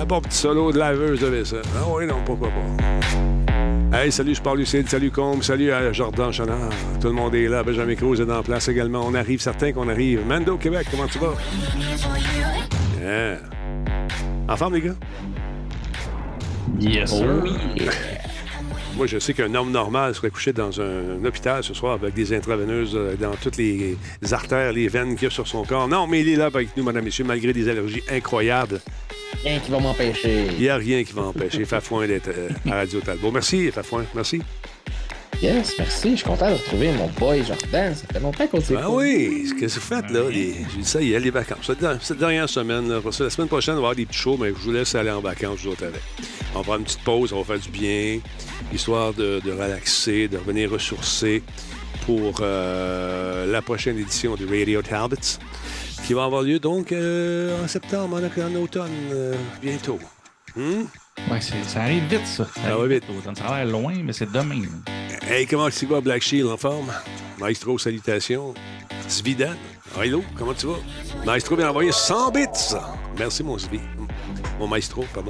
bon petit solo de laveuse de vaisselle. Ah oui, non, pourquoi pas. Hey, salut, je parle Lucide, salut Combe, salut à Jordan Chenard. Tout le monde est là, Benjamin Cruz est en place également. On arrive, certains qu'on arrive. Mando, Québec, comment tu vas? Yeah. En forme, les gars? Yes, sir. Moi, je sais qu'un homme normal serait couché dans un hôpital ce soir avec des intraveineuses dans toutes les artères, les veines qu'il y a sur son corps. Non, mais il est là avec nous, madame, messieurs, malgré des allergies incroyables. Rien qui va m'empêcher. Il n'y a rien qui va empêcher Fafouin d'être à Radio Talbot. Merci, Fafouin. Merci. Yes, merci. Je suis content de retrouver mon boy Jordan. Ça fait longtemps qu'on s'est Ah oui, ce que vous faites, là, j'ai dit ça, il y a les vacances. Cette dernière semaine, là, la semaine prochaine, on va avoir des petits shows, mais je vous laisse aller en vacances, vous autres avec. On va prendre une petite pause, on va faire du bien, histoire de relaxer, de revenir ressourcer pour la prochaine édition de Radio Talbots, qui va avoir lieu donc en septembre, en automne, bientôt. Ouais, ça arrive vite, ça. Ça va vite. Ça a l'air loin, mais c'est demain. Hey, comment tu vas, Black Shield, en forme? Maestro, salutations. Svidan, hello, comment tu vas? Maestro vient envoyer 100 bits. Merci, mon Svi. Mon Maestro, pardon.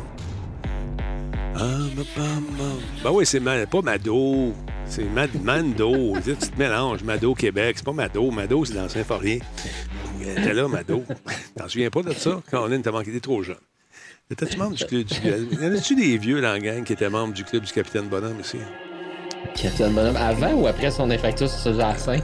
Ben oui, c'est pas Mado. C'est Mando. Tu te mélanges. Mado, Québec. C'est pas Mado. Mado, c'est dans Saint-Forien. T'es là, Mado. T'en souviens pas de ça? Caroline, t'as manqué, t'es trop jeune. Étais-tu membre du club du... Y en a-tu des vieux dans la gang qui étaient membres du club du Capitaine Bonhomme ici? Capitaine Bonhomme, avant ou après son infarctus sur ce jacin?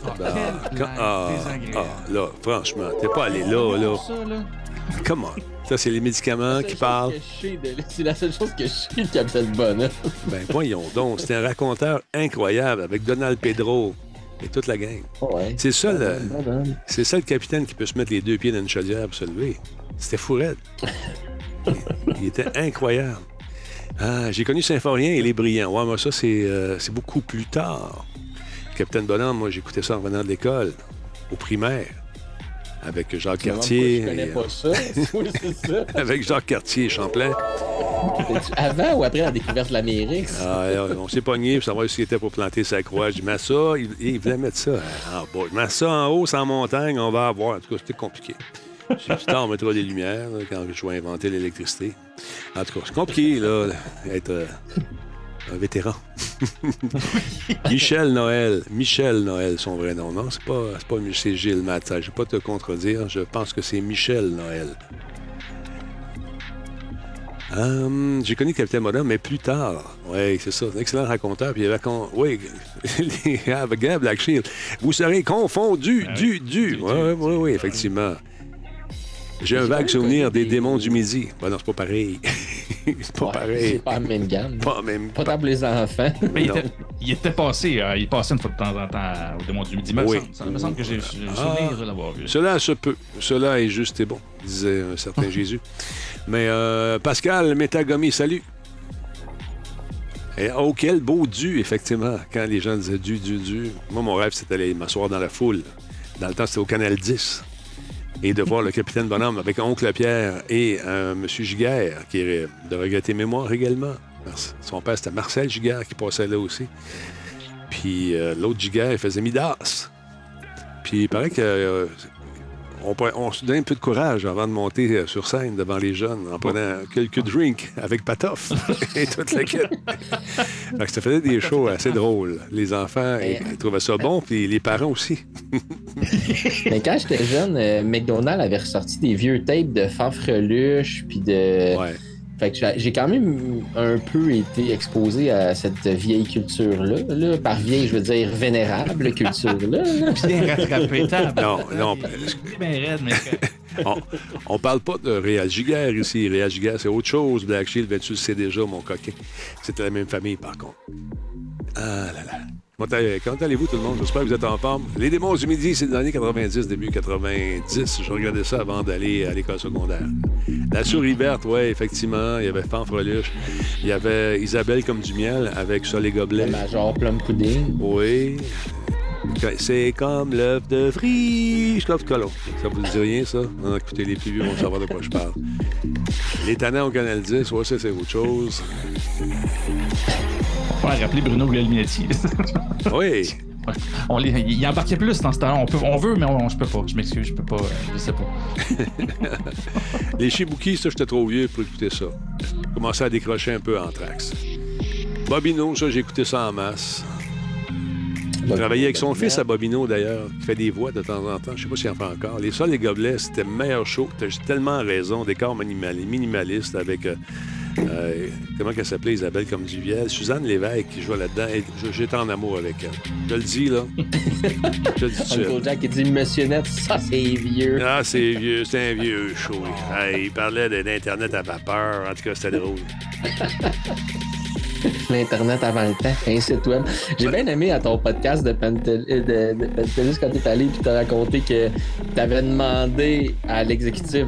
Là, franchement, t'es pas allé là. Comment? Ça, c'est les médicaments qui parlent. C'est la seule chose que je sais, le Capitaine Bonhomme. Ben, voyons donc. C'était un raconteur incroyable avec Donald Pedro et toute la gang. Ouais. C'est ça, le capitaine qui peut se mettre les deux pieds dans une chaudière pour se lever. C'était fou raide. Il était incroyable. Ah, j'ai connu Saint-Forien et les Brillants. Ouais, moi, ça, c'est beaucoup plus tard. Capitaine Bonhomme, moi, j'écoutais ça en revenant de l'école, au primaire, avec Jacques Cartier. Je connais pas ça. Oui, c'est ça. Avec Jacques Cartier et Champlain. Avant ou après la découverte de l'Amérique? On s'est pogné pour savoir s'il était pour planter sa croix. Je dis, mets ça, il voulait mettre ça en bas. Je mets ça en haut, sans montagne, on va avoir. En tout cas, c'était compliqué. Plus tard, on mettra des lumières là, quand je vais inventer l'électricité. En tout cas, c'est compliqué, là, d'être un vétéran. Michel Noël, son vrai nom. Non, c'est Gilles Matt. Je ne vais pas te contredire. Je pense que c'est Michel Noël. J'ai connu Capitaine Bonhomme, mais plus tard. Oui, c'est ça. Un excellent raconteur. Puis il y avait... Oui, avec Black Shield. Vous serez confondu Oui, effectivement. J'ai un vague souvenir des démons du midi. Ben non, c'est pas pareil. C'est pas pareil. C'est pas la même gamme. Pas tant pour les enfants. Mais il passait une fois de temps en temps aux démons du midi. Oui. Ça me semble que j'ai le souvenir de l'avoir vu. Cela se peut. Cela est juste et bon, disait un certain Jésus. Mais Pascal Métagomi, salut. Et, oh, quel beau dû, effectivement, quand les gens disaient dû. Moi, mon rêve, c'était d'aller m'asseoir dans la foule. Dans le temps, c'était au Canal 10. Et de voir le Capitaine Bonhomme avec Oncle Pierre et M. Giguère, qui est de regretter mémoire également. Son père, c'était Marcel Giguère qui passait là aussi. Puis l'autre Giguère, il faisait Midas. Puis il paraît que... On se donnait un peu de courage avant de monter sur scène devant les jeunes en prenant quelques drinks avec Patoff et toute la quête. Donc, ça faisait des shows assez drôles. Les enfants ils trouvaient ça bon, puis les parents aussi. Mais quand j'étais jeune, McDonald's avait ressorti des vieux tapes de Fanfreluche, puis de... Ouais. Fait que j'ai quand même un peu été exposé à cette vieille culture-là. Là. Par vieille, je veux dire vénérable culture-là. Bien rattrapé, Non. Bien raide, mais... On parle pas de Réal Giguère ici. Réal Giguère, c'est autre chose. Black Shield, ben, tu le sais déjà, mon coquin. C'était la même famille, par contre. Ah là là. Comment allez-vous, tout le monde? J'espère que vous êtes en forme. Les démons du midi, c'est dans les années 90, début 90. Je regardais ça avant d'aller à l'école secondaire. La souris verte, oui, effectivement. Il y avait Fanfreluche. Il y avait Isabelle comme du miel avec ça, les gobelets. Le Major Plum Pudding. Oui. C'est comme l'œuf de Frischkopf Colon. Ça vous dit rien, ça? Non, écoutez, les plus vieux vont savoir de quoi je parle. Les tannants au Canal 10, ouais, ça, c'est autre chose. Ouais, rappelez Bruno Guglielminetti. Oui. Il embarquait plus dans ce temps-là. On veut, mais je peux pas. Je m'excuse, je peux pas. Je sais pas. Les Shibuki, ça, j'étais trop vieux pour écouter ça. J'ai commencé à décrocher un peu Anthrax. Bobino, ça, j'ai écouté ça en masse. J'ai travaillé avec son fils à Bobino, d'ailleurs, qui fait des voix de temps en temps. Je sais pas s'il en fait encore. Les Sols et Gobelets, c'était le meilleur show. T'as tellement raison. Décor minimaliste avec... comment qu'elle s'appelait, Isabelle comme Duviel. Suzanne Lévesque qui jouait là-dedans. J'étais en amour avec elle. Je le dis, là. Je le dis tout de suite. Uncle Jack, il dit Monsieur Net, ça, c'est vieux. Ah, c'est vieux. C'est un vieux show. Il parlait d'Internet à vapeur. En tout cas, c'était drôle. L'Internet avant le temps, un site web. J'ai bien aimé à ton podcast de Pantelis quand t'es allé et t'as raconté que t'avais demandé à l'exécutif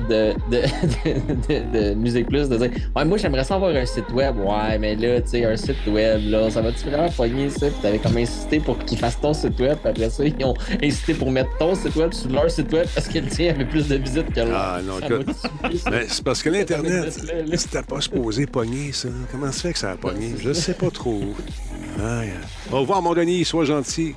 de Musique Plus de dire ouais, moi j'aimerais ça avoir un site web. Ouais, mais là, tu sais, un site web, là, ça va-tu vraiment pogner ça? Puis t'avais comme insisté pour qu'ils fassent ton site web. Puis après ça, ils ont insisté pour mettre ton site web sur leur site web parce que le tien avait plus de visites que l'autre. Ah non, mais c'est parce que l'Internet, c'était pas supposé pogner, ça. Comment ça fait que ça a pogné? Je sais pas trop. Au revoir, mon Denis, sois gentil.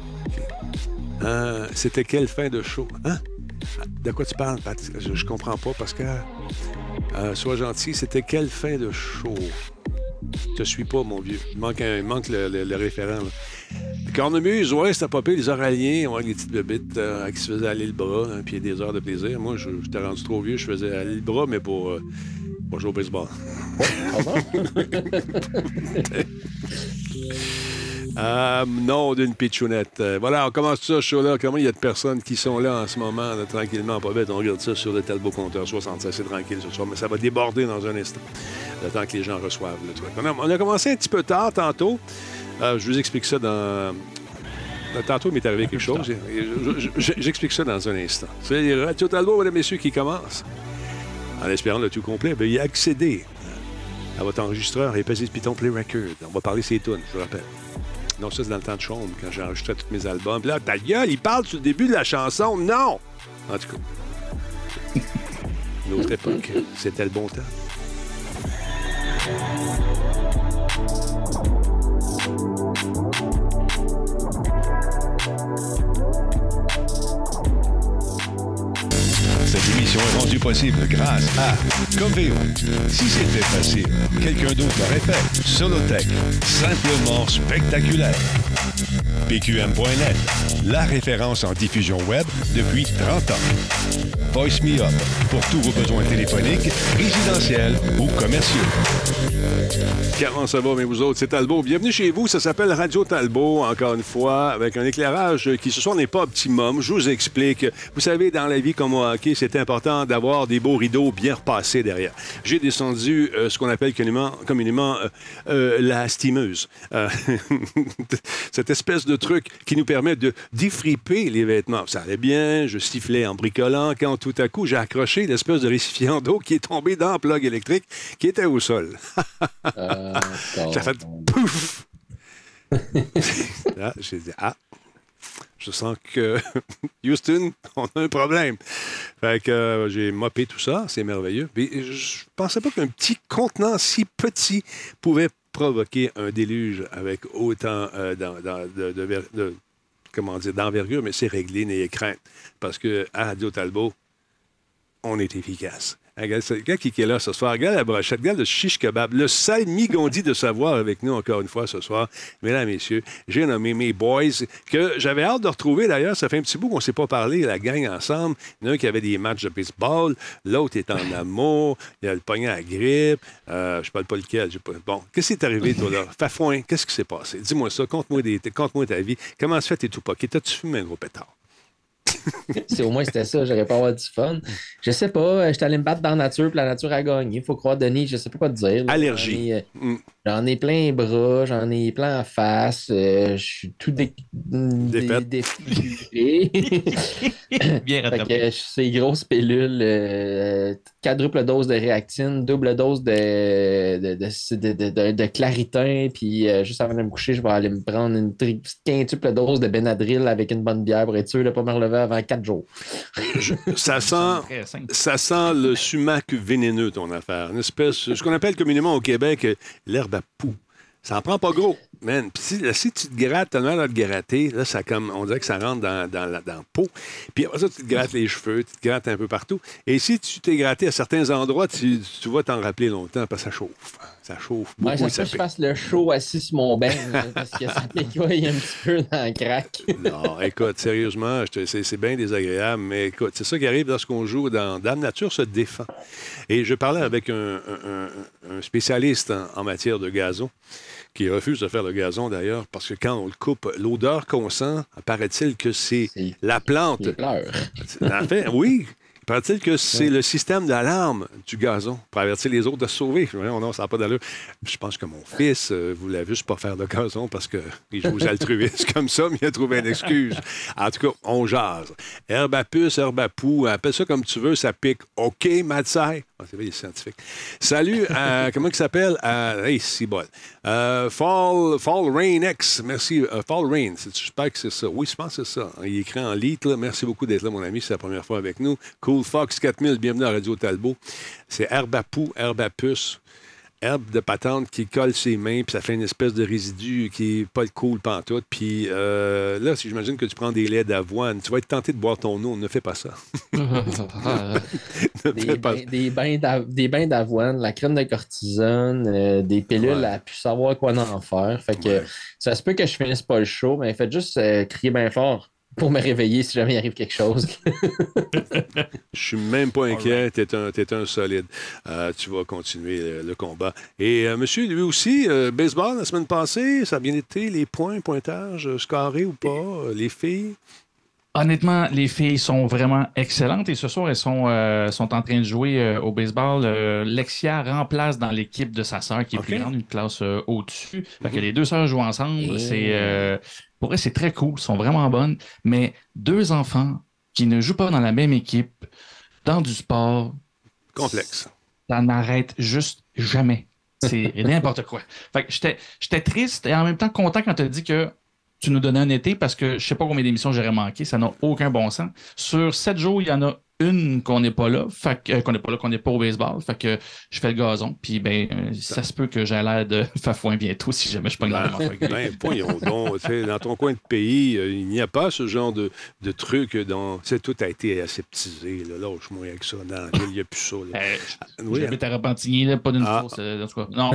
C'était quelle fin de show? Hein? De quoi tu parles, Pat? Je comprends pas, parce que... sois gentil, c'était quelle fin de show? Je te suis pas, mon vieux. Il manque le référent, là. Cornemuse, ouais, c'était pas pire. Les Oraliens, ouais, les petites bébites qui se faisaient aller le bras, hein, puis des heures de plaisir. Moi, j'étais rendu trop vieux, je faisais aller le bras, mais pour jouer au baseball. Non, d'une pitchounette. Voilà, on commence ça, ce show-là. Comment il y a de personnes qui sont là en ce moment, là, tranquillement, pas bête. On regarde ça sur le Talbot Compteur 76. C'est tranquille ce soir, mais ça va déborder dans un instant. Le temps que les gens reçoivent le truc. On a commencé un petit peu tard tantôt. Je vous explique ça dans... Tantôt, il m'est arrivé quelque chose. J'explique ça dans un instant. C'est Radio Talbot, mesdames et messieurs, qui commence. En espérant le tout complet, bien, y accéder à votre enregistreur et peser Python Play Record. On va parler ces tunes, je vous rappelle. Non, ça, c'est dans le temps de chambre, quand j'enregistrais tous mes albums. Puis là, ta gueule, il parle sur le début de la chanson. Non! En tout cas, l'autre époque, c'était le bon temps. Cette émission est rendue possible grâce à Coveo. Si c'était facile, quelqu'un d'autre l'aurait fait. Solotech, simplement spectaculaire. PQM.net, la référence en diffusion web depuis 30 ans. Voice Me Up, pour tous vos besoins téléphoniques, résidentiels ou commerciaux. Comment ça va, mais vous autres? C'est Talbot. Bienvenue chez vous. Ça s'appelle Radio Talbot, encore une fois, avec un éclairage qui, ce soir, n'est pas optimum. Je vous explique. Vous savez, dans la vie comme au hockey, c'est important d'avoir des beaux rideaux bien repassés derrière. J'ai descendu ce qu'on appelle communément la steameuse. Cette espèce de truc qui nous permet de défriper les vêtements. Ça allait bien, je sifflais en bricolant, quand tout à coup, j'ai accroché l'espèce de récipient d'eau qui est tombé dans le plug électrique qui était au sol. Ça fait pouf! Là, j'ai dit, je sens que Houston, on a un problème. Fait que j'ai mopé tout ça, c'est merveilleux. Mais je pensais pas qu'un petit contenant si petit pouvait provoquer un déluge avec autant d'envergure, mais c'est réglé, n'ayez crainte. Parce que à Radio Talbot, on est efficace. Regarde, le gars qui est là ce soir, regarde la brochette, regarde le shish kebab, le salmigondi de savoir avec nous encore une fois ce soir. Mesdames, messieurs, j'ai nommé mes boys que j'avais hâte de retrouver d'ailleurs. Ça fait un petit bout qu'on ne s'est pas parlé, la gang ensemble. Il y en a un qui avait des matchs de baseball, l'autre est en amour, il a le pognon à la grippe. Je ne sais pas lequel. Bon, qu'est-ce qui est arrivé, toi, là? Fafouin, qu'est-ce qui s'est passé? Dis-moi ça, conte-moi ta vie. Comment se fait tes tout poqués? T'as-tu fumé un gros pétard? Si au moins c'était ça, j'aurais pas avoir du fun. Je sais pas, j'étais allé me battre dans la nature, puis la nature a gagné. Faut croire, Denis, je sais pas quoi te dire. Là. Allergie. J'en ai plein les bras, j'en ai plein en face. Je suis tout défiguré. Bien rattrapé. C'est grosses pilules, quadruple dose de réactine, double dose de claritin, puis juste avant de me coucher, je vais aller me prendre une quintuple dose de Benadryl avec une bonne bière pour être sûr de ne pas me relever avant 4 jours. Ça sent le sumac vénéneux, ton affaire. Une espèce, ce qu'on appelle communément au Québec, l'herbe à poux. Ça en prend pas gros. Man, pis si tu te grattes, t'as l'air de te gratter, là, ça comme, on dirait que ça rentre dans le pot. Puis après ça, tu te grattes les cheveux, tu te grattes un peu partout. Et si tu t'es gratté à certains endroits, tu vas t'en rappeler longtemps parce que ça chauffe. Ça chauffe beaucoup. Ouais, ça que je fasse le show assis sur mon bain parce que ça picoille un petit peu dans le crack. Non, écoute, sérieusement, c'est bien désagréable, mais écoute, c'est ça qui arrive lorsqu'on joue dans Dame Nature se défend. Et je parlais avec un spécialiste en matière de gazon, qui refuse de faire le gazon d'ailleurs, parce que quand on le coupe, l'odeur qu'on sent, paraît-il que c'est la plante. Les pleurs. En fait, oui. Paraît-il que c'est le système d'alarme du gazon pour avertir les autres de se sauver. Non, ça n'a pas d'allure. Je pense que mon fils voulait juste pas faire de gazon parce qu'il joue aux altruistes comme ça, mais il a trouvé une excuse. En tout cas, on jase. Herbe à puce, herbe à poux, appelle ça comme tu veux, ça pique. OK, Matsai. Ah, c'est vrai, il est scientifique. Salut, comment il s'appelle? Hey, c'est bon. Fall Rain X. Merci. Fall Rain. J'espère que c'est ça. Oui, je pense que c'est ça. Il est écrit en litre. Là. Merci beaucoup d'être là, mon ami. C'est la première fois avec nous. Cool Fox 4000. Bienvenue à Radio Talbot. C'est herbe à poux, herbe à puce. Herbe de patente qui colle ses mains, puis ça fait une espèce de résidu qui n'est pas le cool pantoute. Puis là, si j'imagine que tu prends des laits d'avoine, tu vas être tenté de boire ton eau. Ne fais pas ça. Des bains d'avoine, la crème de cortisone, des pilules à plus savoir quoi en faire. Fait que ça se peut que je finisse pas le show, mais faites juste crier bien fort pour me réveiller si jamais il arrive quelque chose. Je suis même pas inquiet. T'es un solide. Tu vas continuer le combat. Et monsieur, lui aussi, baseball la semaine passée, ça a bien été, les points, pointages, scorés ou pas, les filles? Honnêtement, les filles sont vraiment excellentes et ce soir, elles sont en train de jouer au baseball. Lexia remplace dans l'équipe de sa sœur qui est plus grande, une classe au-dessus. Fait que les deux sœurs jouent ensemble. Pour elles, c'est très cool. Elles sont vraiment bonnes. Mais deux enfants qui ne jouent pas dans la même équipe, dans du sport... Complexe. Ça n'arrête juste jamais. C'est n'importe quoi. Fait que j'étais triste et en même temps content quand tu as dit que tu nous donnais un été parce que je sais pas combien d'émissions j'aurais manqué, ça n'a aucun bon sens. Sur 7 jours, il y en a une qu'on n'est pas là, qu'on n'est pas au baseball, fait que je fais le gazon, puis ça se peut que j'ai l'air de Fafouin bientôt si jamais je pogne dans la main. Voyons donc, dans ton coin de pays, il n'y a pas ce genre de truc dont tout a été aseptisé. Lâche-moi avec ça. Dans la ville, il n'y a plus ça. J'habite à Repentigny, pas d'une force. En tout cas, non.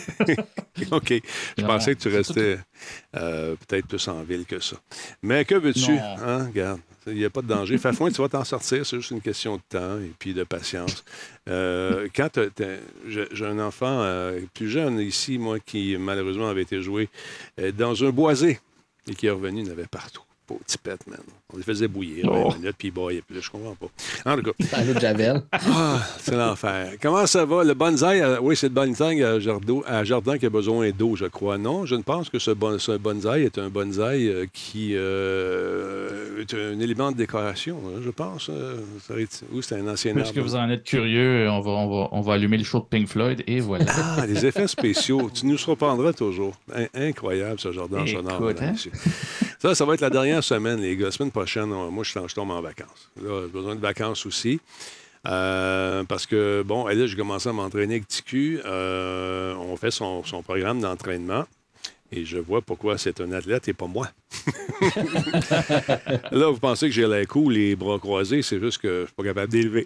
OK. Je pensais que tu restais peut-être plus en ville que ça. Mais que veux-tu? Hein? Regarde. Il n'y a pas de danger. Fafouin, tu vas t'en sortir. C'est juste une question de temps et puis de patience. Quand j'ai un enfant plus jeune ici, moi, qui malheureusement avait été joué dans un boisé et qui est revenu, il y en avait partout. Pauvre petit pet, man. On les faisait bouillir 20 minutes, puis il baillait. Puis là, je comprends pas. En tout cas. Dans de Javel. C'est l'enfer. Comment ça va? Le bonsaï, oui, c'est le bonsaï à Jardin qui a besoin d'eau, je crois. Non, je ne pense que ce bonsaï est un bonsaï qui est un élément de décoration, je pense. Oui, c'est un ancien arbre. Puisque vous en êtes curieux, on va allumer le show de Pink Floyd et voilà. Ah, les effets spéciaux. Tu nous surprendras toujours. Incroyable, ce jardin sonore. Hein? Ça va être la dernière semaine, les gars. La semaine prochaine, moi, je tombe en vacances. Là, j'ai besoin de vacances aussi. Parce que, bon, là, j'ai commencé à m'entraîner avec TQ. On fait son programme d'entraînement. Et je vois pourquoi c'est un athlète et pas moi. Là, vous pensez que j'ai l'air cool, les bras croisés, c'est juste que je ne suis pas capable d'élever.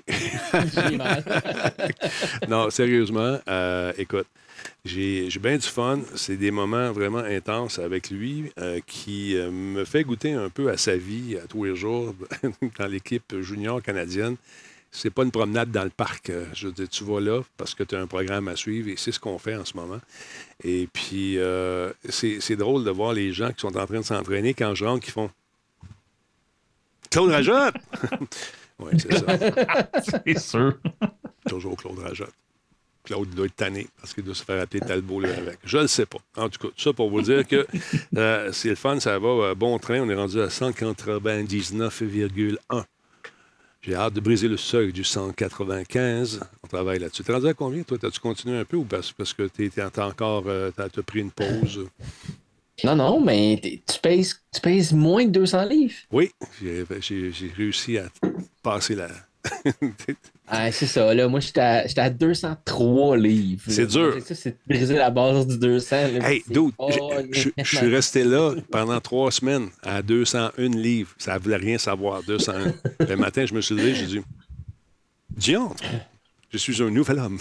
Non, sérieusement, écoute, j'ai bien du fun. C'est des moments vraiment intenses avec lui qui me fait goûter un peu à sa vie à tous les jours dans l'équipe junior canadienne. C'est pas une promenade dans le parc. Je veux dire, tu vas là parce que tu as un programme à suivre et c'est ce qu'on fait en ce moment. Et puis, c'est drôle de voir les gens qui sont en train de s'entraîner quand je rentre qui font Claude Rajotte! Oui, c'est ça. C'est sûr. Toujours Claude Rajotte. Claude doit être tanné parce qu'il doit se faire appeler Talbot là, avec. Je le sais pas. En tout cas, tout ça pour vous dire que c'est le fun, ça va bon train. On est rendu à 199,1. J'ai hâte de briser le seuil du 195. On travaille là-dessus. Tu es rendu à combien, toi? As-tu continué un peu ou parce que tu as encore t'as pris une pause? Non, mais tu pèses moins de 200 livres. Oui, j'ai réussi à passer Ah, c'est ça, là. Moi, j'étais à 203 livres. C'est dur. L'objectif, c'est de briser la base du 200. Là, Hey, dude, je suis resté là pendant 3 semaines à 201 livres. Ça ne voulait rien savoir, 201. Le matin, je me suis levé, j'ai dit, diantre, je suis un nouvel homme.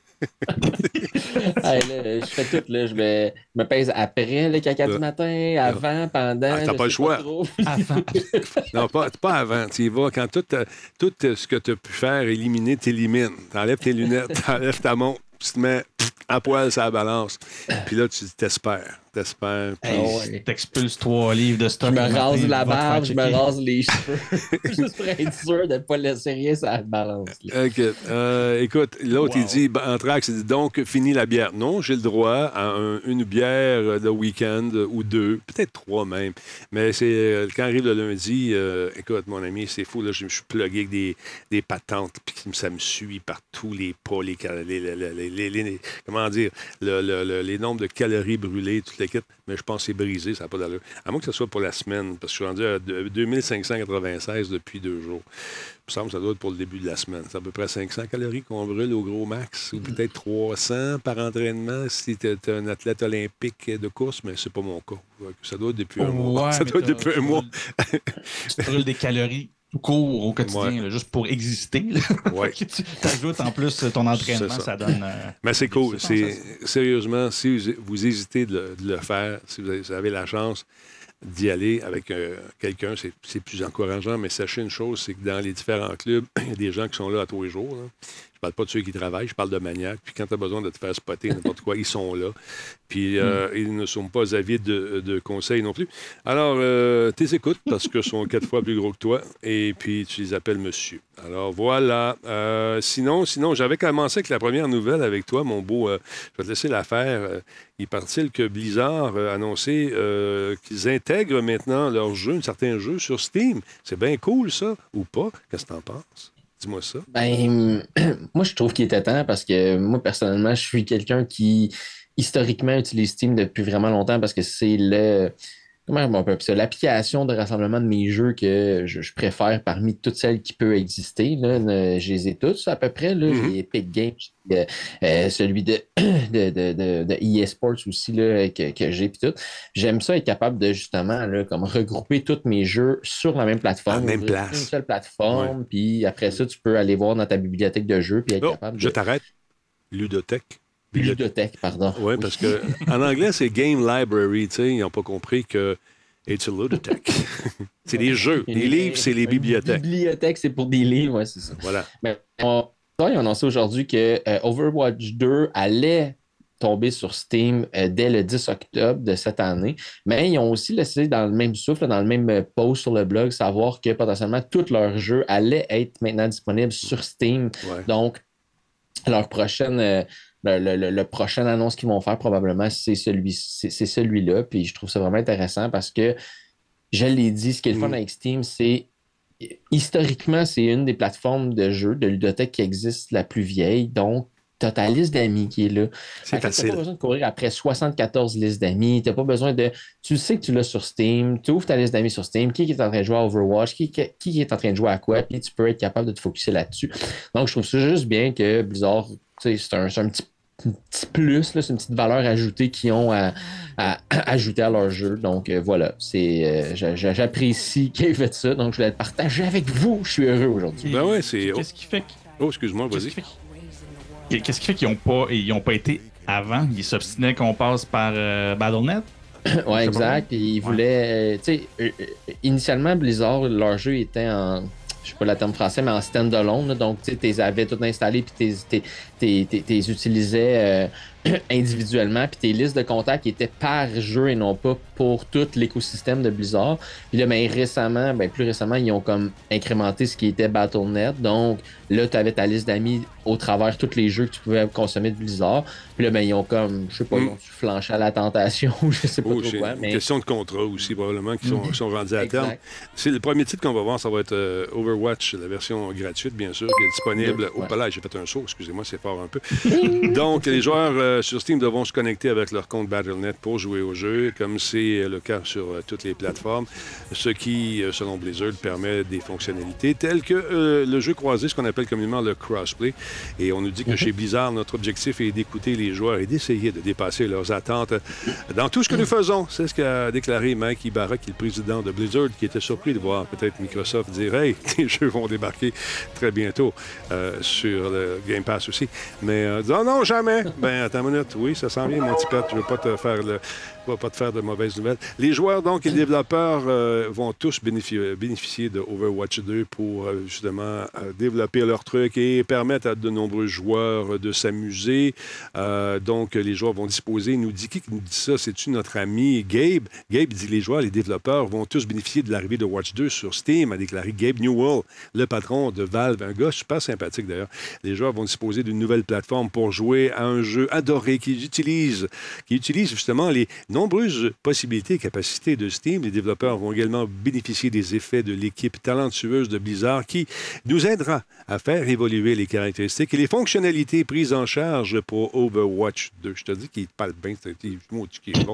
Hey, là, je fais tout. Là. Je me pèse après le caca du matin, avant, pendant. T'as pas le choix. Avant. Non, pas avant. Tu y vas quand tout ce que tu as pu faire éliminer, t'élimines. T'enlèves tes lunettes, t'enlèves ta montre, tu te mets à poil sur la balance. Puis là, tu t'espères. Puis T'expulses 3 livres de stock. Je me rase la barbe, je me rase les cheveux. Juste pour être sûr de ne pas laisser rien sur la balance. Écoute, l'autre, il dit, Anthrax, il dit donc, fini la bière. Non, j'ai le droit à une bière le week-end ou 2, peut-être 3 même. Mais c'est quand arrive le lundi, écoute, mon ami, c'est fou, là, je suis plugué avec des patentes, puis ça me suit par tous les pas, comment dire, les nombres de calories brûlées, toute l'équipe, mais je pense que c'est brisé, ça n'a pas d'allure. À moins que ce soit pour la semaine, parce que je suis rendu à 2596 depuis 2 jours. Il me semble que ça doit être pour le début de la semaine. C'est à peu près 500 calories qu'on brûle au gros max, ou peut-être 300 par entraînement si tu es un athlète olympique de course, mais c'est pas mon cas. Ça doit être depuis un mois. Ça doit être depuis un mois. Tu brûles des calories tout court au quotidien, là, juste pour exister. Ouais. Tu ajoutes en plus ton entraînement, ça donne... Mais c'est cool. Sérieusement, si vous hésitez de le faire, si vous avez la chance d'y aller avec quelqu'un, c'est plus encourageant. Mais sachez une chose, c'est que dans les différents clubs, il y a des gens qui sont là à tous les jours. Là. Je parle pas de ceux qui travaillent, je parle de maniaques. Puis quand tu as besoin de te faire spotter n'importe quoi, ils sont là. Puis ils ne sont pas avides de conseils non plus. Alors, tu les écoutes parce qu'ils sont 4 fois plus gros que toi. Et puis, tu les appelles monsieur. Alors, voilà. Sinon, j'avais commencé avec la première nouvelle avec toi, mon beau. Je vais te laisser la faire. Il paraît-il que Blizzard a annoncé qu'ils intègrent maintenant leurs jeux, certains jeux sur Steam. C'est bien cool, ça, ou pas? Qu'est-ce que tu en penses? Dis-moi ça. Ben, moi, je trouve qu'il était temps parce que moi, personnellement, je suis quelqu'un qui, historiquement, utilise Steam depuis vraiment longtemps parce que c'est comment on peut appeler ça? L'application de rassemblement de mes jeux que je préfère parmi toutes celles qui peuvent exister. Là. Je les ai tous à peu près. Là. J'ai Epic Games, celui de EA Sports aussi là, que j'ai. Puis tout. J'aime ça être capable de justement là, comme regrouper tous mes jeux sur la même plateforme. Même place. Une seule plateforme. Puis après ça, tu peux aller voir dans ta bibliothèque de jeux. Puis être capable je t'arrête. Ludothèque. Ludothèque, pardon. Oui, parce qu'en anglais, c'est Game Library. Ils n'ont pas compris que it's a ludothèque. C'est des jeux. Les livres, c'est les bibliothèques. Bibliothèque, c'est pour des livres, oui, c'est ça. Voilà. Mais ils ont annoncé aujourd'hui que Overwatch 2 allait tomber sur Steam dès le 10 octobre de cette année. Mais ils ont aussi laissé dans le même souffle, dans le même post sur le blog, savoir que potentiellement tous leurs jeux allaient être maintenant disponibles sur Steam. Ouais. Donc, leur prochaine... Le prochain annonce qu'ils vont faire, probablement, c'est celui-là. Puis je trouve ça vraiment intéressant parce que, je l'ai dit, ce qui est le fun avec Steam, c'est historiquement, c'est une des plateformes de jeux, de ludothèque qui existe la plus vieille. Donc, tu as ta liste d'amis qui est là. C'est facile. Tu n'as pas besoin de courir après 74 listes d'amis. Tu n'as pas besoin de... Tu sais que tu l'as sur Steam. Tu ouvres ta liste d'amis sur Steam. Qui est en train de jouer à Overwatch? Qui est en train de jouer à quoi? Puis tu peux être capable de te focusser là-dessus. Donc, je trouve ça juste bien que Blizzard... C'est un petit plus, là, c'est une petite valeur ajoutée qu'ils ont à ajouter à leur jeu. Donc voilà, j'apprécie qu'ils aient fait ça. Donc je voulais le partager avec vous. Je suis heureux aujourd'hui. Ben ouais, c'est... Qu'est-ce qui fait que... Oh, excuse-moi, vas-y. Qu'est-ce qui fait qu'ils n'ont pas été avant? Ils s'obstinaient qu'on passe par Battle.net? Ouais, exact. Puis ils voulaient... tu sais, initialement, Blizzard, leur jeu était en... Je sais pas le terme français, mais en stand-alone. Là, donc, tu les avais tout installés puis tu les utilisais individuellement. Puis tes listes de contacts étaient par jeu et non pas pour tout l'écosystème de Blizzard. Puis là, plus récemment, ils ont comme incrémenté ce qui était Battle.net. Donc, là, tu avais ta liste d'amis au travers tous les jeux que tu pouvais consommer de Blizzard. Puis là, ben, ils ont comme, je sais pas, ils ont flanché à la tentation, je sais pas trop quoi. C'est mais... une question de contrat aussi, probablement, qui sont rendus à terme. Exact. C'est le premier titre qu'on va voir, ça va être Overwatch, la version gratuite, bien sûr, qui est disponible. Ouais. Là, j'ai fait un saut, excusez-moi, c'est fort un peu. Donc, les joueurs sur Steam devront se connecter avec leur compte Battle.net pour jouer au jeu, comme c'est le cas sur toutes les plateformes, ce qui, selon Blizzard, permet des fonctionnalités telles que le jeu croisé, ce qu'on appelle communément le crossplay. Et on nous dit que chez Blizzard, notre objectif est d'écouter les joueurs et d'essayer de dépasser leurs attentes dans tout ce que nous faisons. C'est ce qu'a déclaré Mike Ibarra, qui est le président de Blizzard, qui était surpris de voir peut-être Microsoft dire « Hey, les jeux vont débarquer très bientôt sur le Game Pass aussi. » Mais disant « Non, jamais! » Ben, attends une minute. Oui, ça s'en vient, mon petit pet. Je veux pas te faire de mauvaises nouvelles. Les joueurs, donc, et les développeurs vont tous bénéficier de Overwatch 2 pour, justement, développer leur truc et permettre à de nombreux joueurs de s'amuser. Donc, les joueurs vont disposer, qui nous dit ça? C'est-tu notre ami Gabe? Gabe dit les joueurs, les développeurs vont tous bénéficier de l'arrivée de Watch 2 sur Steam, a déclaré Gabe Newell, le patron de Valve, un gars super sympathique d'ailleurs. Les joueurs vont disposer d'une nouvelle plateforme pour jouer à un jeu adoré qui utilise justement les nombreuses possibilités et capacités de Steam. Les développeurs vont également bénéficier des effets de l'équipe talentueuse de Blizzard qui nous aidera à faire évoluer les caractéristiques et les fonctionnalités prises en charge pour Overwatch 2. Je te dis qu'il parle bien, c'est un mot qui est bon.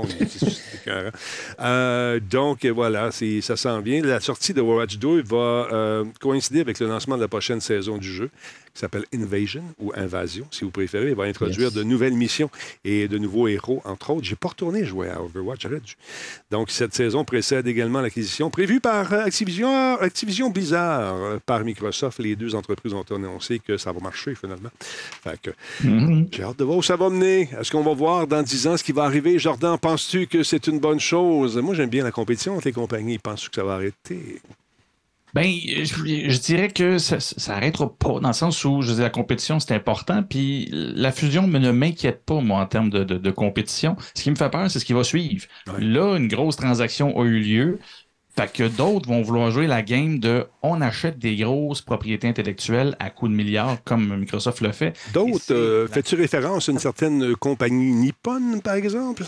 Donc, voilà, ça s'en vient. La sortie de Overwatch 2 va coïncider avec le lancement de la prochaine saison du jeu, qui s'appelle Invasion ou Invasion, si vous préférez. Il va introduire de nouvelles missions et de nouveaux héros, entre autres. J'ai pas retourné jouer à Overwatch, j'aurais dû. Donc, cette saison précède également l'acquisition prévue par Activision Blizzard par Microsoft. Les deux entreprises ont annoncé que ça va marcher, finalement. Fait que, j'ai hâte de voir où ça va mener. Est-ce qu'on va voir dans 10 ans ce qui va arriver? Jordan, penses-tu que c'est une bonne chose? Moi, j'aime bien la compétition entre les compagnies. Penses-tu que ça va arrêter? Ben, je dirais que ça n'arrêtera pas, dans le sens où, je dis, la compétition, c'est important, puis la fusion ne m'inquiète pas, moi, en termes de compétition. Ce qui me fait peur, c'est ce qui va suivre. Ouais. Là, une grosse transaction a eu lieu, fait que d'autres vont vouloir jouer la game de « on achète des grosses propriétés intellectuelles à coups de milliards », comme Microsoft le fait. D'autres, fais-tu référence à une certaine compagnie nippone, par exemple?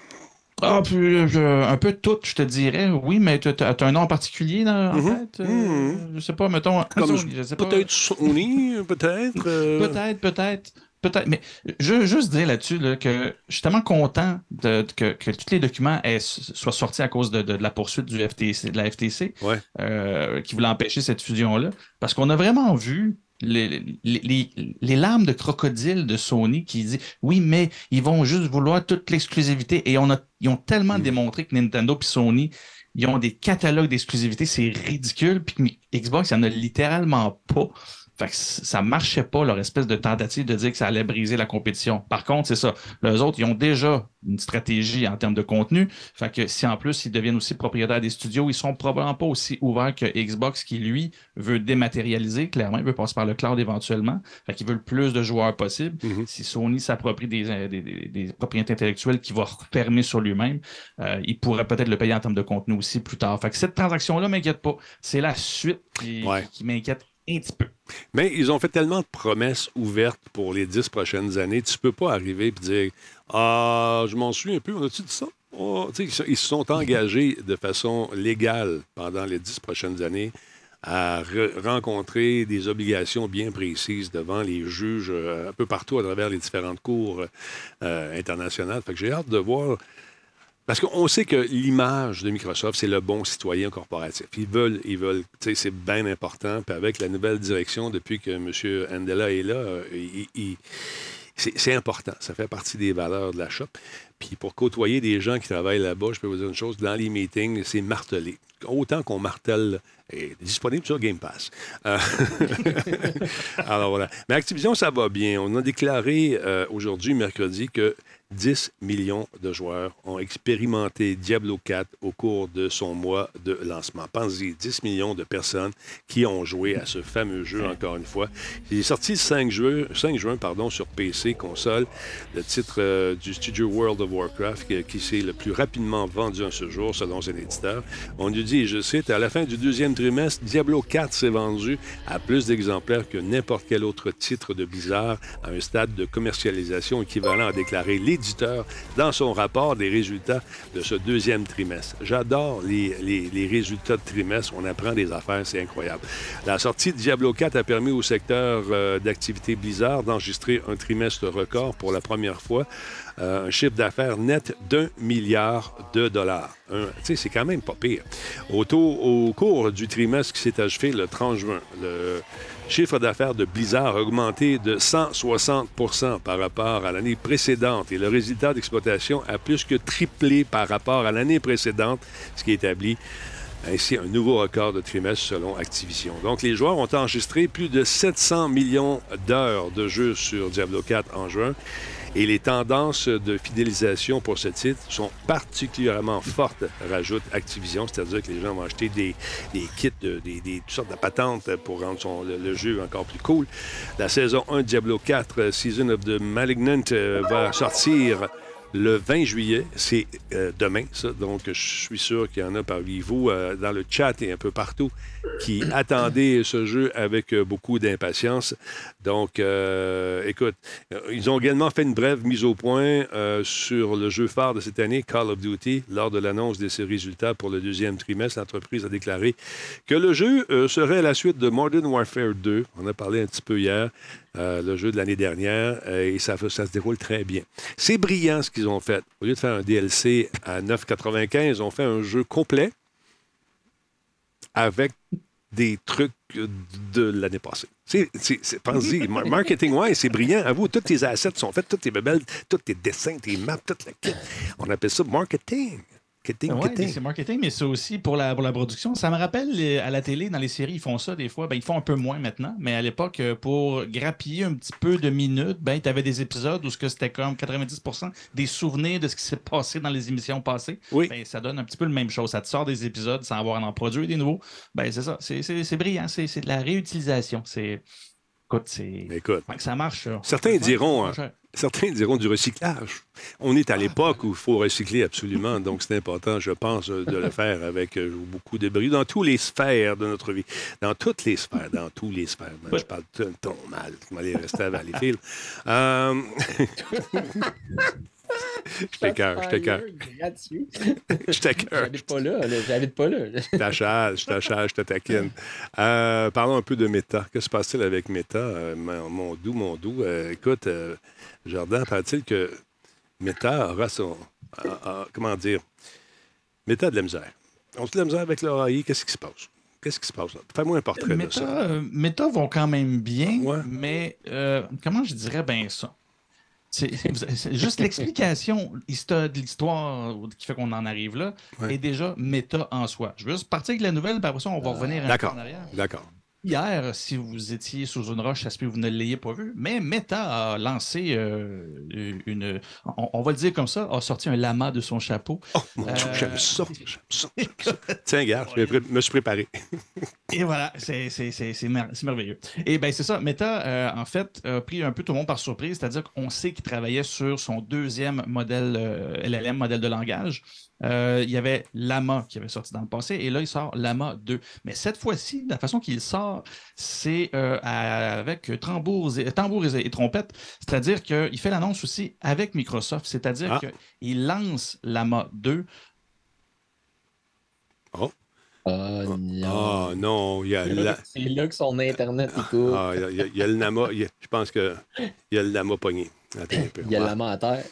Ah, un peu toutes, je te dirais. Oui, mais tu as un nom en particulier en tête? Je sais pas, mettons... Sony, je sais pas. Peut-être Sony, peut-être. Peut-être, mais je veux juste dire là-dessus là, que je suis tellement content que tous les documents soient sortis à cause de la poursuite de la FTC qui voulait empêcher cette fusion-là. Parce qu'on a vraiment vu les larmes de crocodile de Sony qui dit oui, mais ils vont juste vouloir toute l'exclusivité. Et ils ont tellement démontré que Nintendo et Sony, ils ont des catalogues d'exclusivité, c'est ridicule. Puis Xbox, il n'y en a littéralement pas. Fait que ça marchait pas, leur espèce de tentative de dire que ça allait briser la compétition. Par contre, c'est ça. Les autres, ils ont déjà une stratégie en termes de contenu. Fait que si en plus, ils deviennent aussi propriétaires des studios, ils sont probablement pas aussi ouverts que Xbox qui, lui, veut dématérialiser. Clairement, il veut passer par le cloud éventuellement. Fait qu'il veut le plus de joueurs possible. Si Sony s'approprie des propriétés intellectuelles qu'il va refermer sur lui-même, il pourrait peut-être le payer en termes de contenu aussi plus tard. Fait que cette transaction-là m'inquiète pas. C'est la suite qui m'inquiète un petit peu. Mais ils ont fait tellement de promesses ouvertes pour les 10 prochaines années. Tu peux pas arriver et dire « Ah, je m'en suis un peu, on a-tu dit ça? » Ils se sont engagés de façon légale pendant les 10 prochaines années à rencontrer des obligations bien précises devant les juges un peu partout à travers les différentes cours internationales. Fait que j'ai hâte de voir... Parce qu'on sait que l'image de Microsoft, c'est le bon citoyen corporatif. Ils veulent, tu sais, c'est bien important. Puis avec la nouvelle direction, depuis que M. Andela est là, c'est important. Ça fait partie des valeurs de la shop. Puis pour côtoyer des gens qui travaillent là-bas, je peux vous dire une chose, dans les meetings, c'est martelé. Autant qu'on martèle, est disponible sur Game Pass. Alors voilà. Mais Activision, ça va bien. On a déclaré aujourd'hui, mercredi, que 10 millions de joueurs ont expérimenté Diablo 4 au cours de son mois de lancement. Pensez-y, 10 millions de personnes qui ont joué à ce fameux jeu, encore une fois. Il est sorti le 5 juin sur PC, console, le titre du studio World of Warcraft, qui s'est le plus rapidement vendu en ce jour, selon un éditeur. On nous dit, je cite, « À la fin du deuxième trimestre, Diablo 4 s'est vendu à plus d'exemplaires que n'importe quel autre titre de Blizzard à un stade de commercialisation équivalent », a déclaré l'éditeur dans son rapport des résultats de ce deuxième trimestre. J'adore les résultats de trimestre. On apprend des affaires, c'est incroyable. La sortie de Diablo 4 a permis au secteur d'activité Blizzard d'enregistrer un trimestre record pour la première fois. Un chiffre d'affaires net d'1 milliard de dollars. C'est quand même pas pire. Au cours du trimestre qui s'est achevé le 30 juin, le chiffre d'affaires de Blizzard a augmenté de 160 % par rapport à l'année précédente et le résultat d'exploitation a plus que triplé par rapport à l'année précédente, ce qui établit ainsi un nouveau record de trimestre selon Activision. Donc, les joueurs ont enregistré plus de 700 millions d'heures de jeu sur Diablo 4 en juin. Et les tendances de fidélisation pour ce titre sont particulièrement fortes, rajoute Activision, c'est-à-dire que les gens vont acheter des kits, toutes sortes de patentes pour rendre le jeu encore plus cool. La saison 1 de Diablo 4, Season of the Malignant, va sortir le 20 juillet. C'est demain, ça. Donc, je suis sûr qu'il y en a parmi vous dans le chat et un peu partout qui attendaient ce jeu avec beaucoup d'impatience. Donc, écoute, ils ont également fait une brève mise au point sur le jeu phare de cette année, Call of Duty. Lors de l'annonce de ses résultats pour le deuxième trimestre, l'entreprise a déclaré que le jeu serait la suite de Modern Warfare 2. On a parlé un petit peu hier. Le jeu de l'année dernière, et ça se déroule très bien. C'est brillant ce qu'ils ont fait. Au lieu de faire un DLC à 9,95, ils ont fait un jeu complet avec des trucs de l'année passée. Pensez-y, marketing-wise, c'est brillant. À vous, tous tes assets sont faits, toutes tes bebelles, tous tes dessins, tes maps, toute la kit. On appelle ça marketing. C'est marketing, mais c'est aussi pour la production. Ça me rappelle à la télé, dans les séries, ils font ça des fois. Ils font un peu moins maintenant, mais à l'époque, pour grappiller un petit peu de minutes, tu avais des épisodes où c'était comme 90% des souvenirs de ce qui s'est passé dans les émissions passées. Oui. Ça donne un petit peu la même chose. Ça te sort des épisodes sans avoir à en produire des nouveaux. C'est ça. C'est brillant. C'est de la réutilisation. Écoute. Ça marche. Certains diront du recyclage. On est à l'époque où il faut recycler absolument, donc c'est important, je pense, de le faire avec beaucoup de brio dans toutes les sphères de notre vie. Dans toutes les sphères, dans tous les sphères. Ouais. Je parle de ton mal, je vais aller rester avant les fils. Je t'écœure. J'habite pas là. Je te taquine. Parlons un peu de Meta. Qu'est-ce qui se passe-t-il avec Meta? Mon doux. Écoute, Jordan, paraît-il que Meta aura son... comment dire? Meta a de la misère. On a de la misère avec leur AI. Qu'est-ce qui se passe? Fais-moi un portrait de ça. Meta vont quand même bien, ouais. Mais comment je dirais ça? C'est juste l'explication de l'histoire qui fait qu'on en arrive là est déjà méta en soi. Je veux juste partir avec la nouvelle, puis après ça, on va revenir un peu en arrière. D'accord. Hier, si vous étiez sous une roche, ça se peut que vous ne l'ayez pas vu, mais Meta a lancé on va le dire comme ça, a sorti un lama de son chapeau. Oh mon Dieu, j'aime ça. Tiens, regarde, je me suis préparé. Et voilà, c'est merveilleux. Et bien, c'est ça. Meta, en fait, a pris un peu tout le monde par surprise, c'est-à-dire qu'on sait qu'il travaillait sur son deuxième modèle LLM, modèle de langage. Il y avait Llama qui avait sorti dans le passé, et là, il sort Llama 2. Mais cette fois-ci, la façon qu'il sort, c'est avec tambours et trompettes. C'est-à-dire qu'il fait l'annonce aussi avec Microsoft. C'est-à-dire qu'il lance Llama 2. Oh. Oh non. Oh non, il y a c'est là que son Internet est cool. Il y a le Lama, je pense qu'il y a le Lama pogné. Attends un peu. Il y a le Lama à terre.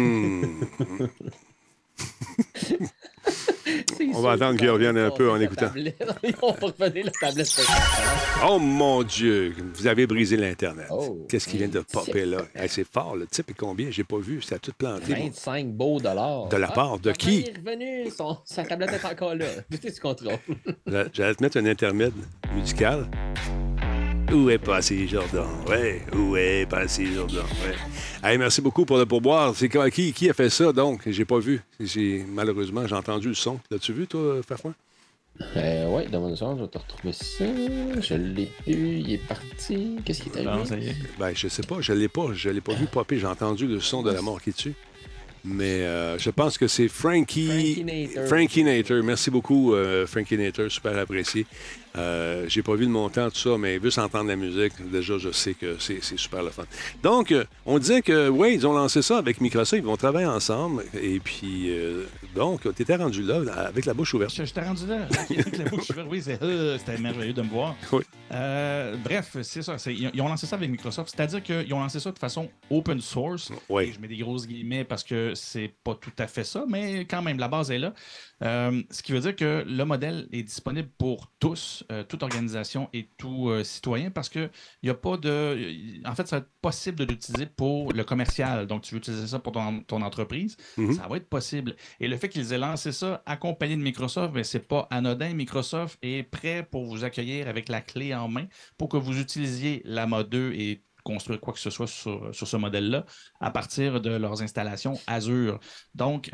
On va attendre qu'il revienne un peu en écoutant. On va revenir la tablette. Oh mon Dieu, vous avez brisé l'Internet. Oh, qu'est-ce qui vient de popper là? Hey, c'est fort, le type est combien? J'ai pas vu, ça a tout planté. 25 beaux dollars. De la part de qui? Il est revenu, sa tablette est encore là. Tout est sous contrôle. J'allais te mettre un intermède musical. Où est passé Jordan? Ouais, où est passé Jordan? Ouais. Hey, merci beaucoup pour le pourboire. C'est qui a fait ça, donc? J'ai pas vu. Malheureusement, j'ai entendu le son. L'as-tu vu, toi, Fafouin? Oui, dans mon sens, je vais te retrouver ça. Je l'ai vu, il est parti. Qu'est-ce qui est arrivé? Non, ça y est. Ben, je sais pas, je l'ai pas vu popper. J'ai entendu le son de la mort qui tue. Mais je pense que c'est Frankie Nater. Merci beaucoup, Frankie Nater. Super apprécié. J'ai pas vu le montant, tout ça, mais juste entendre la musique, déjà, je sais que c'est super le fun. Donc, on disait que, oui, ils ont lancé ça avec Microsoft. Ils vont travailler ensemble. Et puis, donc, tu étais rendu là avec la bouche ouverte. J'étais rendu là avec la bouche ouverte. Oui, c'était merveilleux de me voir. Oui. Bref, c'est ça. Ils ont lancé ça avec Microsoft. C'est-à-dire qu'ils ont lancé ça de façon open source. Oui. Et je mets des grosses guillemets parce que c'est pas tout à fait ça, mais quand même, la base est là. Ce qui veut dire que le modèle est disponible pour tous, toute organisation et tout citoyen, parce que il n'y a pas de... En fait, ça va être possible de l'utiliser pour le commercial. Donc, tu veux utiliser ça pour ton entreprise, ça va être possible. Et le fait qu'ils aient lancé ça accompagné de Microsoft, ben, c'est pas anodin. Microsoft est prêt pour vous accueillir avec la clé en main pour que vous utilisiez l'AMA 2 et construire quoi que ce soit sur ce modèle-là à partir de leurs installations Azure. Donc,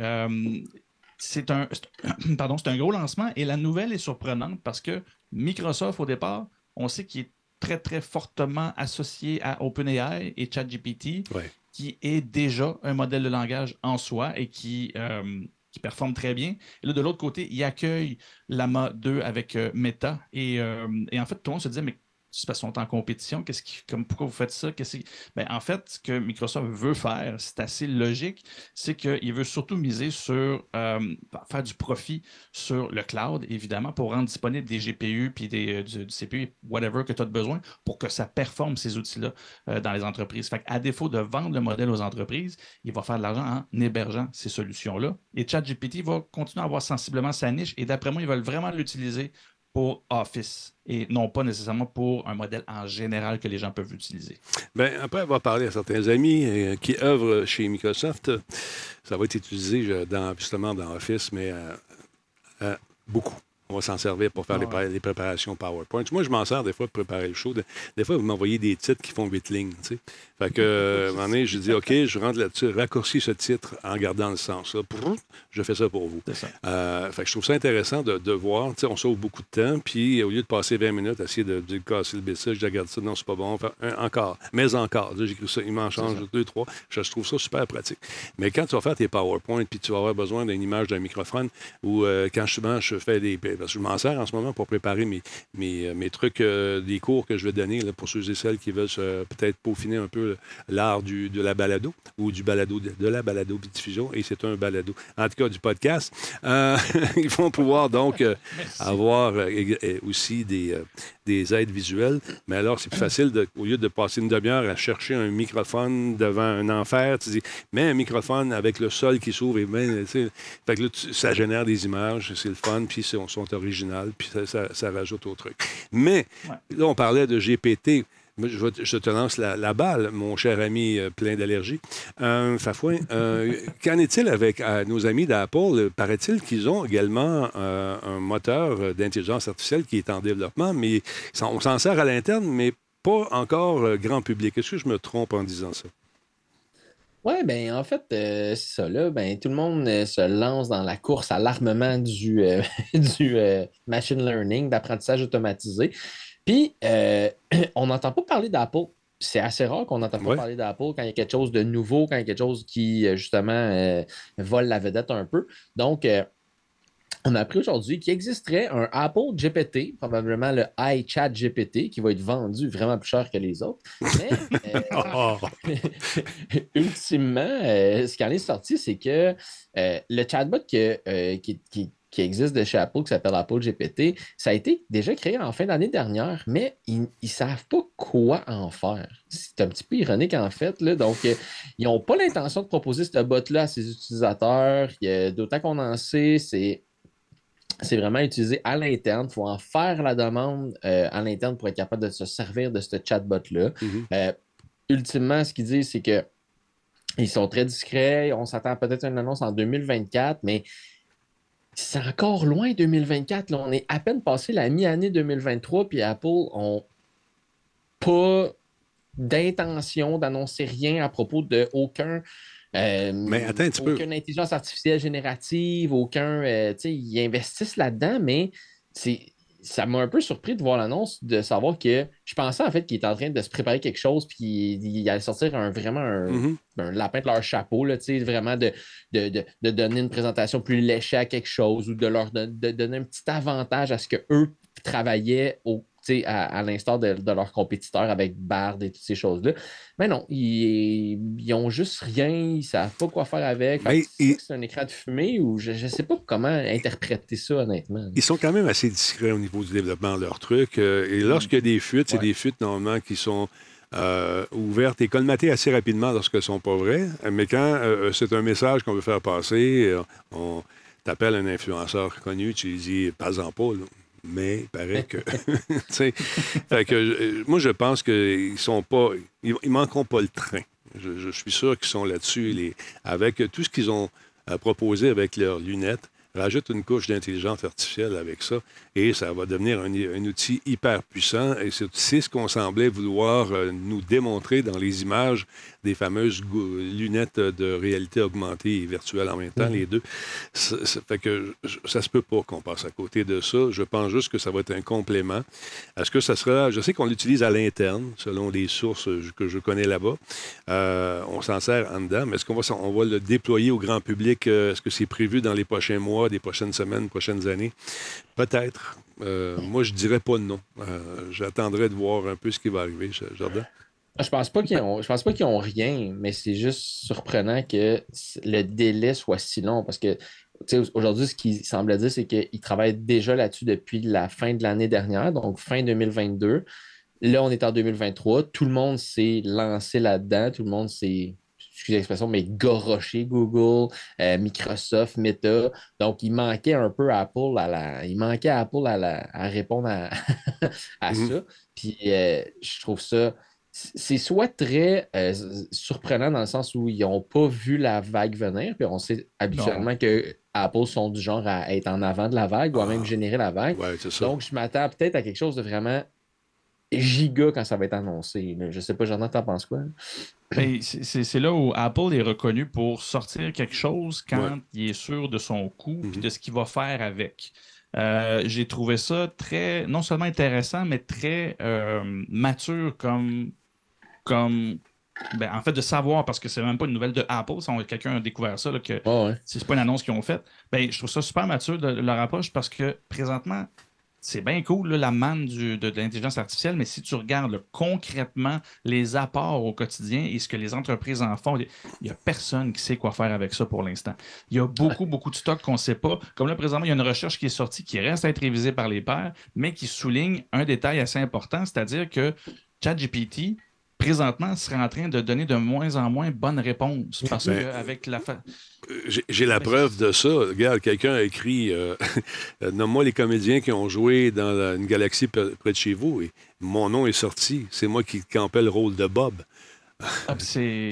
c'est un gros lancement et la nouvelle est surprenante parce que Microsoft, au départ, on sait qu'il est très, très fortement associé à OpenAI et ChatGPT, qui est déjà un modèle de langage en soi et qui performe très bien. Et là, de l'autre côté, il accueille l'AMA 2 avec Meta. Et en fait, tout le monde se disait, mais c'est parce qu'ils sont en compétition. Pourquoi vous faites ça? Ben, en fait, ce que Microsoft veut faire, c'est assez logique, c'est qu'il veut surtout miser sur faire du profit sur le cloud, évidemment, pour rendre disponible des GPU puis du CPU, whatever que tu as besoin, pour que ça performe ces outils-là dans les entreprises. Fait qu'à défaut de vendre le modèle aux entreprises, il va faire de l'argent en hébergeant ces solutions-là. Et ChatGPT va continuer à avoir sensiblement sa niche et d'après moi, ils veulent vraiment l'utiliser pour Office et non pas nécessairement pour un modèle en général que les gens peuvent utiliser. Bien, après avoir parlé à certains amis qui œuvrent chez Microsoft, ça va être utilisé justement dans Office, mais beaucoup. On va s'en servir pour faire les préparations PowerPoint. Moi, je m'en sers des fois pour préparer le show. Des fois, vous m'envoyez des titres qui font 8 lignes. Tu sais. Fait que, à un moment donné, je dis, OK, je rentre là-dessus, raccourcis ce titre en gardant le sens. Là. Je fais ça pour vous. C'est ça. Fait que je trouve ça intéressant de voir. Tu sais, on sauve beaucoup de temps. Puis, au lieu de passer 20 minutes à essayer de casser le bêtise, je regarde ça, non, c'est pas bon. Enfin, encore. Mais encore. Là, j'écris ça. Il m'en change 2, 3. Je trouve ça super pratique. Mais quand tu vas faire tes PowerPoint, puis tu vas avoir besoin d'une image d'un microphone, ou quand je fais des. Parce que je m'en sers en ce moment pour préparer mes trucs, des cours que je vais donner là, pour ceux et celles qui veulent peut-être peaufiner un peu l'art de la balado ou de la balado-diffusion. Et c'est un balado. En tout cas, du podcast. Ils vont pouvoir donc avoir aussi des aides visuelles. Mais alors, c'est plus facile, au lieu de passer une demi-heure à chercher un microphone devant un enfer, tu dis, mets un microphone avec le sol qui s'ouvre. Fait que là, ça génère des images, c'est le fun, puis ils sont originales, puis ça rajoute au truc. Mais, là, on parlait de GPT. Je te lance la balle, mon cher ami plein d'allergies. Fafouin, qu'en est-il avec nos amis d'Apple? Paraît-il qu'ils ont également un moteur d'intelligence artificielle qui est en développement, mais on s'en sert à l'interne, mais pas encore grand public. Est-ce que je me trompe en disant ça? Oui, ben en fait, c'est ça là. Ben, tout le monde se lance dans la course à l'armement du machine learning, d'apprentissage automatisé. Puis, on n'entend pas parler d'Apple. C'est assez rare qu'on n'entende pas parler d'Apple quand il y a quelque chose de nouveau, quand il y a quelque chose qui, justement, vole la vedette un peu. Donc, on a appris aujourd'hui qu'il existerait un Apple GPT, probablement le iChat GPT, qui va être vendu vraiment plus cher que les autres. Mais, ultimement, ce qui en est sorti, c'est que le chatbot qui existe de chez Apple, qui s'appelle Apple GPT, ça a été déjà créé en fin d'année dernière, mais ils ne savent pas quoi en faire. C'est un petit peu ironique, en fait. Là. Donc, ils n'ont pas l'intention de proposer ce bot-là à ses utilisateurs. D'autant qu'on en sait, c'est vraiment utilisé à l'interne. Il faut en faire la demande à l'interne pour être capable de se servir de ce chatbot-là. Ultimement, ce qu'ils disent, c'est qu'ils sont très discrets. On s'attend peut-être à une annonce en 2024, mais c'est encore loin 2024. Là. On est à peine passé la mi-année 2023, puis Apple ont pas d'intention d'annoncer rien à propos de aucun. Mais attends un petit peu. Aucune intelligence artificielle générative, aucun. Ils investissent là-dedans, mais ça m'a un peu surpris de voir l'annonce, de savoir que je pensais en fait qu'il était en train de se préparer quelque chose, puis il allait sortir vraiment un lapin de leur chapeau, là, vraiment de donner une présentation plus léchée à quelque chose ou de leur donner un petit avantage à ce qu'eux travaillaient à l'instar de leurs compétiteurs avec Bard et toutes ces choses-là. Mais non, ils ont juste rien, ils ne savent pas quoi faire avec. C'est un écran de fumée ou je ne sais pas comment interpréter ça, honnêtement. Ils sont quand même assez discrets au niveau du développement de leurs trucs. Et lorsqu'il y a des fuites, c'est des fuites normalement qui sont ouvertes et colmatées assez rapidement lorsqu'elles ne sont pas vraies. Mais quand c'est un message qu'on veut faire passer, on t'appelle un influenceur connu, tu lui dis « pas-en pas », là. Mais il paraît que. Fait que moi, je pense qu'ils sont pas. Ils manqueront pas le train. Je suis sûr qu'ils sont là-dessus. Avec tout ce qu'ils ont proposé avec leurs lunettes, rajoute une couche d'intelligence artificielle avec ça et ça va devenir un outil hyper puissant. Et c'est ce qu'on semblait vouloir nous démontrer dans les images des fameuses lunettes de réalité augmentée et virtuelle en même temps, les deux. Fait que ça se peut pas qu'on passe à côté de ça. Je pense juste que ça va être un complément. Est-ce que ça sera... Je sais qu'on l'utilise à l'interne, selon les sources que je connais là-bas. On s'en sert en dedans, mais est-ce qu'on va le déployer au grand public? Est-ce que c'est prévu dans les prochains mois, des prochaines semaines, prochaines années? Peut-être. Moi, je dirais pas non. J'attendrai de voir un peu ce qui va arriver, Jordan. Je pense pas qu'ils ont rien, mais c'est juste surprenant que le délai soit si long parce que aujourd'hui, ce qu'il semble dire, c'est qu'ils travaillent déjà là-dessus depuis la fin de l'année dernière, donc fin 2022. Là, on est en 2023. Tout le monde s'est lancé là-dedans. Tout le monde s'est, excusez l'expression, mais goroché Google, Microsoft, Meta. Donc, il manquait un peu à Apple à répondre à ça. Puis, je trouve ça... C'est soit très surprenant dans le sens où ils n'ont pas vu la vague venir, puis on sait habituellement que Apple sont du genre à être en avant de la vague ou à même générer la vague. Ouais, c'est ça. Donc, je m'attends peut-être à quelque chose de vraiment giga quand ça va être annoncé. Je sais pas, Jordan, t'en penses quoi? Ben, c'est là où Apple est reconnu pour sortir quelque chose quand il est sûr de son coût et de ce qu'il va faire avec. J'ai trouvé ça très, non seulement intéressant, mais très mature comme en fait, de savoir, parce que c'est même pas une nouvelle de Apple, si quelqu'un a découvert ça, là, que c'est pas une annonce qu'ils ont faite, ben, je trouve ça super mature de leur approche parce que présentement, c'est bien cool, là, la manne de l'intelligence artificielle, mais si tu regardes là, concrètement les apports au quotidien et ce que les entreprises en font, il n'y a personne qui sait quoi faire avec ça pour l'instant. Il y a beaucoup de stocks qu'on ne sait pas. Comme là, présentement, il y a une recherche qui est sortie qui reste à être révisée par les pairs, mais qui souligne un détail assez important, c'est-à-dire que ChatGPT, présentement, serait en train de donner de moins en moins bonnes réponses. Parce qu'avec la... J'ai la preuve de ça. Regarde, quelqu'un a écrit nomme-moi les comédiens qui ont joué dans une galaxie près de chez vous. Et mon nom est sorti. C'est moi qui campais le rôle de Bob. Bob, c'est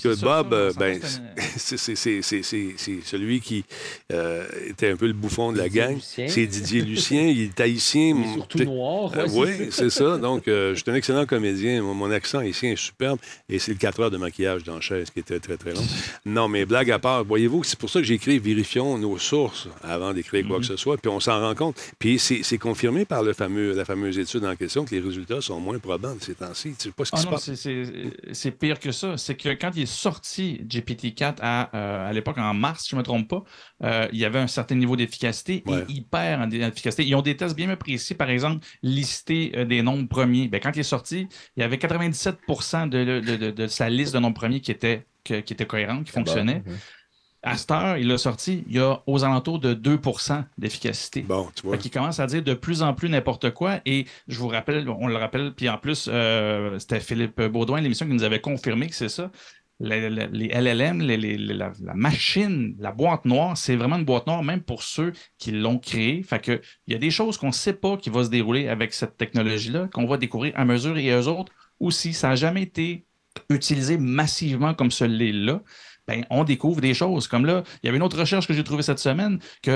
celui qui était un peu le bouffon de la gang. C'est Didier Lucien. Il est haïtien. Il est surtout noir. Oui, c'est ça. Donc, je suis un excellent comédien. Mon accent haïtien est superbe. Et c'est le 4 heures de maquillage dans la chaise qui était très, très long. Non, mais blague à part, voyez-vous, c'est pour ça que j'ai écrit « Vérifions nos sources » avant d'écrire quoi que ce soit. Puis on s'en rend compte. Puis c'est confirmé par la fameuse étude en question que les résultats sont moins probants de ces temps-ci. Tu sais pas ce qui se passe. C'est pire que ça. C'est que quand il est sorti GPT-4 à l'époque, en mars, si je ne me trompe pas, il y avait un certain niveau d'efficacité et hyper en efficacité. Ils ont des tests bien précis, par exemple, lister des nombres premiers. Bien, quand il est sorti, il y avait 97% de sa liste de nombres premiers qui était cohérente, qui fonctionnait. À cette heure, il l'a sorti, il y a aux alentours de 2% d'efficacité. Bon, tu vois. Fait qu'il commence à dire de plus en plus n'importe quoi. Et je vous rappelle, on le rappelle, puis en plus, c'était Philippe Baudouin, l'émission qui nous avait confirmé que c'est ça. Les LLM, la machine, la boîte noire, c'est vraiment une boîte noire, même pour ceux qui l'ont créée. Fait que il y a des choses qu'on ne sait pas qui vont se dérouler avec cette technologie-là, qu'on va découvrir à mesure, et eux autres aussi. Ça n'a jamais été utilisé massivement comme celui-là. Ben, on découvre des choses. Comme là, il y avait une autre recherche que j'ai trouvée cette semaine que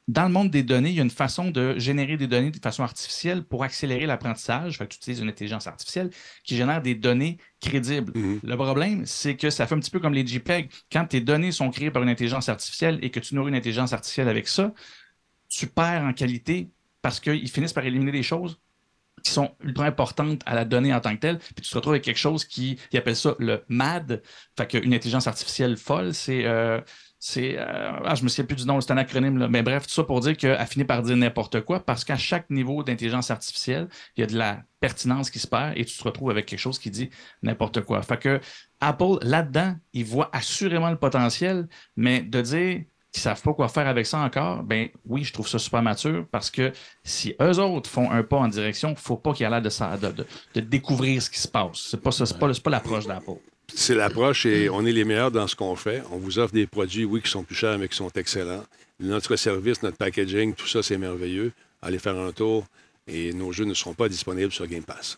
dans le monde des données, il y a une façon de générer des données de façon artificielle pour accélérer l'apprentissage. Fait que tu utilises une intelligence artificielle qui génère des données crédibles. Le problème, c'est que ça fait un petit peu comme les JPEG. Quand tes données sont créées par une intelligence artificielle et que tu nourris une intelligence artificielle avec ça, tu perds en qualité parce qu'ils finissent par éliminer des choses qui sont ultra importantes à la donnée en tant que telle. Puis tu te retrouves avec quelque chose qui appelle ça le MAD. Fait qu'une intelligence artificielle folle, je me souviens plus du nom, c'est un acronyme, là. Mais bref, tout ça pour dire qu'elle finit par dire n'importe quoi parce qu'à chaque niveau d'intelligence artificielle, il y a de la pertinence qui se perd et tu te retrouves avec quelque chose qui dit n'importe quoi. Fait que Apple, là-dedans, il voit assurément le potentiel, mais de dire qu'ils ne savent pas quoi faire avec ça encore, ben oui, je trouve ça super mature parce que si eux autres font un pas en direction, il ne faut pas qu'il y ait l'air de découvrir ce qui se passe. C'est pas ça, c'est pas l'approche d'Apple. C'est l'approche et on est les meilleurs dans ce qu'on fait. On vous offre des produits, oui, qui sont plus chers, mais qui sont excellents. Notre service, notre packaging, tout ça, c'est merveilleux. Allez faire un tour et nos jeux ne seront pas disponibles sur Game Pass.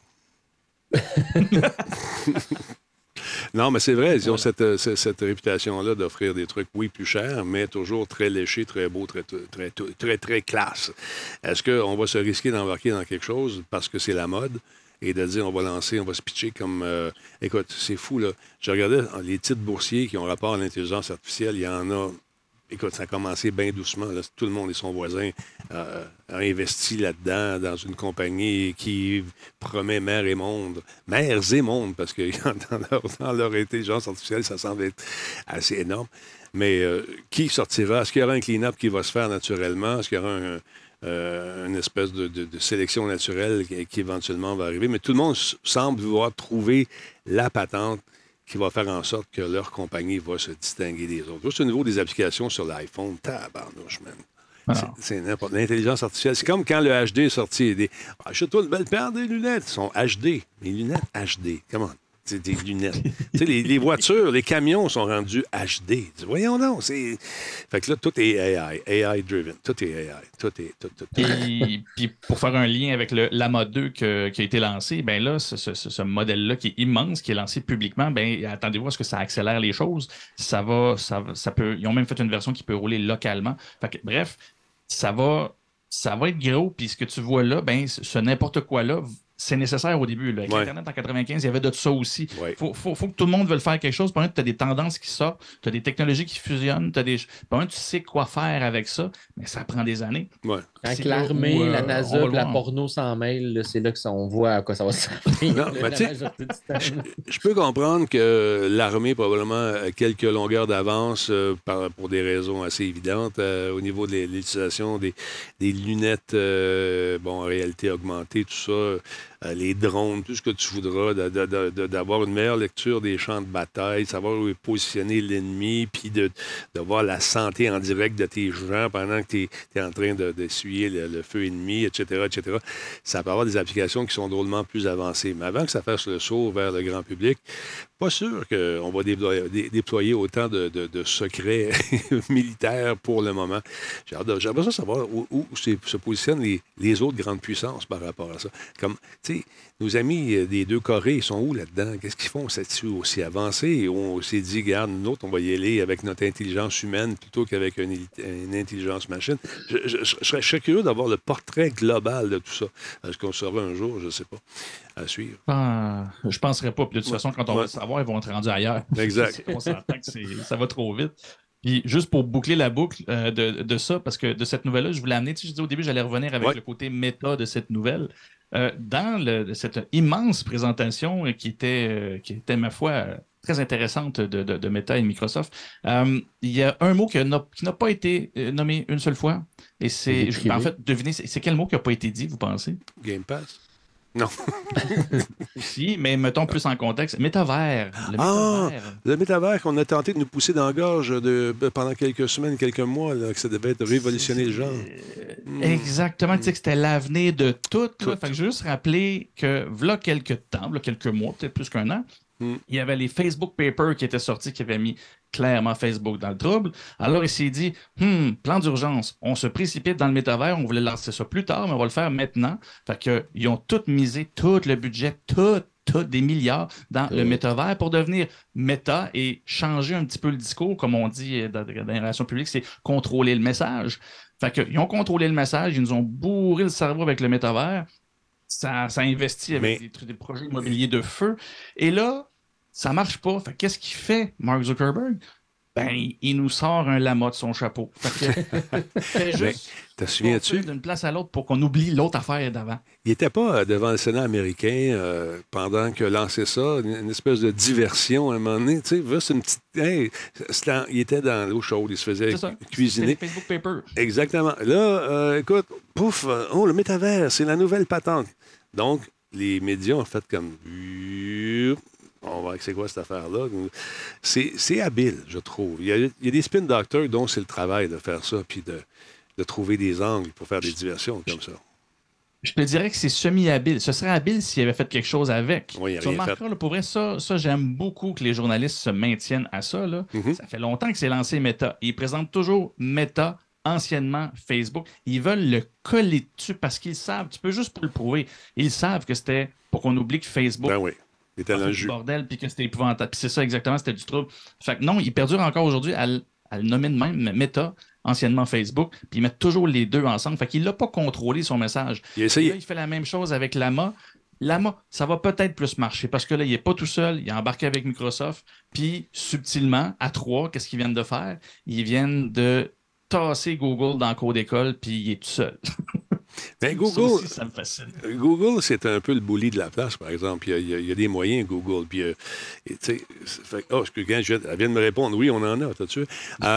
Non, mais c'est vrai, ils ont cette réputation-là d'offrir des trucs, oui, plus chers, mais toujours très léchés, très beaux, très classe. Est-ce qu'on va se risquer d'embarquer dans quelque chose parce que c'est la mode et de dire on va se pitcher comme... écoute, c'est fou, là. Je regardais les titres boursiers qui ont rapport à l'intelligence artificielle, il y en a... Écoute, ça a commencé bien doucement. Là. Tout le monde et son voisin a investi là-dedans dans une compagnie qui promet mers et monde, parce que dans leur intelligence artificielle, ça semble être assez énorme. Mais qui sortira? Est-ce qu'il y aura un clean-up qui va se faire naturellement? Est-ce qu'il y aura une espèce de sélection naturelle qui éventuellement va arriver? Mais tout le monde semble vouloir trouver la patente qui va faire en sorte que leur compagnie va se distinguer des autres. Juste au niveau des applications sur l'iPhone, tabarnouche, man. C'est n'importe. L'intelligence artificielle, c'est comme quand le HD est sorti. Achète-toi une belle paire de lunettes. Ils sont HD. Les lunettes HD. Comment? C'est des lunettes. Tu sais, les voitures, les camions sont rendus HD. Voyons donc. Fait que là, tout est AI-driven. Tout est AI. Tout. Puis pour faire un lien avec l'AMA 2 qui a été lancé, ben là, ce modèle-là qui est immense, qui est lancé publiquement, ben attendez-vous à ce que ça accélère les choses. Ça peut. Ils ont même fait une version qui peut rouler localement. Fait que, bref, ça va être gros. Puis ce que tu vois là, ben ce n'importe quoi-là, c'est nécessaire au début. Là. Avec Internet en 95, il y avait de ça aussi. Il faut que tout le monde veuille faire quelque chose. Pendant que tu as des tendances qui sortent, tu as des technologies qui fusionnent, pendant que tu sais quoi faire avec ça, mais ça prend des années. Ouais. Quand l'armée, la NASA, la porno s'en mêle, c'est là qu'on voit à quoi ça va servir. Je peux comprendre que l'armée, probablement, a quelques longueurs d'avance pour des raisons assez évidentes au niveau de l'utilisation des lunettes en réalité augmentée, tout ça. Les drones, tout ce que tu voudras, d'avoir une meilleure lecture des champs de bataille, savoir où est positionné l'ennemi, puis de voir la santé en direct de tes gens pendant que tu es en train d'essuyer le feu ennemi, etc., etc. Ça peut avoir des applications qui sont drôlement plus avancées. Mais avant que ça fasse le saut vers le grand public, pas sûr qu'on va déployer autant de secrets militaires pour le moment. J'aimerais ça savoir où se positionnent les autres grandes puissances par rapport à ça. Comme, tu sais, nos amis des deux Corées, ils sont où là-dedans? Qu'est-ce qu'ils font là-dessus aussi avancé? On s'est dit, regarde, nous autres, on va y aller avec notre intelligence humaine plutôt qu'avec une intelligence machine. Je serais curieux d'avoir le portrait global de tout ça. Est-ce qu'on saura un jour? Je ne sais pas. À suivre. Je ne penserais pas. Puis de toute façon, quand on va le savoir, ils vont être rendus ailleurs. Exact. On s'entend que ça va trop vite. Puis juste pour boucler la boucle de ça, parce que de cette nouvelle-là, je voulais amener, tu sais, je disais au début, j'allais revenir avec le côté méta de cette nouvelle. Dans cette immense présentation qui était, ma foi, très intéressante de Meta et de Microsoft, il y a un mot qui n'a pas été nommé une seule fois. Et en fait, devinez, c'est quel mot qui n'a pas été dit, vous pensez? Game Pass? Non. Si, mais mettons plus en contexte. Métavers. Le métavers qu'on a tenté de nous pousser dans la gorge pendant quelques semaines, quelques mois, là, que ça devait être révolutionner le genre. Exactement. Tu sais que c'était l'avenir de tout. Fait que je veux juste rappeler que, voilà quelques temps, quelques mois, peut-être plus qu'un an, il y avait les Facebook Papers qui étaient sortis, qui avaient mis clairement Facebook dans le trouble. Alors, il s'est dit, plan d'urgence, on se précipite dans le métavers, on voulait lancer ça plus tard, mais on va le faire maintenant. Fait qu'ils ont tout misé, tout le budget, tout des milliards dans le métavers pour devenir méta et changer un petit peu le discours, comme on dit dans les relations publiques, c'est contrôler le message. Fait qu'ils ont contrôlé le message, ils nous ont bourré le cerveau avec le métavers. Ça investit avec des projets immobiliers de feu. Et là, ça marche pas. Fait qu'est-ce qu'il fait, Mark Zuckerberg? Ben, il nous sort un lama de son chapeau. Fait que, fait juste te souviens-tu? D'une place à l'autre pour qu'on oublie l'autre affaire d'avant. Il n'était pas devant le Sénat américain pendant que lançait ça, une espèce de diversion à un moment donné. Tu sais, juste une petite. Hey, il était dans l'eau chaude, il se faisait cuisiner. C'était Facebook Paper. Exactement. Là, écoute, pouf, oh, le métavers, c'est la nouvelle patente. Donc, les médias ont fait comme. On va voir c'est quoi cette affaire-là. C'est habile, je trouve. Il y a des spin doctors dont c'est le travail de faire ça, puis de trouver des angles pour faire des diversions comme ça. Je te dirais que c'est semi-habile. Ce serait habile s'il avait fait quelque chose avec. Oui, il tu remarqueras, là, pour vrai, ça j'aime beaucoup que les journalistes se maintiennent à ça. Là. Ça fait longtemps que c'est lancé Meta. Ils présentent toujours Meta, anciennement Facebook. Ils veulent le coller dessus parce qu'ils savent, tu peux juste pas le prouver, ils savent que c'était pour qu'on oublie que Facebook... Ben oui. C'était un jeu. Bordel, puis que c'était épouvantable. Puis c'est ça exactement, c'était du trouble. Fait que non, ils perdurent encore aujourd'hui à le nommer de même, Meta, anciennement Facebook, puis ils mettent toujours les deux ensemble. Fait qu'il l'a pas contrôlé son message. Il a essayé. Là, il fait la même chose avec Lama. Lama, ça va peut-être plus marcher parce que là, il n'est pas tout seul, il est embarqué avec Microsoft, puis subtilement, à trois, qu'est-ce qu'ils viennent de faire? Ils viennent de tasser Google dans le cours d'école, puis il est tout seul. Ben, Google, ça aussi, ça me fascine. Google, c'est un peu le bully de la place, par exemple. Il y a des moyens, Google. Puis, tu sais, elle vient de me répondre, oui, on en a, t'as tu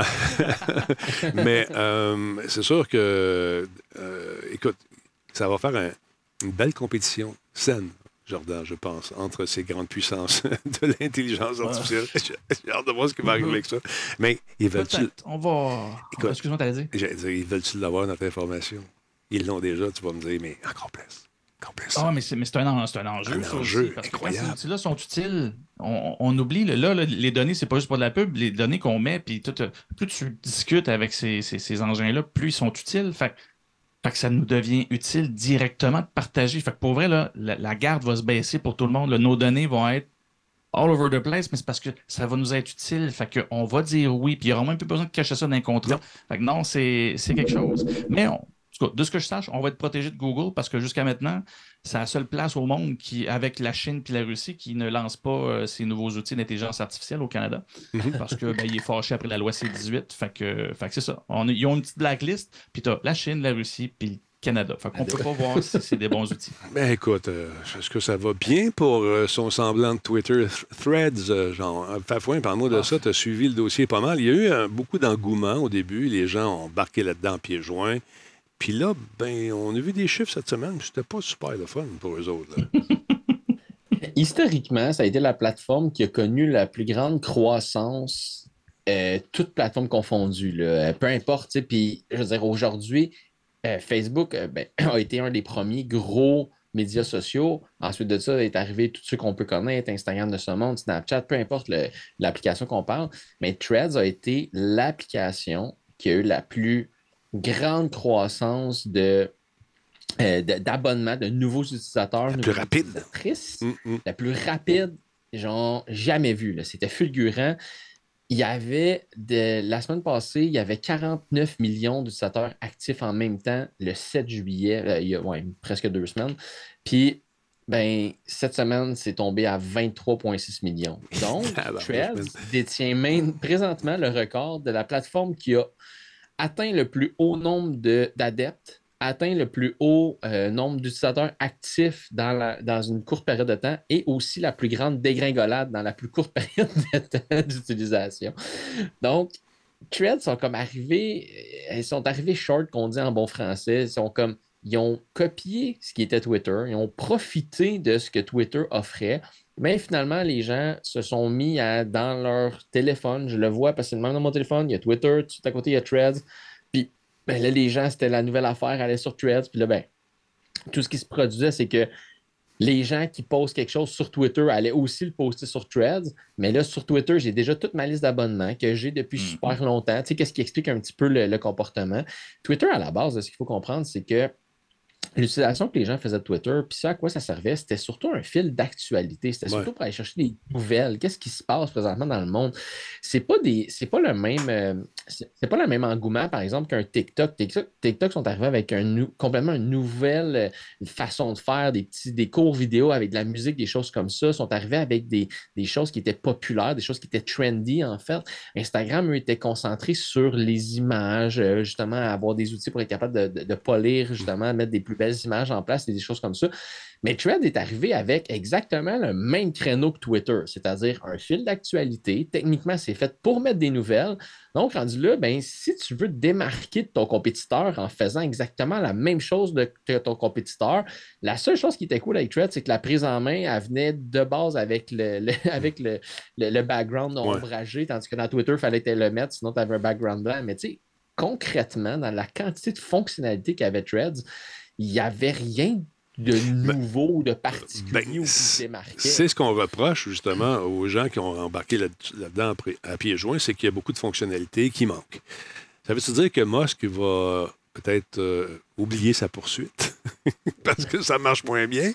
Mais c'est sûr que, écoute, ça va faire une belle compétition saine, Jordan, je pense, entre ces grandes puissances de l'intelligence artificielle. J'ai hâte de voir ce qui va arriver avec ça. Mais ils veulent-tu... On va... Écoute, excuse-moi, t'allais dire? J'allais dire, ils veulent-tu l'avoir, notre information? Ils l'ont déjà, tu vas me dire, mais encore plus. Ah, mais c'est un enjeu. Un enjeu parce incroyable. Que quand ces outils-là sont utiles, on oublie, là, les données, c'est pas juste pour de la pub, les données qu'on met, puis plus tu discutes avec ces engins-là, plus ils sont utiles. Fait que ça nous devient utile directement de partager. Fait que pour vrai, là, la garde va se baisser pour tout le monde. Là, nos données vont être all over the place, mais c'est parce que ça va nous être utile. Fait qu'on va dire oui, puis il n'y aura même plus besoin de cacher ça dans un contrat. Fait que non, c'est quelque chose. Mais de ce que je sache, on va être protégé de Google parce que jusqu'à maintenant, c'est la seule place au monde qui, avec la Chine et la Russie, qui ne lance pas ces nouveaux outils d'intelligence artificielle au Canada. Parce que il est fâché après la loi C-18. Fait que c'est ça. Ils ont une petite blacklist, puis tu as la Chine, la Russie, puis le Canada. Fait qu'on peut pas voir si c'est des bons outils. Ben écoute, est-ce que ça va bien pour son semblant de Twitter Threads, genre? Fafouin, parle-moi de ça, tu as suivi le dossier pas mal. Il y a eu beaucoup d'engouement au début. Les gens ont embarqué là-dedans pieds joints. Puis là, ben, on a vu des chiffres cette semaine, c'était pas super le fun pour eux autres. Historiquement, ça a été la plateforme qui a connu la plus grande croissance, toutes plateformes confondues, là. Peu importe. Puis, je veux dire, aujourd'hui, Facebook a été un des premiers gros médias sociaux. Ensuite de ça, est arrivé tout ce qu'on peut connaître, Instagram de ce monde, Snapchat, peu importe l'application qu'on parle. Mais Threads a été l'application qui a eu la plus grande croissance d'abonnements, de nouveaux utilisateurs. La plus rapide. La plus rapide, genre, jamais vue. Là. C'était fulgurant. Il y avait, la semaine passée, il y avait 49 millions d'utilisateurs actifs en même temps le 7 juillet, il y a presque 2 semaines. Puis, cette semaine, c'est tombé à 23,6 millions. Donc, Threads détient même présentement le record de la plateforme qui a atteint le plus haut nombre d'adeptes, atteint le plus haut nombre d'utilisateurs actifs dans une courte période de temps et aussi la plus grande dégringolade dans la plus courte période de temps d'utilisation. Donc, Threads sont arrivés short, qu'on dit en bon français. Ils ont copié ce qui était Twitter, ils ont profité de ce que Twitter offrait. Mais finalement, les gens se sont mis dans leur téléphone. Je le vois parce que même dans mon téléphone, il y a Twitter, tout à côté, il y a Threads. Puis là, les gens, c'était la nouvelle affaire, aller sur Threads. Puis là, tout ce qui se produisait, c'est que les gens qui postent quelque chose sur Twitter allaient aussi le poster sur Threads. Mais là, sur Twitter, j'ai déjà toute ma liste d'abonnements que j'ai depuis super longtemps. Tu sais, qu'est-ce qui explique un petit peu le comportement? Twitter, à la base, ce qu'il faut comprendre, c'est que l'utilisation que les gens faisaient de Twitter, puis ça, à quoi ça servait, c'était surtout un fil d'actualité. C'était surtout pour aller chercher des nouvelles. Qu'est-ce qui se passe présentement dans le monde? C'est pas le même, c'est pas le même engouement, par exemple, qu'un TikTok. TikTok sont arrivés avec complètement une nouvelle façon de faire, des courts vidéo avec de la musique, des choses comme ça. Sont arrivés avec des choses qui étaient populaires, des choses qui étaient trendy, en fait. Instagram, eux, était concentré sur les images, justement, avoir des outils pour être capable de polir, justement, mettre des plus belles images en place et des choses comme ça. Mais Thread est arrivé avec exactement le même créneau que Twitter, c'est-à-dire un fil d'actualité. Techniquement, c'est fait pour mettre des nouvelles. Donc, rendu là, ben, si tu veux te démarquer de ton compétiteur en faisant exactement la même chose que ton compétiteur, la seule chose qui était cool avec Thread, c'est que la prise en main, elle venait de base avec le background ombragé, tandis que dans Twitter, il fallait le mettre, sinon tu avais un background blanc. Mais tu sais, concrètement, dans la quantité de fonctionnalités qu'avait Threads, il n'y avait rien de nouveau ou de particulier ou qui se démarquait. C'est ce qu'on reproche justement aux gens qui ont embarqué là-dedans à pieds joints, c'est qu'il y a beaucoup de fonctionnalités qui manquent. Ça veut-tu dire que Musk va peut-être oublier sa poursuite parce que ça marche moins bien?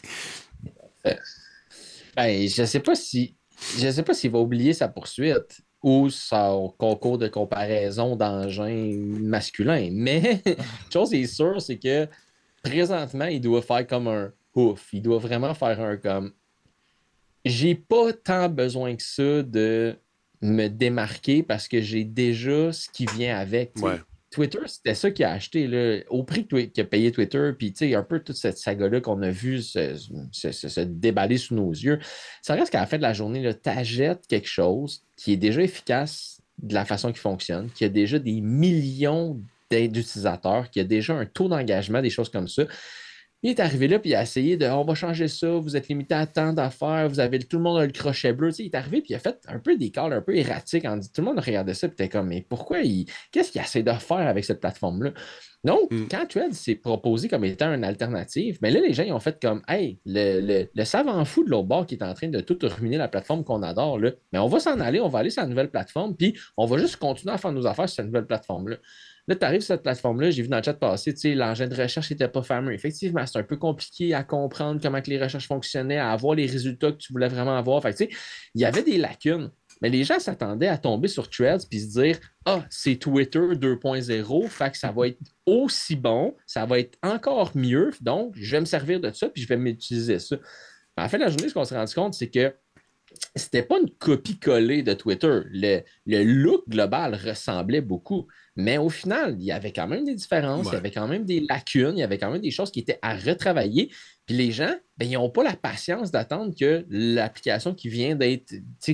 Je ne sais pas s'il va oublier sa poursuite ou son concours de comparaison d'engins masculins. Mais chose est sûre, c'est que présentement, il doit faire comme un ouf. Il doit vraiment faire un comme j'ai pas tant besoin que ça de me démarquer parce que j'ai déjà ce qui vient avec. Ouais. Twitter, c'était ça qu'il a acheté là, au prix qu'il a payé Twitter, puis un peu toute cette saga-là qu'on a vu se déballer sous nos yeux. Ça reste qu'à la fin de la journée, tu achètes quelque chose qui est déjà efficace de la façon qu'il fonctionne, qui a déjà des millions d'utilisateurs, qui a déjà un taux d'engagement, des choses comme ça. Il est arrivé là, puis il a essayé de on va changer ça, vous êtes limité à tant d'affaires, tout le monde a le crochet bleu. Il est arrivé, puis il a fait un peu des calls un peu erratiques. Tout le monde regardait ça, puis t'es comme, mais pourquoi qu'est-ce qu'il essaie de faire avec cette plateforme-là? Donc, quand Threads s'est proposé comme étant une alternative, mais là, les gens ils ont fait comme hey, le savant fou de l'autre bord qui est en train de tout ruiner la plateforme qu'on adore, là, mais on va s'en aller, on va aller sur la nouvelle plateforme, puis on va juste continuer à faire nos affaires sur cette nouvelle plateforme-là. Là, tu arrives sur cette plateforme-là, j'ai vu dans le chat passer, l'engin de recherche n'était pas fameux. Effectivement, c'est un peu compliqué à comprendre comment que les recherches fonctionnaient, à avoir les résultats que tu voulais vraiment avoir. Fait que, il y avait des lacunes. Mais les gens s'attendaient à tomber sur Threads puis se dire ah, c'est Twitter 2.0, fait que ça va être aussi bon, ça va être encore mieux, donc je vais me servir de ça puis je vais m'utiliser ça. En fait, la journée, ce qu'on s'est rendu compte, c'est que c'était pas une copie-collée de Twitter. Le look global ressemblait beaucoup. Mais au final, il y avait quand même des différences, il y avait quand même des lacunes, il y avait quand même des choses qui étaient à retravailler. Puis les gens, ils n'ont pas la patience d'attendre que l'application qui vient d'être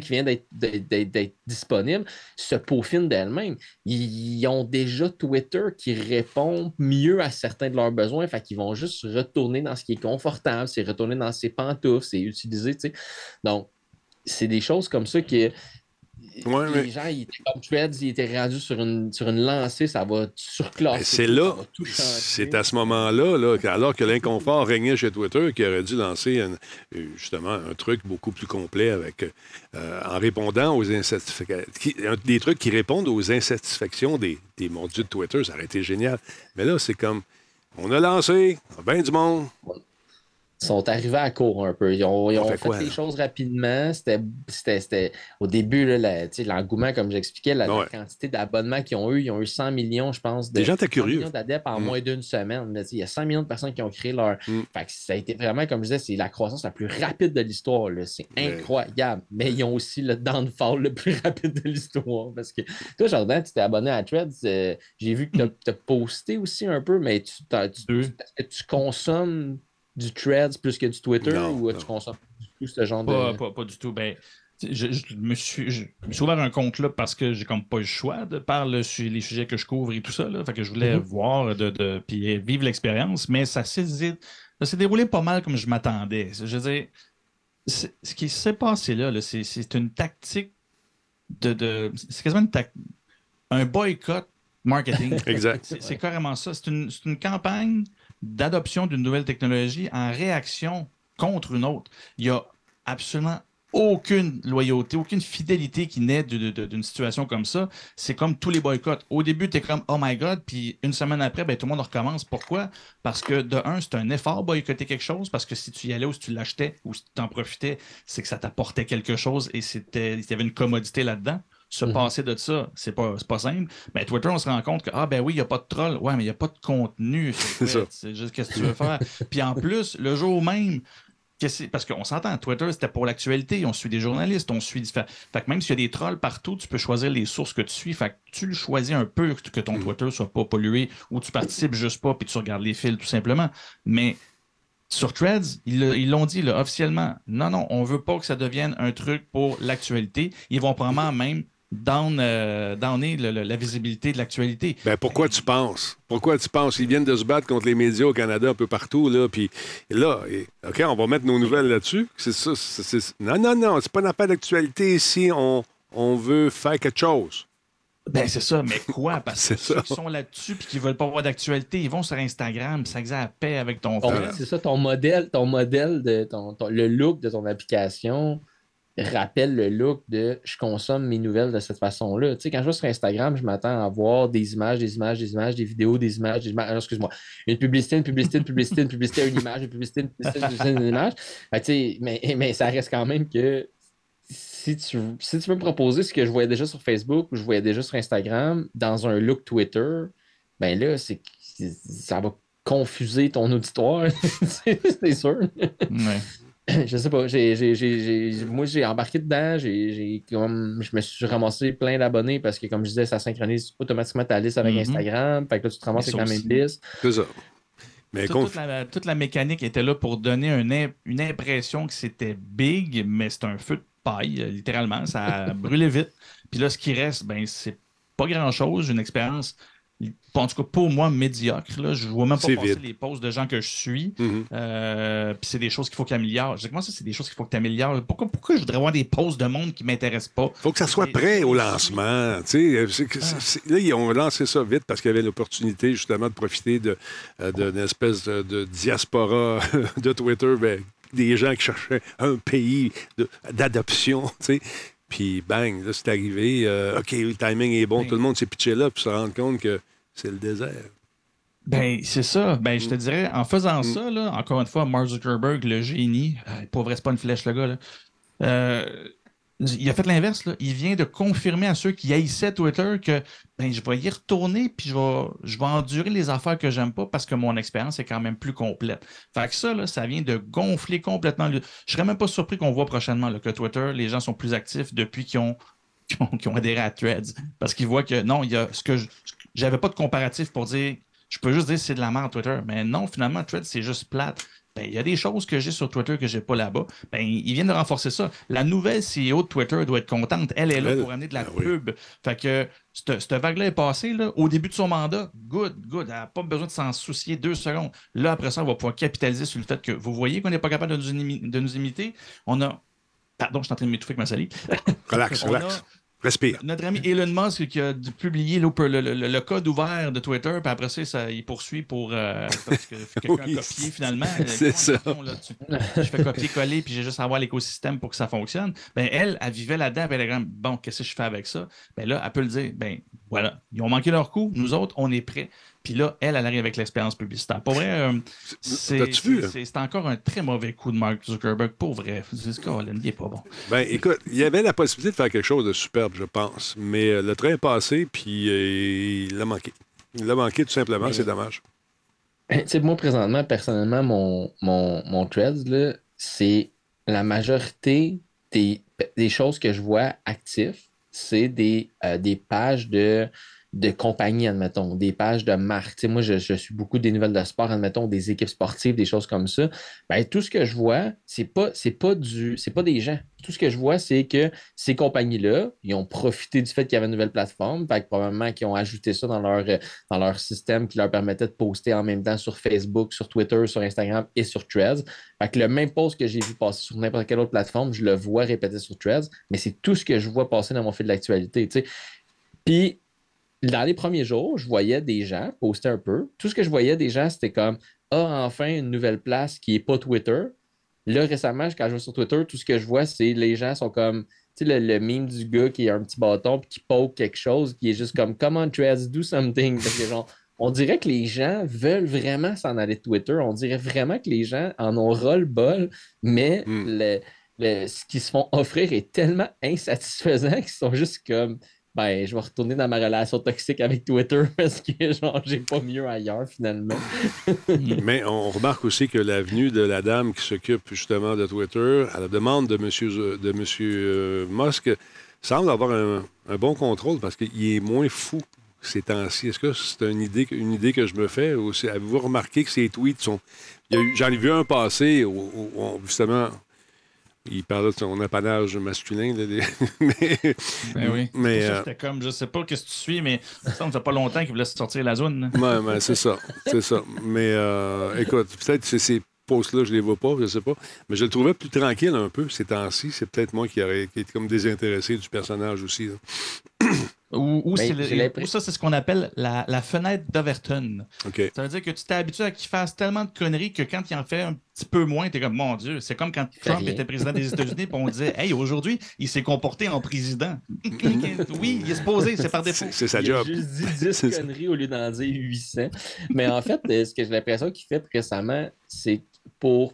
disponible se peaufine d'elle-même. Ils ont déjà Twitter qui répond mieux à certains de leurs besoins, fait qu'ils vont juste retourner dans ce qui est confortable, c'est retourner dans ses pantoufles, c'est utiliser, tu sais. Donc, c'est des choses comme ça que les gens, comme Threads, ils étaient rendus sur une lancée, ça va surclasser. C'est là, c'est à ce moment-là, là, alors que l'inconfort régnait chez Twitter, qui aurait dû lancer justement un truc beaucoup plus complet avec, en répondant aux insatisfactions. Des trucs qui répondent aux insatisfactions des mordus de Twitter, ça aurait été génial. Mais là, c'est comme, on a lancé, ben du monde. Sont arrivés à court un peu. Ils ont fait les choses rapidement. C'était au début, l'engouement, comme j'expliquais, la quantité d'abonnements qu'ils ont eu. Ils ont eu 100 millions, je pense, les gens étaient curieux. 100 millions d'adeptes en moins d'une semaine. Il y a 100 millions de personnes qui ont créé leur... Fait que ça a été vraiment, comme je disais, c'est la croissance la plus rapide de l'histoire. C'est incroyable. Mais ils ont aussi le downfall le plus rapide de l'histoire. Parce que toi, Jordan, tu t'es abonné à Threads. J'ai vu que tu as posté aussi un peu, mais est-ce que tu consommes du Threads plus que du Twitter ou tu consommes du tout ce genre de... Pas du tout. Ben, je me suis ouvert un compte là parce que j'ai comme pas le choix de par les sujets que je couvre et tout ça. Là. Fait que je voulais voir puis vivre l'expérience, mais ça s'est déroulé pas mal comme je m'attendais. Je veux dire, ce qui s'est passé là, c'est une tactique c'est quasiment un boycott marketing. Exact. C'est carrément ça. C'est une campagne d'adoption d'une nouvelle technologie en réaction contre une autre. Il n'y a absolument aucune loyauté, aucune fidélité qui naît d'une situation comme ça. C'est comme tous les boycotts. Au début, tu es comme oh my God, puis une semaine après, ben, tout le monde recommence. Pourquoi? Parce que de un, c'est un effort boycotter quelque chose, parce que si tu y allais ou si tu l'achetais ou si tu en profitais, c'est que ça t'apportait quelque chose et il y avait une commodité là-dedans. Se passer de ça, c'est pas simple. Mais Twitter, on se rend compte que, ah ben oui, il n'y a pas de troll. Ouais, mais il n'y a pas de contenu. C'est juste qu'est-ce que tu veux faire. Puis en plus, le jour même, parce qu'on s'entend, Twitter, c'était pour l'actualité. On suit des journalistes, on suit. Fait que même s'il y a des trolls partout, tu peux choisir les sources que tu suis. Fait que tu le choisis un peu que ton Twitter soit pas pollué ou tu participes juste pas puis tu regardes les fils tout simplement. Mais sur Threads, ils l'ont dit là, officiellement. Non, on veut pas que ça devienne un truc pour l'actualité. Ils vont probablement même downer la visibilité de l'actualité. Ben, pourquoi tu penses? Pourquoi tu penses? Ils viennent de se battre contre les médias au Canada un peu partout, là, puis là, OK, on va mettre nos nouvelles là-dessus. C'est ça. Non, c'est pas une affaire d'actualité ici. On veut faire quelque chose. Ben, c'est ça, mais quoi? Parce que ceux ça. qui sont là-dessus et qui veulent pas avoir d'actualité, ils vont sur Instagram, ça existe à paix avec ton frère. C'est ça, ton modèle de le look de ton application rappelle le look de je consomme mes nouvelles de cette façon-là. Tu sais, quand je vais sur Instagram, je m'attends à voir des images, des vidéos, des images. Alors, excuse-moi, une publicité, une image, une publicité, une image. Fait, tu sais, mais ça reste quand même que si tu veux me proposer ce que je voyais déjà sur Facebook ou je voyais déjà sur Instagram dans un look Twitter, ben là, ça va confuser ton auditoire, c'est sûr. Ouais. Je sais pas, moi j'ai embarqué dedans, je me suis ramassé plein d'abonnés parce que comme je disais, ça synchronise automatiquement ta liste avec Instagram, fait que là tu te ramasses avec la même liste. C'est ça. Mais toute la mécanique était là pour donner une impression que c'était big, mais c'est un feu de paille, littéralement, ça a brûlé vite. Puis là, ce qui reste, ben c'est pas grand-chose, une expérience. En tout cas, pour moi, médiocre. Là. Je ne vois même pas passer les posts de gens que je suis. Puis c'est des choses qu'il faut qu'ils améliorent. Je dis, comment ça, c'est des choses qu'il faut que tu améliores? Pourquoi je voudrais avoir des posts de monde qui ne m'intéressent pas? Il faut que ça soit prêt au lancement. Là, ils ont lancé ça vite parce qu'il y avait l'opportunité, justement, de profiter d'une espèce de diaspora de Twitter, ben, des gens qui cherchaient un pays d'adoption, tu sais. Puis, bang, là, c'est arrivé. OK, le timing est bon. Tout le monde s'est pitché là pour se rendre compte que c'est le désert. Ben, c'est ça. Ben, je te dirais, en faisant ça, là, encore une fois, Mark Zuckerberg, le génie, pas vrai, c'est pas une flèche, le gars, là. Il a fait l'inverse, là. Il vient de confirmer à ceux qui haïssaient Twitter que ben, je vais y retourner puis je vais endurer les affaires que j'aime pas parce que mon expérience est quand même plus complète. Fait que ça, là, ça vient de gonfler complètement. Je serais même pas surpris qu'on voit prochainement là, que Twitter, les gens sont plus actifs depuis qu'ils ont adhéré à Threads. Parce qu'ils voient que non, il y a j'avais pas de comparatif pour dire je peux juste dire c'est de la merde Twitter. Mais non, finalement, Threads, c'est juste plate. Ben, il y a des choses que j'ai sur Twitter que j'ai pas là-bas. Ben, ils viennent de renforcer ça. La nouvelle CEO de Twitter doit être contente. Elle est là pour amener de la pub. Fait que cette vague-là est passée là, au début de son mandat. Good. Elle n'a pas besoin de s'en soucier 2 secondes. Là, après ça, on va pouvoir capitaliser sur le fait que vous voyez qu'on n'est pas capable de nous imiter. On a. Pardon, je suis en train de m'étouffer avec ma salive. Relax. Respire. Notre ami Elon Musk qui a publié le code ouvert de Twitter, puis après ça, il poursuit pour parce que quelqu'un a copié finalement. C'est ça. Je fais copier-coller, puis j'ai juste à avoir l'écosystème pour que ça fonctionne. Ben, elle vivait là-dedans, puis elle est comme, bon, qu'est-ce que je fais avec ça? Ben là, elle peut le dire, ben voilà, ils ont manqué leur coup, nous autres, on est prêts. Puis là, elle arrive avec l'expérience publicitaire. Pour vrai, c'est encore un très mauvais coup de Mark Zuckerberg. Pour vrai, il n'est pas bon. Ben, écoute, il y avait la possibilité de faire quelque chose de superbe, je pense. Mais le train est passé, puis il l'a manqué. Il l'a manqué tout simplement, c'est dommage. Tu sais, moi, présentement, personnellement, mon Threads, là, c'est la majorité des choses que je vois actives, c'est des pages de compagnie, admettons, des pages de marque. Tu sais, moi, je suis beaucoup des nouvelles de sport, admettons, des équipes sportives, des choses comme ça. Ben, tout ce que je vois, c'est pas des gens. Tout ce que je vois, c'est que ces compagnies-là, ils ont profité du fait qu'il y avait une nouvelle plateforme, fait que probablement qu'ils ont ajouté ça dans leur système qui leur permettait de poster en même temps sur Facebook, sur Twitter, sur Instagram et sur Threads. Fait que le même post que j'ai vu passer sur n'importe quelle autre plateforme, je le vois répété sur Threads, mais c'est tout ce que je vois passer dans mon fil d'actualité, tu sais. Puis, dans les premiers jours, je voyais des gens poster un peu. Tout ce que je voyais des gens, c'était comme « Ah, enfin, une nouvelle place qui n'est pas Twitter. » Là, récemment, quand je vais sur Twitter, tout ce que je vois, c'est les gens sont comme, tu sais, le meme du gars qui a un petit bâton puis qui poke quelque chose, qui est juste comme, come on, Trez, do something. Parce que, genre, on dirait que les gens veulent vraiment s'en aller de Twitter. On dirait vraiment que les gens en ont ras-le-bol, mais ce qu'ils se font offrir est tellement insatisfaisant qu'ils sont juste comme, ben, je vais retourner dans ma relation toxique avec Twitter parce que, genre, j'ai pas mieux ailleurs, finalement. Mais on remarque aussi que la venue de la dame qui s'occupe justement de Twitter, à la demande de M. Musk, semble avoir un bon contrôle parce qu'il est moins fou ces temps-ci. Est-ce que c'est une idée que je me fais? Ou avez-vous remarqué que ces tweets sont... J'en ai vu un passer où justement... Il parlait de son apanage masculin. Ben oui. Mais, c'était comme, je sais pas qu'est-ce que tu suis, mais ça ne fait pas longtemps qu'il voulait sortir la zone. Oui, c'est ça. C'est ça. Mais écoute, peut-être que ces posts-là, je les vois pas, je sais pas. Mais je le trouvais plus tranquille un peu ces temps-ci. C'est peut-être moi qui est comme désintéressé du personnage aussi. Ou ça, c'est ce qu'on appelle la fenêtre d'Overton. Okay. Ça veut dire que tu t'es habitué à qu'il fasse tellement de conneries que quand il en fait un petit peu moins, t'es comme, mon Dieu, c'est comme quand Trump était président des États-Unis et on disait, hey, aujourd'hui, il s'est comporté en président. Oui, il est supposé, c'est par défaut. C'est sa job. Il a juste dit 10 conneries au lieu d'en dire 800. Mais en fait, ce que j'ai l'impression qu'il fait récemment, c'est pour...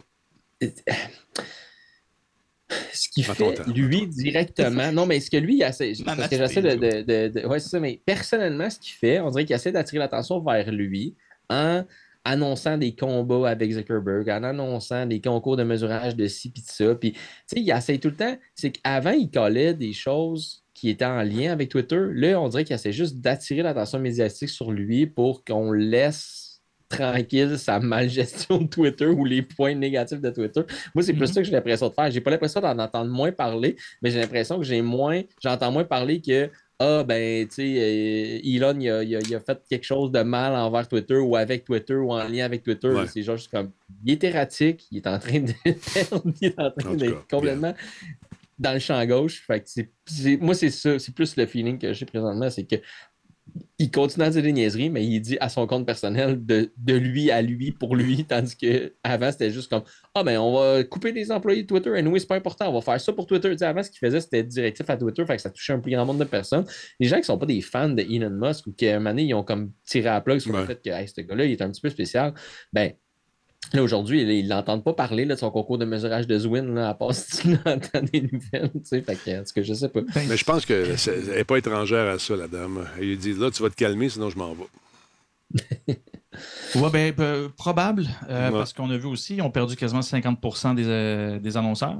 Ce qu'il fait, lui, directement... Non, mais ce que lui, il essaie... Parce que j'essaie de... Ouais, c'est ça, mais personnellement, ce qu'il fait, on dirait qu'il essaie d'attirer l'attention vers lui en annonçant des combats avec Zuckerberg, en annonçant des concours de mesurage de ci pis de ça. Puis, tu sais, il essaie tout le temps... C'est qu'avant, il collait des choses qui étaient en lien avec Twitter. Là, on dirait qu'il essaie juste d'attirer l'attention médiatique sur lui pour qu'on laisse tranquille sa malgestion de Twitter ou les points négatifs de Twitter. Moi, c'est plus ça que j'ai l'impression de faire. J'ai pas l'impression d'en entendre moins parler, mais j'ai l'impression que j'entends moins parler que ben, tu sais, Elon, il a fait quelque chose de mal envers Twitter ou avec Twitter ou en lien avec Twitter. Ouais. C'est genre juste comme, il est erratique, il est en train de perdre, il est en train d'être complètement dans le champ gauche. Fait que moi, c'est ça, c'est plus le feeling que j'ai présentement, c'est que il continue à dire des niaiseries, mais il dit à son compte personnel de lui à lui pour lui, tandis qu'avant, c'était juste comme ben on va couper des employés de Twitter, et nous, c'est pas important, on va faire ça pour Twitter. Tu sais, avant, ce qu'il faisait, c'était directif à Twitter, fait que ça touchait un plus grand nombre de personnes. Les gens qui sont pas des fans de Elon Musk ou qu'à un moment donné, ils ont comme tiré à la plug sur le fait que ce gars-là, il est un petit peu spécial, ben là, aujourd'hui, ils l'entendent pas parler là, de son concours de mesurage de Zwin, là, à part si tu l'entends des nouvelles. Fait que, en tout cas, je sais pas. Mais je pense qu'elle n'est pas étrangère à ça, la dame. Elle lui dit, là, tu vas te calmer, sinon je m'en vais. Oui, bien, probable, parce qu'on a vu aussi, ils ont perdu quasiment 50% des annonceurs.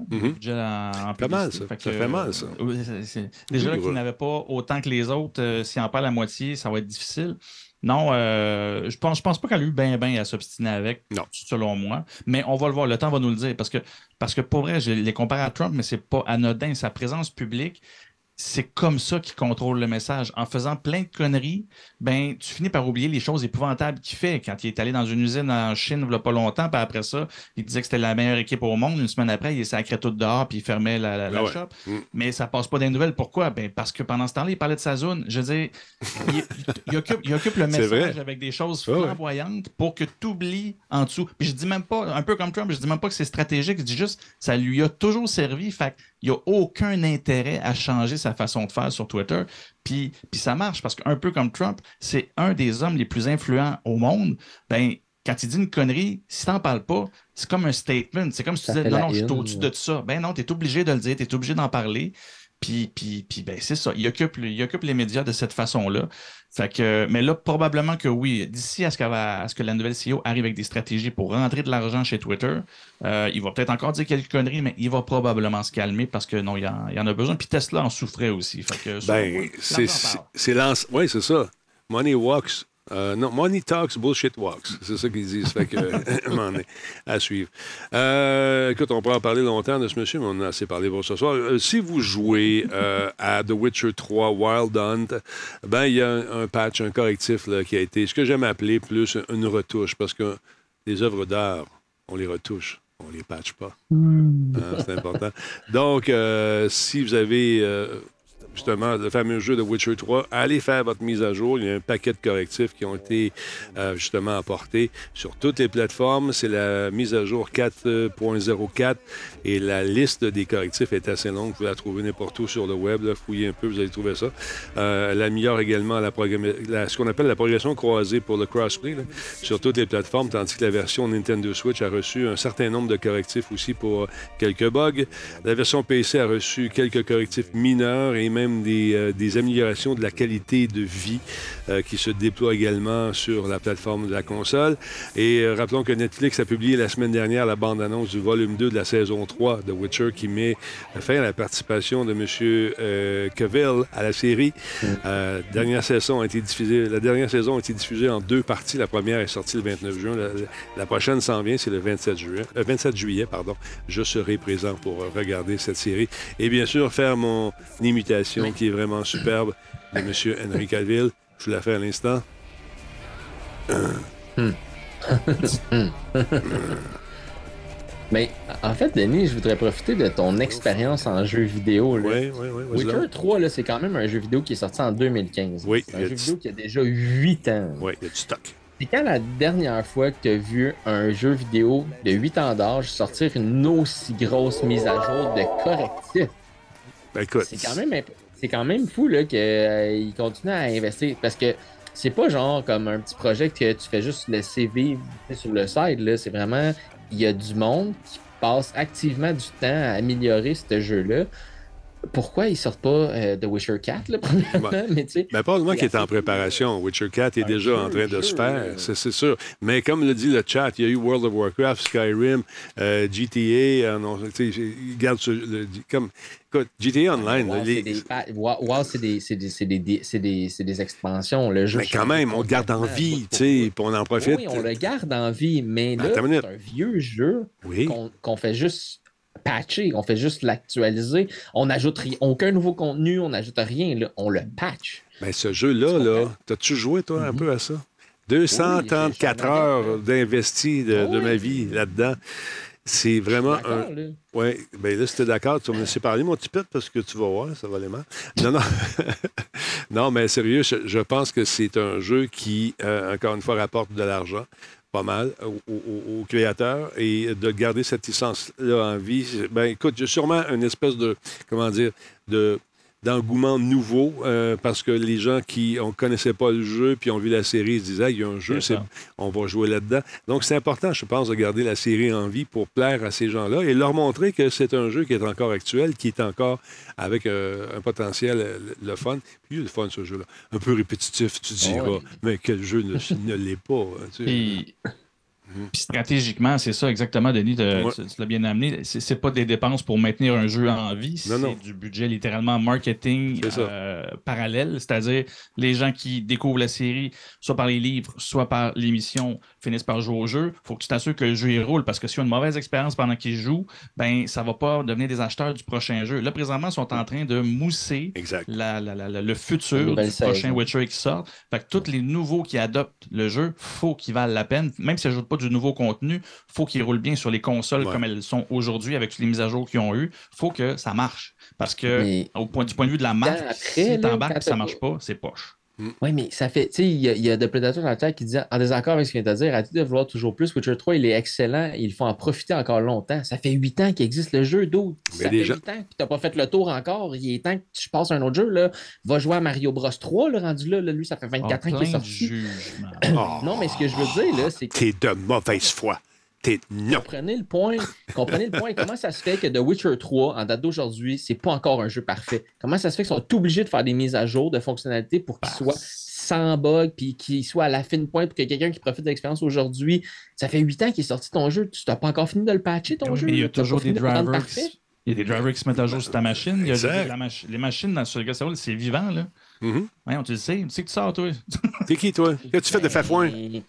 Ça fait mal, ça. Ça fait mal, ça. Déjà là, qu'ils n'avaient pas autant que les autres, s'ils en perdent la moitié, ça va être difficile. Non, je pense pas qu'elle a eu bien à s'obstiner avec, selon moi. Mais on va le voir, le temps va nous le dire. Parce que pour vrai, je les compare à Trump, mais c'est pas anodin. Sa présence publique, c'est comme ça qu'il contrôle le message. En faisant plein de conneries, ben, tu finis par oublier les choses épouvantables qu'il fait. Quand il est allé dans une usine en Chine il n'y a pas longtemps, puis après ça, il disait que c'était la meilleure équipe au monde. Une semaine après, il sacrait tout dehors, puis il fermait la shop. Mais ça passe pas des nouvelles. Pourquoi? Ben, parce que pendant ce temps-là, il parlait de sa zone. Je veux dire, il occupe le message avec des choses flamboyantes pour que tu oublies en dessous. Puis je dis même pas, un peu comme Trump, je dis même pas que c'est stratégique. Je dis juste, ça lui a toujours servi. Fait qu'il n'y a aucun intérêt à changer sa façon de faire sur Twitter. Puis ça marche parce qu'un peu comme Trump, c'est un des hommes les plus influents au monde. Ben, quand il dit une connerie, si t'en parles pas, c'est comme un statement. C'est comme si tu disais, non, je suis au-dessus de ça. Ben non, t'es obligé de le dire, t'es obligé d'en parler. Puis ben, c'est ça. Il occupe les médias de cette façon-là. Fait que, mais là, probablement que oui. D'ici à ce que la nouvelle CEO arrive avec des stratégies pour rentrer de l'argent chez Twitter, il va peut-être encore dire quelques conneries, mais il va probablement se calmer parce que non, il y en a besoin. Puis Tesla en souffrait aussi. Fait que, oui, c'est ça. Money walks. Non, money talks, bullshit walks. C'est ça qu'ils disent. Fait que, à suivre. Écoute, on pourrait en parler longtemps de ce monsieur, mais on en a assez parlé pour ce soir. Si vous jouez à The Witcher 3 Wild Hunt, ben il y a un patch, un correctif là, qui a été, ce que j'aime appeler plus une retouche, parce que les œuvres d'art, on les retouche. On les patche pas. C'est important. Donc, si vous avez... justement, le fameux jeu de Witcher 3, allez faire votre mise à jour. Il y a un paquet de correctifs qui ont été justement apportés sur toutes les plateformes. C'est la mise à jour 4.04 et la liste des correctifs est assez longue. Vous pouvez la trouver n'importe où sur le web. Là, fouillez un peu, vous allez trouver ça. Elle améliore également ce qu'on appelle la progression croisée pour le crossplay là, sur toutes les plateformes, tandis que la version Nintendo Switch a reçu un certain nombre de correctifs aussi pour quelques bugs. La version PC a reçu quelques correctifs mineurs et même des améliorations de la qualité de vie qui se déploient également sur la plateforme de la console. Et rappelons que Netflix a publié la semaine dernière la bande-annonce du volume 2 de la saison 3 de Witcher qui met fin à la participation de M. Cavill à la série. La dernière saison a été diffusée en 2 parties. La première est sortie le 29 juin. La prochaine s'en vient, c'est le 27 juillet. Je serai présent pour regarder cette série. Et bien sûr, faire mon imitation qui est vraiment superbe de M. Henry Cavill. Je vous la fais à l'instant. Mais en fait, Denis, je voudrais profiter de ton expérience en jeu vidéo. Oui. Witcher 3, là, c'est quand même un jeu vidéo qui est sorti en 2015. Oui. C'est un jeu vidéo qui a déjà 8 ans. Oui, il y a du stock. C'est quand la dernière fois que tu as vu un jeu vidéo de 8 ans d'âge sortir une aussi grosse mise à jour de correctifs? Ben, écoute, C'est quand même fou là, qu'il continue à investir parce que c'est pas genre comme un petit projet que tu fais juste laisser vivre sur le side. Là. C'est vraiment, il y a du monde qui passe activement du temps à améliorer ce jeu-là. Pourquoi ils sortent pas de Witcher 4, là, premièrement? Mais tu sais, probablement qu'il est en préparation. Witcher 4 est déjà en train de se faire, c'est sûr. Mais comme le dit le chat, il y a eu World of Warcraft, Skyrim, GTA, comme... Écoute, GTA Online... c'est des expansions. Le jeu, mais quand même, on le garde en vie, tu sais, puis on en profite. Oui, on le garde en vie, mais là, c'est un vieux jeu qu'on fait juste patcher, on fait juste l'actualiser. On n'ajoute aucun nouveau contenu, on n'ajoute rien, là, on le patch. Mais ce jeu-là, t'as-tu joué, toi, un peu à ça? 234 heures d'investi de ma vie là-dedans. C'est vraiment un... Oui, bien là, si t'es d'accord, tu vas me laisser parler, mon petit pet, parce que tu vas voir, ça va aller mal. Non. Non, mais sérieux, je pense que c'est un jeu qui, encore une fois, rapporte de l'argent. Pas mal aux créateurs et de garder cette licence-là en vie. Ben écoute, il y a sûrement une espèce de, d'engouement nouveau parce que les gens qui ne connaissaient pas le jeu puis ont vu la série, ils se disaient, il y a un jeu, on va jouer là-dedans. Donc, c'est important, je pense, de garder la série en vie pour plaire à ces gens-là et leur montrer que c'est un jeu qui est encore actuel, qui est encore avec un potentiel, le fun. Puis, le fun, ce jeu-là. Un peu répétitif, tu diras, mais quel jeu ne l'est pas. Tu sais. Puis stratégiquement, c'est ça exactement, Denis, tu l'as bien amené. C'est pas des dépenses pour maintenir un jeu en vie, c'est du budget littéralement marketing parallèle, c'est-à-dire les gens qui découvrent la série, soit par les livres, soit par l'émission, finissent par jouer au jeu. Il faut que tu t'assures que le jeu il roule, parce que s'ils ont une mauvaise expérience pendant qu'ils jouent, ben ça va pas devenir des acheteurs du prochain jeu. Là, présentement, ils sont en train de mousser le futur du prochain Witcher qui sort. Fait que tous les nouveaux qui adoptent le jeu, faut qu'ils valent la peine, même si ils n'ajoutent pas du nouveau contenu, il faut qu'ils roulent bien sur les consoles comme elles sont aujourd'hui avec toutes les mises à jour qu'ils ont eues. Il faut que ça marche. Parce que du point de vue de la marque, si t'embarques et ça marche pas, c'est poche. Oui, mais ça fait. Tu sais, il y a des prédateurs dans le chat qui disent, en désaccord avec ce qu'il vient de dire, arrêtez de vouloir toujours plus. Witcher 3, il est excellent. Il faut en profiter encore longtemps. Ça fait 8 ans qu'il existe le jeu, d'autres. Ça fait 8 ans que tu n'as pas fait le tour encore. Il est temps que tu passes à un autre jeu. Là. Va jouer à Mario Bros 3, là, rendu là. Lui, ça fait 24 ans qu'il est sorti. Non, mais ce que je veux dire, là, c'est que. T'es de mauvaise foi. Comprenez le point. Comment ça se fait que The Witcher 3, en date d'aujourd'hui, c'est pas encore un jeu parfait? Comment ça se fait qu'ils sont obligés de faire des mises à jour de fonctionnalités pour qu'il soit sans bug puis qu'il soit à la fine pointe pour que quelqu'un qui profite de l'expérience aujourd'hui, ça fait 8 ans qu'il est sorti ton jeu, tu n'as pas encore fini de le patcher ton jeu? Mais il y a toujours des drivers. Il y a des drivers qui se mettent à jour sur ta machine. Il y a les machines sur le gars, c'est vivant, là. Ouais, tu le sais. Tu sais que tu sors, toi. T'es qui, toi? Qu'est-ce que tu fais de fafouin?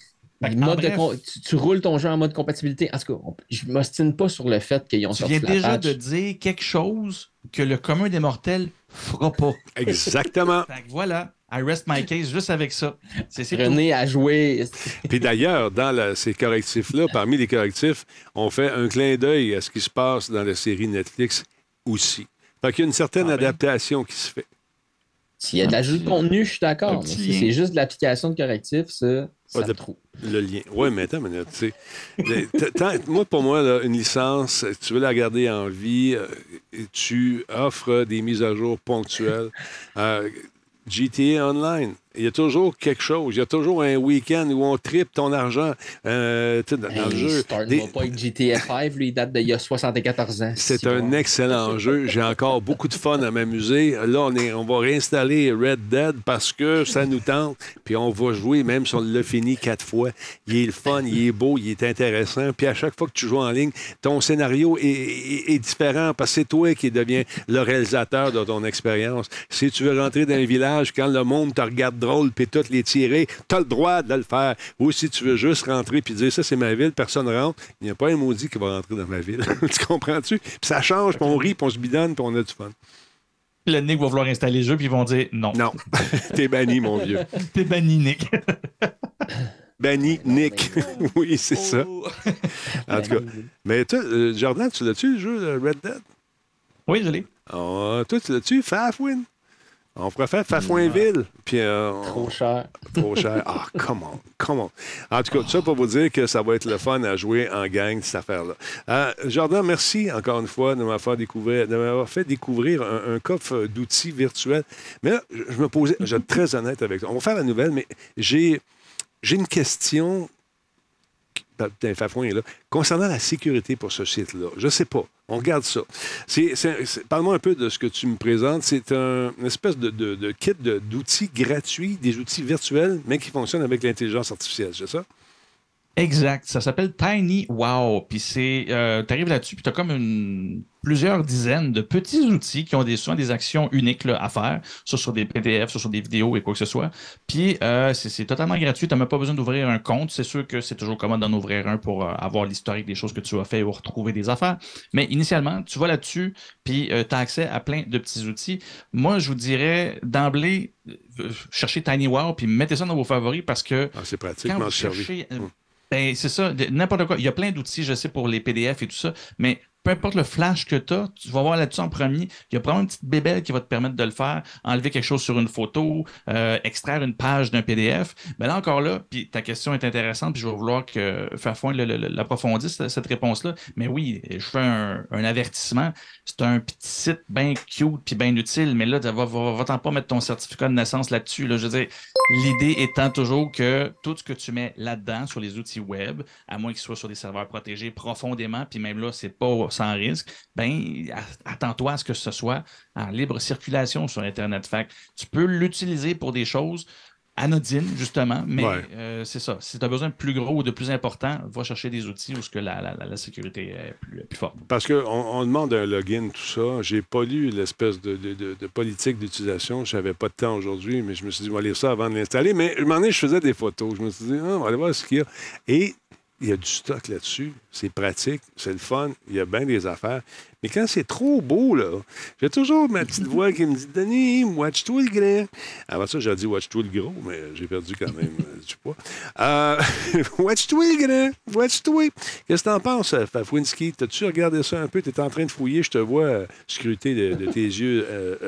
Tu roules ton jeu en mode compatibilité. En tout cas, je ne m'ostine pas sur le fait qu'ils ont sorti la patch. Tu viens déjà de dire quelque chose que le commun des mortels fera pas. Exactement. Fait que voilà, I rest my case juste avec ça. René a joué. Puis d'ailleurs, dans ces correctifs-là, parmi les correctifs, on fait un clin d'œil à ce qui se passe dans la série Netflix aussi. Fait qu'il y a une certaine adaptation qui se fait. S'il y a de l'ajout de contenu, je suis d'accord. Mais si c'est juste de l'application de correctif, ça trop. Le lien. Oui, mais attends, tu sais. Moi, pour moi, là, une licence, tu veux la garder en vie, tu offres des mises à jour ponctuelles. GTA Online, il y a toujours quelque chose. Il y a toujours un week-end où on tripe ton argent dans le jeu. Start ne va pas avec GTA 5, lui, il date d'il y a 74 ans. C'est un excellent jeu. J'ai encore beaucoup de fun à m'amuser. Là, on va réinstaller Red Dead parce que ça nous tente. Puis on va jouer, même si on l'a fini 4 fois. Il est le fun, il est beau, il est intéressant. Puis à chaque fois que tu joues en ligne, ton scénario est différent parce que c'est toi qui deviens le réalisateur de ton expérience. Si tu veux rentrer dans un village, quand le monde te regarde drôle puis tout les tirer, tu as le droit de le faire. Ou si tu veux juste rentrer puis dire ça, c'est ma ville, personne rentre, il n'y a pas un maudit qui va rentrer dans ma ville. Tu comprends-tu? Puis ça change, puis on rit, puis on se bidonne, puis on a du fun. Le Nick va vouloir installer le jeu, puis ils vont dire non. Non. T'es banni, mon vieux. T'es banni, Nick. Banni, Nick. Oui, c'est ça. En tout cas. Mais toi, Jordan, tu l'as-tu, le jeu Red Dead? Oui, je l'ai. Toi, tu l'as-tu, Fafwin? On pourrait faire Fafouinville. Puis, trop cher. Trop cher. Ah, come on. En tout cas, tout ça pour vous dire que ça va être le fun à jouer en gang, cette affaire-là. Jordan, merci encore une fois de m'avoir fait découvrir un coffre d'outils virtuels. Mais là, je me posais, je vais être très honnête avec toi. On va faire la nouvelle, mais j'ai une question. Fafouin est là. Concernant la sécurité pour ce site-là, je ne sais pas. On regarde ça. Parle-moi un peu de ce que tu me présentes. C'est une espèce de kit d'outils gratuits, des outils virtuels, mais qui fonctionnent avec l'intelligence artificielle, c'est ça? Exact. Ça s'appelle Tiny Wow. Puis t'arrives là-dessus, puis t'as comme plusieurs dizaines de petits outils qui ont souvent des actions uniques là, à faire, soit sur des PDF, soit sur des vidéos et quoi que ce soit. Puis c'est totalement gratuit. T'as même pas besoin d'ouvrir un compte. C'est sûr que c'est toujours commode d'en ouvrir un pour avoir l'historique des choses que tu as fait ou retrouver des affaires. Mais initialement, tu vas là-dessus, puis tu as accès à plein de petits outils. Moi, je vous dirais d'emblée, cherchez Tiny Wow, puis mettez ça dans vos favoris parce que c'est pratique, quand vous cherchez... Ben, c'est ça, n'importe quoi. Il y a plein d'outils, je sais, pour les PDF et tout ça, mais peu importe le flash que tu as, tu vas voir là-dessus en premier. Il y a probablement une petite bébelle qui va te permettre de le faire, enlever quelque chose sur une photo, extraire une page d'un PDF. Mais là, encore là, puis ta question est intéressante, puis je vais vouloir que Fafouin l'approfondisse, cette réponse-là. Mais oui, je fais un avertissement. C'est un petit site bien cute puis bien utile, mais là, va-t'en pas mettre ton certificat de naissance là-dessus. Là. Je veux dire, l'idée étant toujours que tout ce que tu mets là-dedans, sur les outils web, à moins qu'ils soient sur des serveurs protégés profondément, puis même là, c'est pas sans risque, ben attends-toi à ce que ce soit en libre circulation sur Internet. Fait que tu peux l'utiliser pour des choses anodines, justement, mais c'est ça. Si tu as besoin de plus gros ou de plus important, va chercher des outils où la sécurité est plus forte. Parce qu'on demande un login, tout ça. J'ai pas lu l'espèce de politique d'utilisation. Je n'avais pas de temps aujourd'hui, mais je me suis dit, on va lire ça avant de l'installer. Mais un moment donné, je faisais des photos. Je me suis dit, on va aller voir ce qu'il y a. Et il y a du stock là-dessus. C'est pratique, c'est le fun. Il y a bien des affaires. Mais quand c'est trop beau, là, j'ai toujours ma petite voix qui me dit « Denis, watch-toi le grand. » Avant ça, j'ai dit « Watch-toi le gros », mais j'ai perdu quand même du poids. Watch-toi le grand. Watch-toi. Qu'est-ce que t'en penses, Fafwinski? T'as-tu regardé ça un peu? T'es en train de fouiller. Je te vois scruter de tes yeux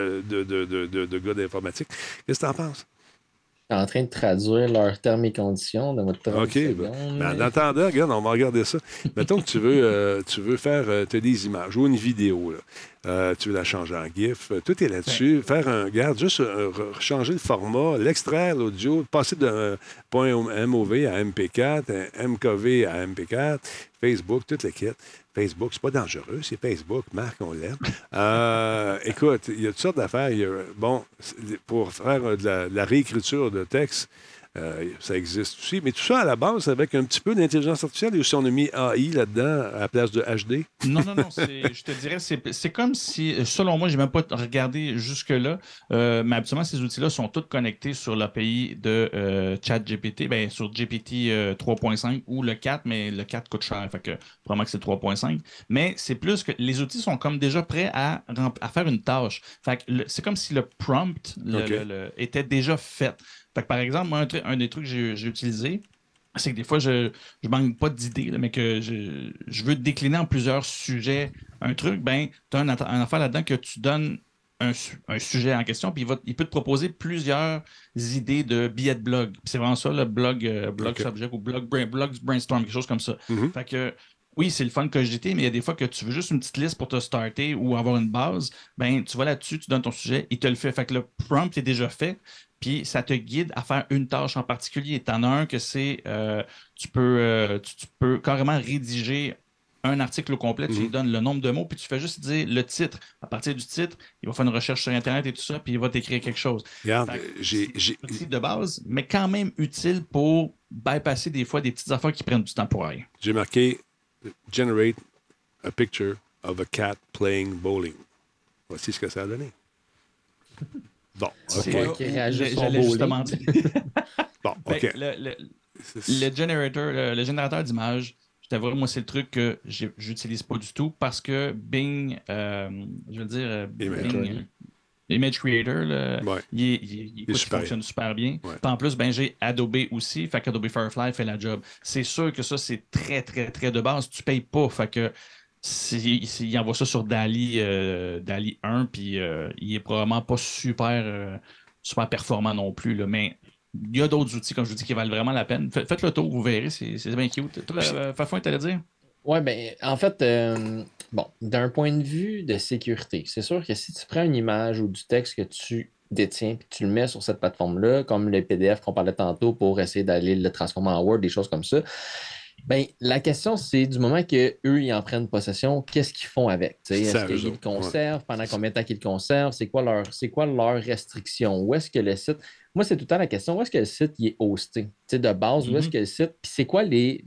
de gars d'informatique. Qu'est-ce que t'en penses? Je suis en train de traduire leurs termes et conditions dans votre 30 OK. secondes. En attendant, regarde, on va regarder ça. Mettons que tu veux faire t'as des images ou une vidéo. Là. Tu veux la changer en GIF. Tout est là-dessus. Faire juste changer le format, l'extraire, l'audio, passer d'un point MOV à MP4, MKV à MP4, Facebook, toute la quête. Facebook, c'est pas dangereux, c'est Facebook. Marc, on l'aime. Écoute, il y a toutes sortes d'affaires. Pour faire de la réécriture de texte, ça existe aussi. Mais tout ça, à la base, avec un petit peu d'intelligence artificielle, et aussi on a mis AI là-dedans à la place de HD. Non, je te dirais, c'est comme si, selon moi, je n'ai même pas regardé jusque-là, mais habituellement, ces outils-là sont tous connectés sur l'API de ChatGPT, bien, sur GPT 3.5 ou le 4, mais le 4 coûte cher, fait que probablement que c'est 3.5. Mais c'est plus que les outils sont comme déjà prêts à faire une tâche. Fait que c'est comme si le prompt était déjà fait. Fait que, par exemple, moi, un des trucs que j'ai utilisé, c'est que des fois, je manque pas d'idées, mais que je veux décliner en plusieurs sujets un truc, ben tu as un affaire là-dedans que tu donnes un sujet en question, puis il peut te proposer plusieurs idées de billets de blog. Puis c'est vraiment ça, le blog subject ou blog brainstorm, quelque chose comme ça. Fait que oui, c'est le fun que JT, mais il y a des fois que tu veux juste une petite liste pour te starter ou avoir une base. Ben, tu vas là-dessus, tu donnes ton sujet, il te le fait. Fait que le prompt est déjà fait, puis ça te guide à faire une tâche en particulier. Tu en as un que c'est, tu peux carrément rédiger un article au complet, tu lui donnes le nombre de mots, puis tu fais juste dire le titre. À partir du titre, il va faire une recherche sur Internet et tout ça, puis il va t'écrire quelque chose. Regarde, j'ai de base, mais quand même utile pour bypasser des fois des petites affaires qui prennent du temps pour rien. J'ai marqué « Generate a picture of a cat playing bowling ». Voici ce que ça a donné. Bon, OK. J'allais justement dire. Bon, OK. Le générateur d'images, je t'avoue, moi, c'est le truc que j'utilise pas du tout parce que Bing, je veux dire, Bing, Image Creator, il fonctionne super bien. Ouais. En plus, ben, j'ai Adobe aussi, fait qu'Adobe Firefly fait la job. C'est sûr que ça, c'est très, très, très de base. Tu payes pas, fait que il envoie ça sur DALL-E 1, puis il est probablement pas super performant non plus, là, mais il y a d'autres outils, comme je vous dis, qui valent vraiment la peine. Faites le tour, vous verrez, c'est bien cute. Toi, Fafouin, t'allais dire? Oui, bien, en fait, d'un point de vue de sécurité, c'est sûr que si tu prends une image ou du texte que tu détiens et tu le mets sur cette plateforme-là, comme le PDF qu'on parlait tantôt pour essayer d'aller le transformer en Word, des choses comme ça, bien, la question, c'est du moment qu'eux, ils en prennent possession, qu'est-ce qu'ils font avec? Est-ce qu'ils le conservent? Pendant combien de temps qu'ils le conservent? C'est quoi leur restriction? Où est-ce que le site... Moi, c'est tout le temps la question, où est-ce que le site il est hosté? De base, où est-ce que le site... Puis c'est quoi les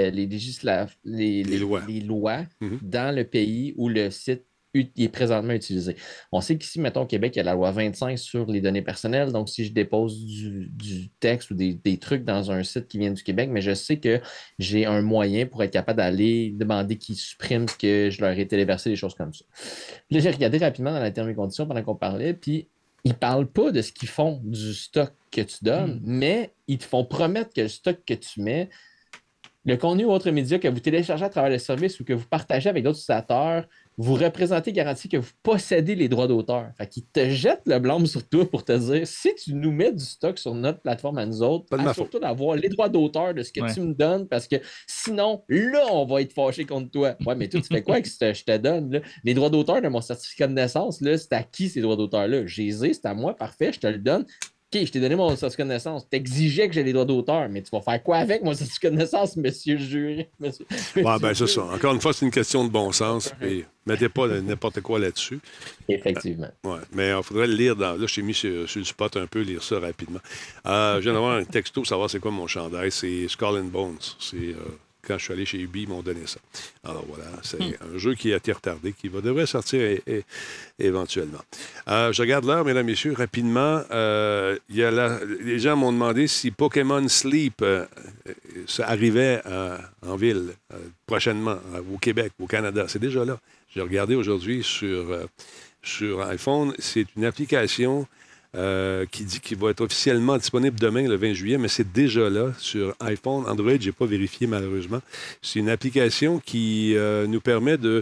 lois dans le pays où le site il est présentement utilisé? On sait qu'ici, mettons, au Québec, il y a la loi 25 sur les données personnelles. Donc, si je dépose du texte ou des trucs dans un site qui vient du Québec, mais je sais que j'ai un moyen pour être capable d'aller demander qu'ils suppriment ce que je leur ai téléversé, des choses comme ça. Puis là, j'ai regardé rapidement dans la termes et conditions pendant qu'on parlait, puis ils ne parlent pas de ce qu'ils font du stock que tu donnes, mais ils te font promettre que le stock que tu mets, le contenu ou autre média que vous téléchargez à travers le service ou que vous partagez avec d'autres utilisateurs, vous représentez garantie que vous possédez les droits d'auteur. Fait qu'ils te jettent le blâme sur toi pour te dire, si tu nous mets du stock sur notre plateforme à nous autres, assure-toi d'avoir les droits d'auteur de ce que tu me donnes, parce que sinon, là, on va être fâché contre toi. Ouais, mais toi, tu fais quoi avec ce que je te donne? Là? Les droits d'auteur de mon certificat de naissance, là, c'est à qui ces droits d'auteur-là? J'ai c'est à moi, parfait, je te le donne. OK, je t'ai donné mon certificat de naissance. T'exigeais que j'ai les droits d'auteur, mais tu vas faire quoi avec mon certificat de naissance, monsieur le jury? Ben, c'est ça. Encore une fois, c'est une question de bon sens. Puis, mettez pas n'importe quoi là-dessus. Effectivement. Ouais, mais il faudrait le lire. Là, je t'ai mis sur le spot un peu, lire ça rapidement. Je viens d'avoir un texto, savoir c'est quoi mon chandail. C'est Skull and Bones. C'est... quand je suis allé chez Ubi, ils m'ont donné ça. Alors voilà, c'est un jeu qui a été retardé, qui devrait sortir éventuellement. Je regarde l'heure, mesdames, messieurs, rapidement. Les gens m'ont demandé si Pokémon Sleep ça arrivait en ville prochainement, au Québec, au Canada. C'est déjà là. J'ai regardé aujourd'hui sur iPhone. C'est une application... qui dit qu'il va être officiellement disponible demain, le 20 juillet, mais c'est déjà là sur iPhone. Android, je n'ai pas vérifié malheureusement. C'est une application qui nous permet de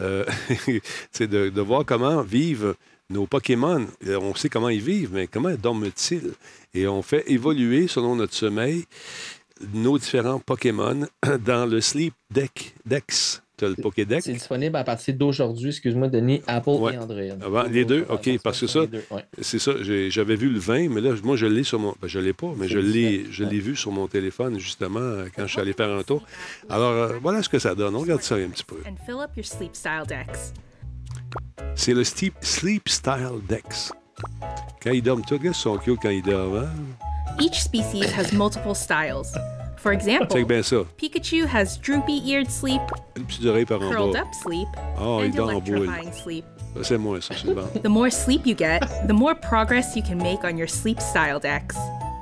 voir comment vivent nos Pokémon. On sait comment ils vivent, mais comment dorment-ils? Et on fait évoluer, selon notre sommeil, nos différents Pokémon dans le Sleep Dex. Le Pokédex. C'est disponible à partir d'aujourd'hui, excuse-moi, Denis, Apple et Android. Les deux, OK, parce que ça, c'est ça, j'avais vu le 20, mais là, moi, je l'ai sur mon... Ben, je ne l'ai pas, mais je l'ai vu sur mon téléphone, justement, quand je suis allé faire un tour. Alors, voilà ce que ça donne. On regarde ça un petit peu. C'est le Sleep Style Dex. Quand ils dorment, tous, regarde, ils sont cute quand ils dorment. Hein? Each species has multiple styles. For example, Pikachu has droopy-eared sleep, curled up sleep, and electrifying sleep. C'est moi, ça, c'est bon. The more sleep you get, the more progress you can make on your sleep style decks.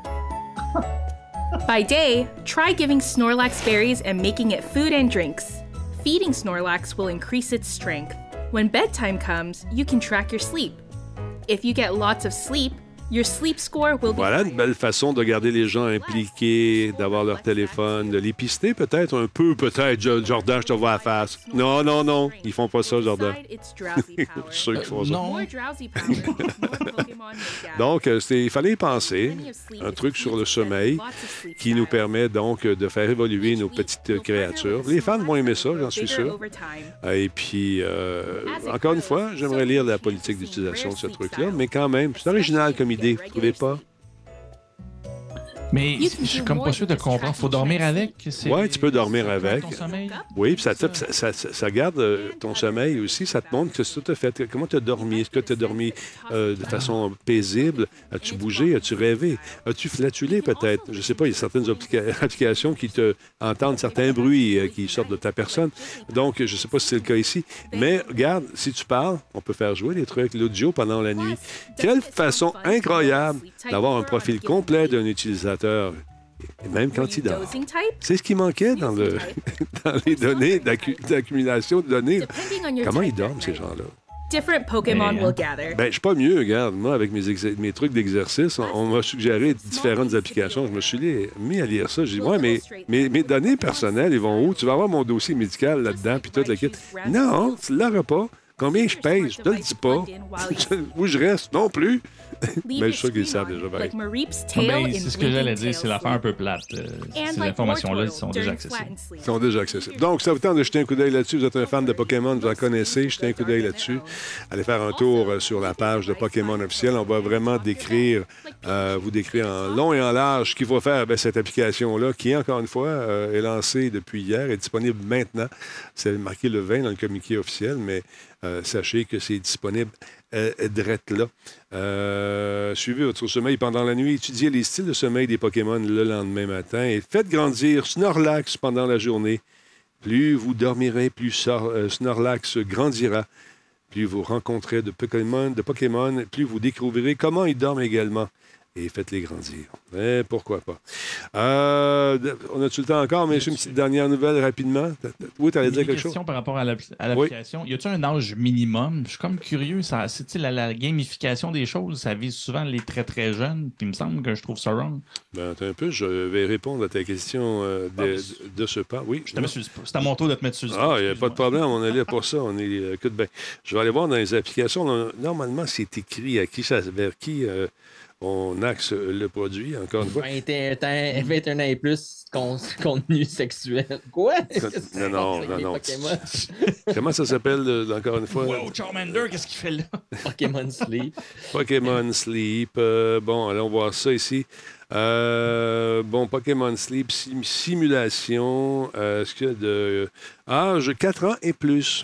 By day, try giving Snorlax berries and making it food and drinks. Feeding Snorlax will increase its strength. When bedtime comes, you can track your sleep. If you get lots of sleep, Your sleep score will be Voilà une higher. belle façon de garder les gens impliqués, d'avoir leur téléphone, de les pister peut-être un peu, peut-être. Jordan, je te vois à la face. Non, non, non, ils font pas ça, Jordan. It's drowsy Je power. suis sûr qu'ils font ça. Non. More drowsy power, more Pokémon may gather. Donc, il fallait y penser, un truc sur le sommeil qui nous permet donc de faire évoluer nos petites créatures. Les fans vont aimer ça, j'en suis sûr. Et puis, encore une fois, j'aimerais lire la politique d'utilisation de ce truc-là, mais quand même, c'est original comme idée, vous trouvez pas? Mais je suis comme pas sûr de comprendre. Faut dormir avec? Oui, tu peux dormir avec. Ton sommeil? Oui, puis ça garde ton sommeil aussi. Ça te montre que ce que tu as fait. Comment tu as dormi? Est-ce que tu as dormi de façon paisible? As-tu bougé? As-tu rêvé? As-tu flatulé peut-être? Je ne sais pas, il y a certaines applications qui te entendent certains bruits qui sortent de ta personne. Donc, je ne sais pas si c'est le cas ici. Mais regarde, si tu parles, on peut faire jouer des trucs, l'audio pendant la nuit. Quelle façon incroyable d'avoir un profil complet d'un utilisateur. Et même quand il dort. C'est ce qui manquait dans les données d'accumulation de données. Comment ils dorment, ces gens-là? Different Pokémon will gather. Ben, je suis pas mieux, regarde. Moi, avec mes trucs d'exercice, on m'a suggéré différentes applications. Je me suis mis à lire ça. J'ai dit, ouais, mais mes données personnelles, ils vont où? Tu vas avoir mon dossier médical là-dedans, puis tout le kit. Non, tu ne l'auras pas. Combien je paye? Je te le dis pas. Où je reste? Non plus. Mais je suis sûr qu'ils savent déjà. C'est ce que j'allais dire, c'est l'affaire un peu plate. Ces informations-là sont déjà accessibles. Ils sont déjà accessibles. Donc, ça vous tente de jeter un coup d'œil là-dessus. Vous êtes un fan de Pokémon, vous en connaissez. Jetez un coup d'œil là-dessus. Allez faire un tour sur la page de Pokémon officiel. On va vraiment vous décrire en long et en large ce qu'il faut faire avec cette application-là, qui, encore une fois, est lancée depuis hier, est disponible maintenant. C'est marqué le 20 dans le communiqué officiel, mais sachez que c'est disponible drette là. Suivez votre sommeil pendant la nuit. Étudiez les styles de sommeil des Pokémon le lendemain matin et faites grandir Snorlax pendant la journée. Plus vous dormirez, plus Snorlax grandira. Plus vous rencontrerez de Pokémon, plus vous découvrirez comment ils dorment également. Et faites-les grandir. Pourquoi pas. On a-tu le temps encore, mais une petite dernière nouvelle rapidement? Oui, tu allais dire quelque chose? Par rapport à l'application. Oui. Y a-t-il un âge minimum? Je suis comme curieux. La gamification des choses, ça vise souvent les très, très jeunes. Puis il me semble que je trouve ça wrong. Ben, attends un peu. Je vais répondre à ta question de ce pas. Oui. C'est à mon tour de te mettre sur le spot. Il n'y a pas de problème. On est là pour ça. On est... écoute, ben, je vais aller voir dans les applications. Normalement, c'est écrit vers qui... on axe le produit, encore une fois. 21 ans et plus, contenu sexuel. Quoi? Non. Comment ça s'appelle, encore une fois? Wow, Charmander, qu'est-ce qu'il fait là? Pokémon Sleep. Pokémon Sleep. Bon, allons voir ça ici. Pokémon Sleep, simulation. Est-ce que de âge 4 ans et plus?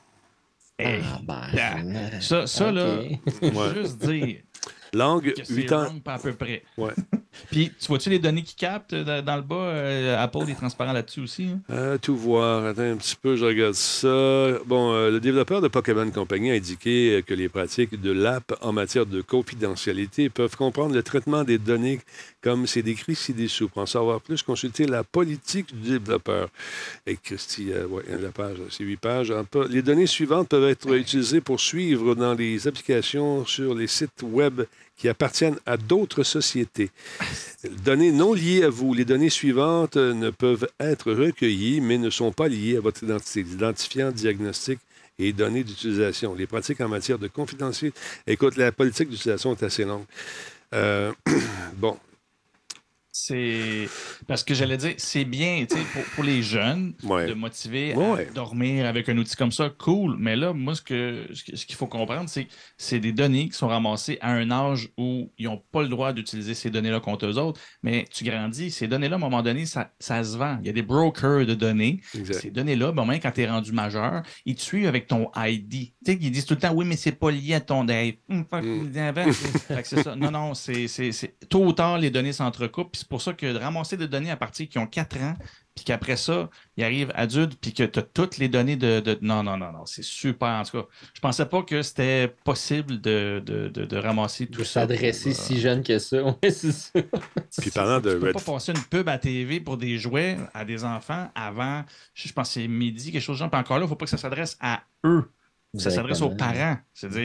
Ça okay. Là, juste dire... Langue, 8 ans. À peu près. Ouais. Puis, tu vois-tu les données qui captent dans le bas? Apple est transparent là-dessus aussi. Hein? Tout voir. Attends un petit peu, je regarde ça. Bon, le développeur de Pokémon Company a indiqué que les pratiques de l'app en matière de confidentialité peuvent comprendre le traitement des données comme c'est décrit ci-dessous. Pour en savoir plus, consultez la politique du développeur. Et Christy, la page, c'est 8 pages. Les données suivantes peuvent être utilisées pour suivre dans les applications sur les sites web qui appartiennent à d'autres sociétés. Données non liées à vous. Les données suivantes ne peuvent être recueillies, mais ne sont pas liées à votre identité. Identifiant, diagnostic et données d'utilisation. Les pratiques en matière de confidentialité. Écoute, la politique d'utilisation est assez longue. Bon. C'est parce que j'allais dire, c'est bien pour les jeunes de motiver à dormir avec un outil comme ça, cool. Mais là, moi, ce qu'il faut comprendre, c'est que c'est des données qui sont ramassées à un âge où ils n'ont pas le droit d'utiliser ces données-là contre eux autres. Mais tu grandis, ces données-là, à un moment donné, ça se vend. Il y a des brokers de données. Exact. Ces données-là, même quand tu es rendu majeur, ils te suivent avec ton ID. Tu sais, ils disent tout le temps, oui, mais c'est pas lié à ton fait que c'est ça. Non, c'est tôt ou tard, les données s'entrecoupent. C'est pour ça que de ramasser des données à partir qui ont 4 ans, puis qu'après ça, ils arrivent adultes, puis que tu as toutes les données de... Non, c'est super. En tout cas, je pensais pas que c'était possible de ramasser tout ça. De s'adresser si jeune que ça. Oui, c'est ça. Puis parlant de... Tu peux pas passer une pub à TV pour des jouets à des enfants avant, je pense que c'est midi, quelque chose de genre. Puis encore là, il ne faut pas que ça s'adresse à eux. Ça s'adresse aux parents. C'est-à-dire...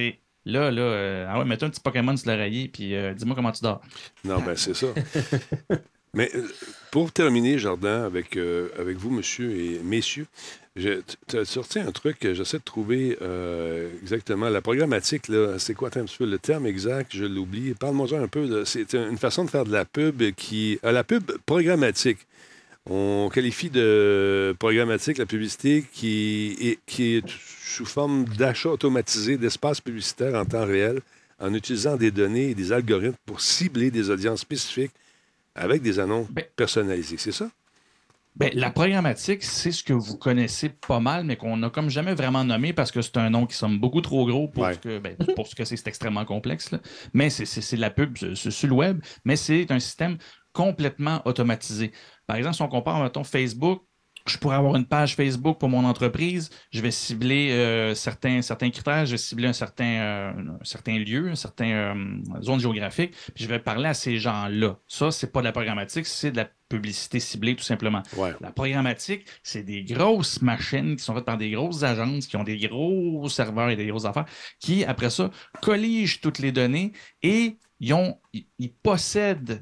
Là, mets un petit Pokémon sur l'oreiller, puis dis-moi comment tu dors. Non, ben c'est ça. Mais pour terminer, Jordan, avec vous, monsieur et messieurs, tu as sorti un truc que j'essaie de trouver exactement. La programmatique, là, c'est quoi un petit peu le terme exact? Je l'oublie. Parle-moi un peu. C'est une façon de faire de la pub qui... la pub programmatique. On qualifie de programmatique la publicité qui est sous forme d'achat automatisé d'espaces publicitaires en temps réel en utilisant des données et des algorithmes pour cibler des audiences spécifiques avec des annonces personnalisées. C'est ça? Bien, la programmatique, c'est ce que vous connaissez pas mal, mais qu'on n'a comme jamais vraiment nommé parce que c'est un nom qui semble beaucoup trop gros pour ce que c'est extrêmement complexe. Là. Mais c'est de la pub sur le web, mais c'est un système complètement automatisé. Par exemple, si on compare, mettons, Facebook, je pourrais avoir une page Facebook pour mon entreprise, je vais cibler certains critères, je vais cibler un certain lieu, une certaine zone géographique, puis je vais parler à ces gens-là. Ça, c'est pas de la programmatique, c'est de la publicité ciblée, tout simplement. Ouais. La programmatique, c'est des grosses machines qui sont faites par des grosses agences, qui ont des gros serveurs et des grosses affaires, qui, après ça, colligent toutes les données et ils possèdent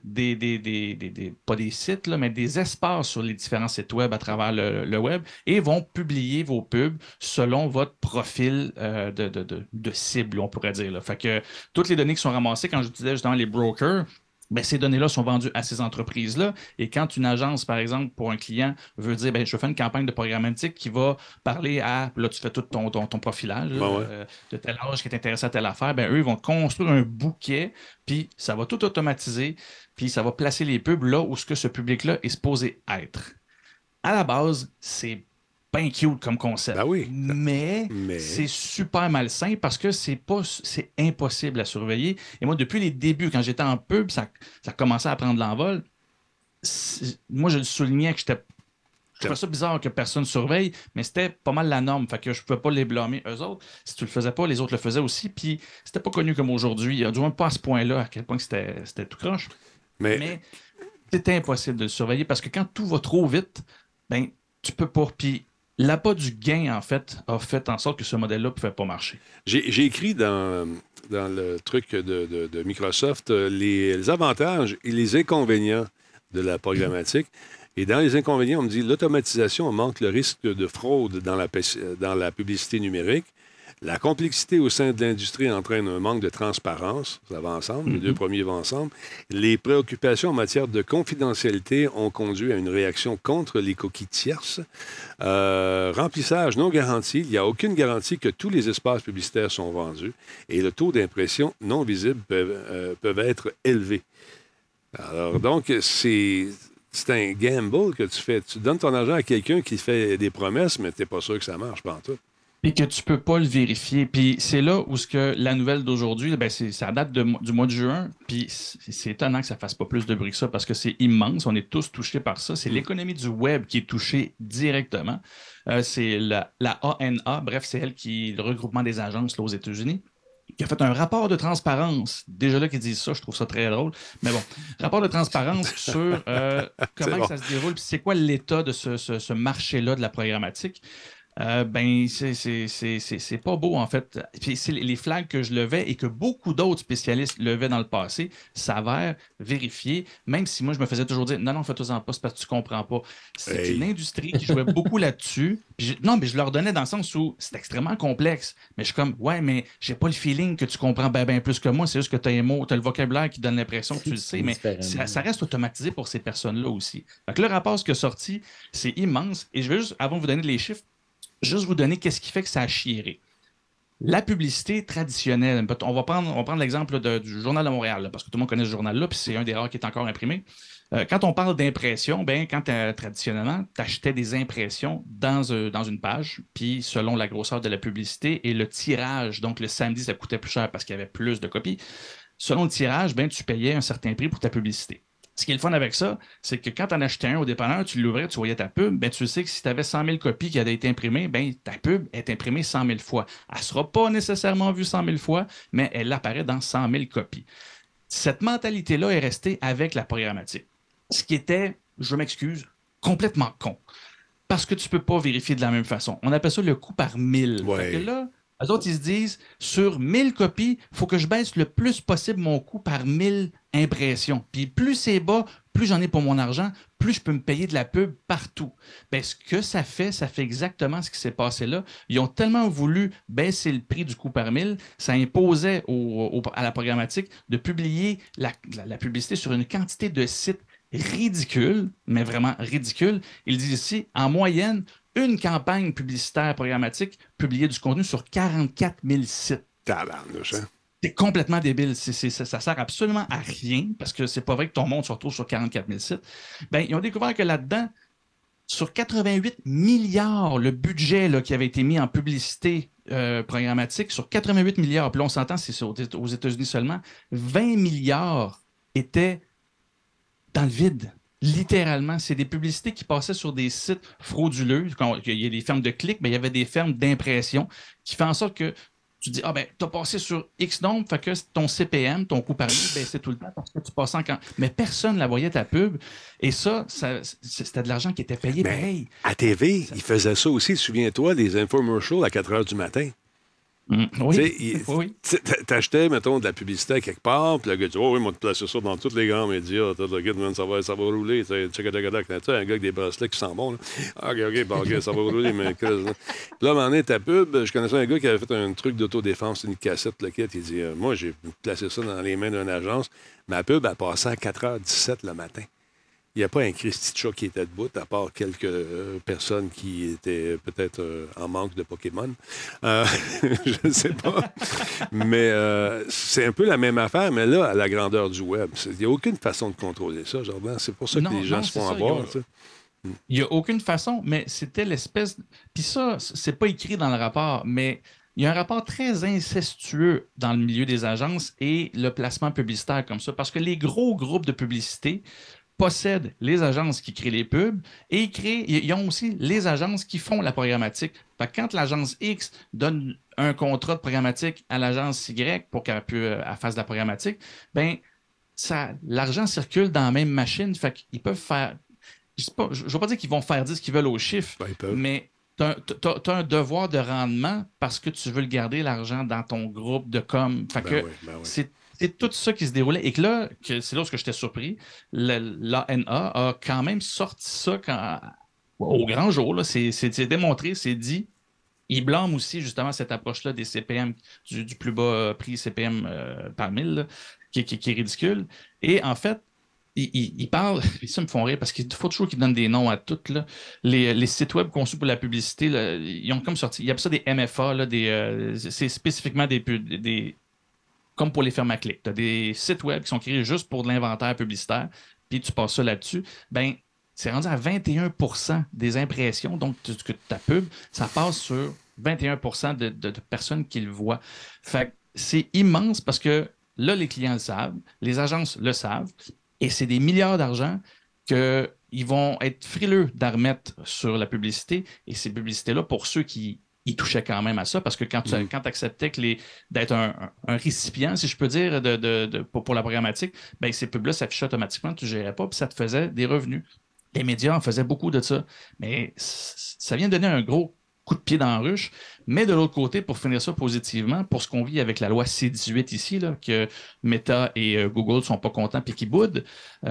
pas des sites, là, mais des espaces sur les différents sites web à travers le web et vont publier vos pubs selon votre profil de cible, on pourrait dire. Là. Fait que toutes les données qui sont ramassées, quand je disais justement les brokers, bien, ces données-là sont vendues à ces entreprises-là. Et quand une agence, par exemple, pour un client, veut dire, bien, je fais une campagne de programmatique qui va parler à, là, tu fais tout ton profilage de tel âge qui est intéressé à telle affaire, bien, eux, ils vont construire un bouquet, puis ça va tout automatiser, puis ça va placer les pubs là où ce public-là est supposé être. À la base, c'est bien cute comme concept. Ben oui. Mais c'est super malsain parce que c'est impossible à surveiller. Et moi, depuis les débuts, quand j'étais en pub, ça commençait à prendre l'envol. Moi, je le soulignais que je trouvais ça bizarre que personne surveille, mais c'était pas mal la norme. Fait que je ne pouvais pas les blâmer eux autres. Si tu le faisais pas, les autres le faisaient aussi. Puis c'était pas connu comme aujourd'hui. Du moins pas à ce point-là, à quel point c'était tout croche. Mais c'était impossible de le surveiller parce que quand tout va trop vite, ben tu peux pas. Puis l'appât du gain, en fait, a fait en sorte que ce modèle-là ne pouvait pas marcher. J'ai écrit dans le truc de Microsoft les avantages et les inconvénients de la programmatique. Et dans les inconvénients, on me dit l'automatisation manque le risque de fraude dans la publicité numérique. La complexité au sein de l'industrie entraîne un manque de transparence. Ça va ensemble, les deux premiers vont ensemble. Les préoccupations en matière de confidentialité ont conduit à une réaction contre les cookies tierces. Remplissage non garanti. Il n'y a aucune garantie que tous les espaces publicitaires sont vendus. Et le taux d'impression non visible peuvent être élevés. Alors, donc, c'est un gamble que tu fais. Tu donnes ton argent à quelqu'un qui fait des promesses, mais tu n'es pas sûr que ça marche, pas en tout. Et que tu peux pas le vérifier. Puis c'est là où la nouvelle d'aujourd'hui, ben ça date du mois de juin. Puis c'est étonnant que ça fasse pas plus de bruit que ça parce que c'est immense. On est tous touchés par ça. C'est l'économie du web qui est touchée directement. C'est la ANA, bref, c'est elle le regroupement des agences là, aux États-Unis, qui a fait un rapport de transparence. Déjà là, qu'ils disent ça, je trouve ça très drôle. Mais bon, rapport de transparence sur comment ça se déroule, puis c'est quoi l'état de ce marché-là de la programmatique. Ben, c'est pas beau, en fait. Puis c'est les flags que je levais et que beaucoup d'autres spécialistes levaient dans le passé s'avèrent vérifiés, même si moi, je me faisais toujours dire non, fais-toi-en pas, c'est parce que tu comprends pas. C'est une industrie qui jouait beaucoup là-dessus. Mais je leur donnais dans le sens où c'est extrêmement complexe. Mais je suis comme, ouais, mais j'ai pas le feeling que tu comprends bien plus que moi. C'est juste que tu as les mots, tu as le vocabulaire qui donne l'impression que tu le sais, mais ça reste automatisé pour ces personnes-là aussi. Donc, le rapport, ce qui a sorti, c'est immense. Et je vais juste, avant de vous donner les chiffres, juste vous donner qu'est-ce qui fait que ça a chieré. La publicité traditionnelle, on va prendre l'exemple du Journal de Montréal, là, parce que tout le monde connaît ce journal-là, puis c'est un des rares qui est encore imprimé. Quand on parle d'impression, traditionnellement, tu achetais des impressions dans une page, puis selon la grosseur de la publicité et le tirage, donc le samedi, ça coûtait plus cher parce qu'il y avait plus de copies. Selon le tirage, tu payais un certain prix pour ta publicité. Ce qui est le fun avec ça, c'est que quand tu en achetais un au dépanneur, tu l'ouvrais, tu voyais ta pub, tu sais que si tu avais 100 000 copies qui avaient été imprimées, ta pub est imprimée 100 000 fois. Elle ne sera pas nécessairement vue 100 000 fois, mais elle apparaît dans 100 000 copies. Cette mentalité-là est restée avec la programmatique. Ce qui était, je m'excuse, complètement con. Parce que tu ne peux pas vérifier de la même façon. On appelle ça le coût par 1000. Ouais. Fait que là, Eux autres, ils se disent, sur 1000 copies, il faut que je baisse le plus possible mon coût par 1000 impressions. Puis plus c'est bas, plus j'en ai pour mon argent, plus je peux me payer de la pub partout. Bien, ce que ça fait exactement ce qui s'est passé là. Ils ont tellement voulu baisser le prix du coût par 1000, ça imposait à la programmatique de publier la publicité sur une quantité de sites ridicule, mais vraiment ridicule. Ils disent ici, en moyenne, une campagne publicitaire programmatique publiait du contenu sur 44 000 sites. Tabarnouche, hein? C'est complètement débile. Ça sert absolument à rien parce que c'est pas vrai que ton monde se retrouve sur 44 000 sites. Ben, ils ont découvert que là-dedans, sur 88 milliards, le budget là, qui avait été mis en publicité programmatique, sur 88 milliards, puis là, on s'entend, c'est aux États-Unis seulement, 20 milliards étaient dans le vide. Littéralement, c'est des publicités qui passaient sur des sites frauduleux. Quand il y a des fermes de clics, mais il y avait des fermes d'impression qui font en sorte que tu dis, tu as passé sur X nombre, fait que ton CPM, ton coût par mille, baissait tout le temps parce que tu passais en... Mais personne ne la voyait, ta pub. Et ça c'était de l'argent qui était payé pareil. À TV, ils faisaient ça aussi, souviens-toi, des infomercials à 4 heures du matin. Oui. T'achetais, mettons, de la publicité à quelque part, puis le gars dit, oh oui, moi, te placer ça dans tous les grands médias, ça va rouler, un gars avec des bracelets qui sent bon, là. OK, ça va rouler, mais là, à un moment donné, ta pub, je connaissais un gars qui avait fait un truc d'autodéfense, une cassette, le kit, il dit, moi, j'ai placé ça dans les mains d'une agence, ma pub a passé à 4h17 le matin. Il n'y a pas un Christy de chat qui était debout, à part quelques personnes qui étaient peut-être en manque de Pokémon. Je ne sais pas. Mais c'est un peu la même affaire, mais là, à la grandeur du web. Il n'y a aucune façon de contrôler ça, Jordan. C'est pour ça que les gens se font avoir. Il n'y a aucune façon, mais c'était l'espèce... Puis ça, c'est pas écrit dans le rapport, mais il y a un rapport très incestueux dans le milieu des agences et le placement publicitaire comme ça, parce que les gros groupes de publicité possèdent les agences qui créent les pubs et ils ont aussi les agences qui font la programmatique. Fait que quand l'agence X donne un contrat de programmatique à l'agence Y pour qu'elle fasse de la programmatique, ben l'argent circule dans la même machine. Fait qu'ils peuvent faire... Je ne veux pas dire qu'ils vont faire dire ce qu'ils veulent aux chiffres, mais tu as un devoir de rendement parce que tu veux le garder, l'argent, dans ton groupe de com. Fait que c'est tout ça qui se déroulait. Et que là, c'est là où j'étais surpris, l'ANA a quand même sorti ça au grand jour. C'est démontré, c'est dit. Il blâme aussi justement cette approche-là des CPM, du plus bas prix CPM par 1000, là, qui est ridicule. Et en fait, il parle, et ça me font rire parce qu'il faut toujours qu'ils donnent des noms à toutes. Là. Les sites web conçus pour la publicité, là, ils ont comme sorti, il y a ça des MFA, là, c'est spécifiquement des comme pour les fermes à clics. Tu as des sites web qui sont créés juste pour de l'inventaire publicitaire, puis tu passes ça là-dessus. Ben, c'est rendu à 21% des impressions, donc que ta pub, ça passe sur 21% de personnes qui le voient. Fait que c'est immense parce que là, les clients le savent, les agences le savent, et c'est des milliards d'argent qu'ils vont être frileux d'en remettre sur la publicité. Et ces publicités-là, pour ceux qui y touchaient quand même à ça, parce que quand tu acceptais d'être un récipient, si je peux dire, pour la programmatique, ben, ces pubs-là s'affichaient automatiquement, tu ne gérais pas, puis ça te faisait des revenus. Les médias en faisaient beaucoup de ça. Mais ça vient donner un gros coup de pied dans la ruche. Mais de l'autre côté, pour finir ça positivement, pour ce qu'on vit avec la loi C-18 ici, là, que Meta et Google ne sont pas contents et qui boudent,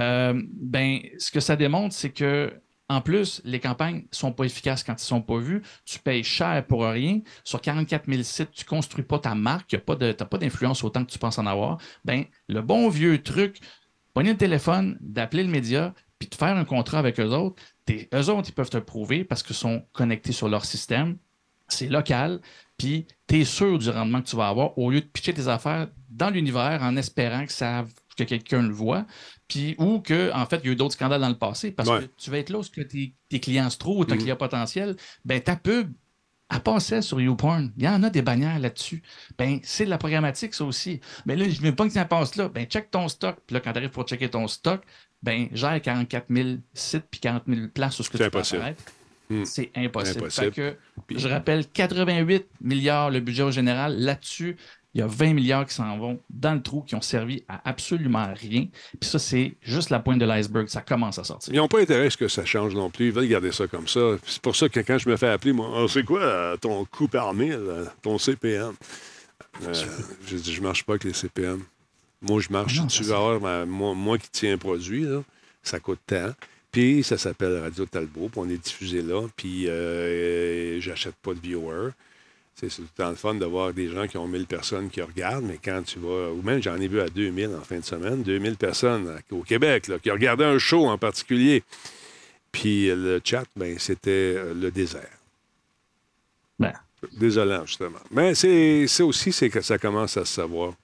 ben, ce que ça démontre, c'est que en plus, les campagnes ne sont pas efficaces quand ils ne sont pas vus. Tu payes cher pour rien. Sur 44 000 sites, tu ne construis pas ta marque. Tu n'as pas d'influence autant que tu penses en avoir. Ben, le bon vieux truc, pogner le téléphone, d'appeler le média, puis de faire un contrat avec eux autres. Eux autres, ils peuvent te prouver parce qu'ils sont connectés sur leur système. C'est local. Puis tu es sûr du rendement que tu vas avoir au lieu de pitcher tes affaires dans l'univers en espérant que quelqu'un le voit. Puis, ou qu'en fait, il y a eu d'autres scandales dans le passé parce que tu vas être là où tes clients se trouvent ou ton client potentiel. Ben, ta pub, elle passait sur YouPorn. Il y en a des bannières là-dessus. Ben, c'est de la programmatique, ça aussi. Mais là, je ne veux pas que ça passe là. Ben, check ton stock. Puis là, quand tu arrives pour checker ton stock, ben, gère 44 000 sites puis 40 000 places où ce que tu peux apparaître. C'est impossible. Fait que, je rappelle, 88 milliards le budget au général. Là-dessus, il y a 20 milliards qui s'en vont dans le trou, qui ont servi à absolument rien. Puis ça, c'est juste la pointe de l'iceberg. Ça commence à sortir. Ils n'ont pas intérêt à ce que ça change non plus. Ils veulent garder ça comme ça. C'est pour ça que quand je me fais appeler, moi, c'est quoi ton coût par mille, ton CPM? Je dis, je marche pas avec les CPM. Moi, je marche. Non, tu vas avoir, moi qui tiens un produit, là, ça coûte tant. Puis ça s'appelle Radio Talbot, puis on est diffusé là. Puis j'achète pas de viewer. C'est tout le temps le fun de voir des gens qui ont 1000 personnes qui regardent, mais quand tu vas... Ou même, j'en ai vu à 2000 en fin de semaine, 2000 personnes au Québec là, qui regardaient un show en particulier. Puis le chat, ben c'était le désert. Ben. Désolant, justement. Mais c'est aussi c'est que ça commence à se savoir.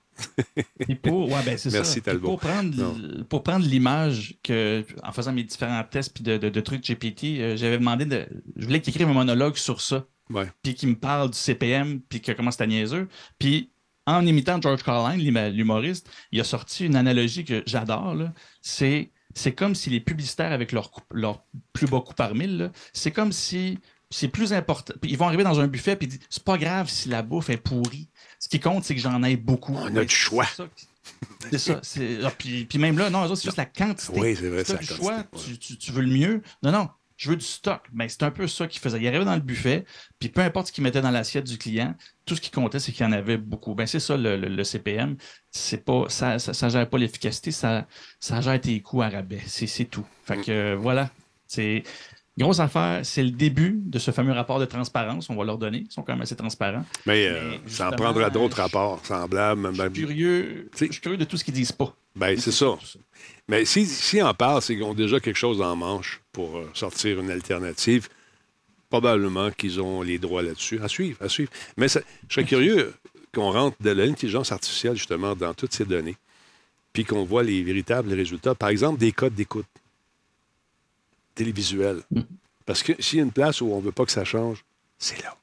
C'est Merci, ça. Talbot. Pour prendre l'image que, en faisant mes différents tests puis de trucs GPT, j'avais demandé je voulais qu'il écrive un monologue sur ça. Ouais. Puis qu'il me parle du CPM, puis que comment c'était niaiseux. Puis en imitant George Carlin, l'humoriste, il a sorti une analogie que j'adore. Là. C'est comme si les publicitaires avec leur plus bas coût par mille, là, c'est comme si c'est plus important. Puis ils vont arriver dans un buffet puis ils disent c'est pas grave si la bouffe est pourrie. Ce qui compte, c'est que j'en ai beaucoup. On a du choix. C'est ça. Puis même là, non, c'est juste la quantité. Oui, c'est vrai, c'est la du quantité. choix. Tu veux le mieux. Non. Je veux du stock. Ben, c'est un peu ça qu'il faisait. Il arrivait dans le buffet, puis peu importe ce qu'il mettait dans l'assiette du client, tout ce qui comptait, c'est qu'il y en avait beaucoup. Ben, c'est ça, le CPM. C'est pas, ça gère pas l'efficacité, ça gère tes coûts à rabais. C'est tout. Fait que voilà. C'est grosse affaire. C'est le début de ce fameux rapport de transparence. On va leur donner. Ils sont quand même assez transparents. Mais ça en prendra d'autres rapports semblables. Je suis curieux de tout ce qu'ils disent pas. Ben, c'est ça. Mais s'ils en parlent, c'est qu'ils ont déjà quelque chose en manche pour sortir une alternative. Probablement qu'ils ont les droits là-dessus. À suivre. Mais je serais curieux qu'on rentre de l'intelligence artificielle, justement, dans toutes ces données, puis qu'on voit les véritables résultats. Par exemple, des codes d'écoute télévisuels. Parce que s'il y a une place où on ne veut pas que ça change, c'est là.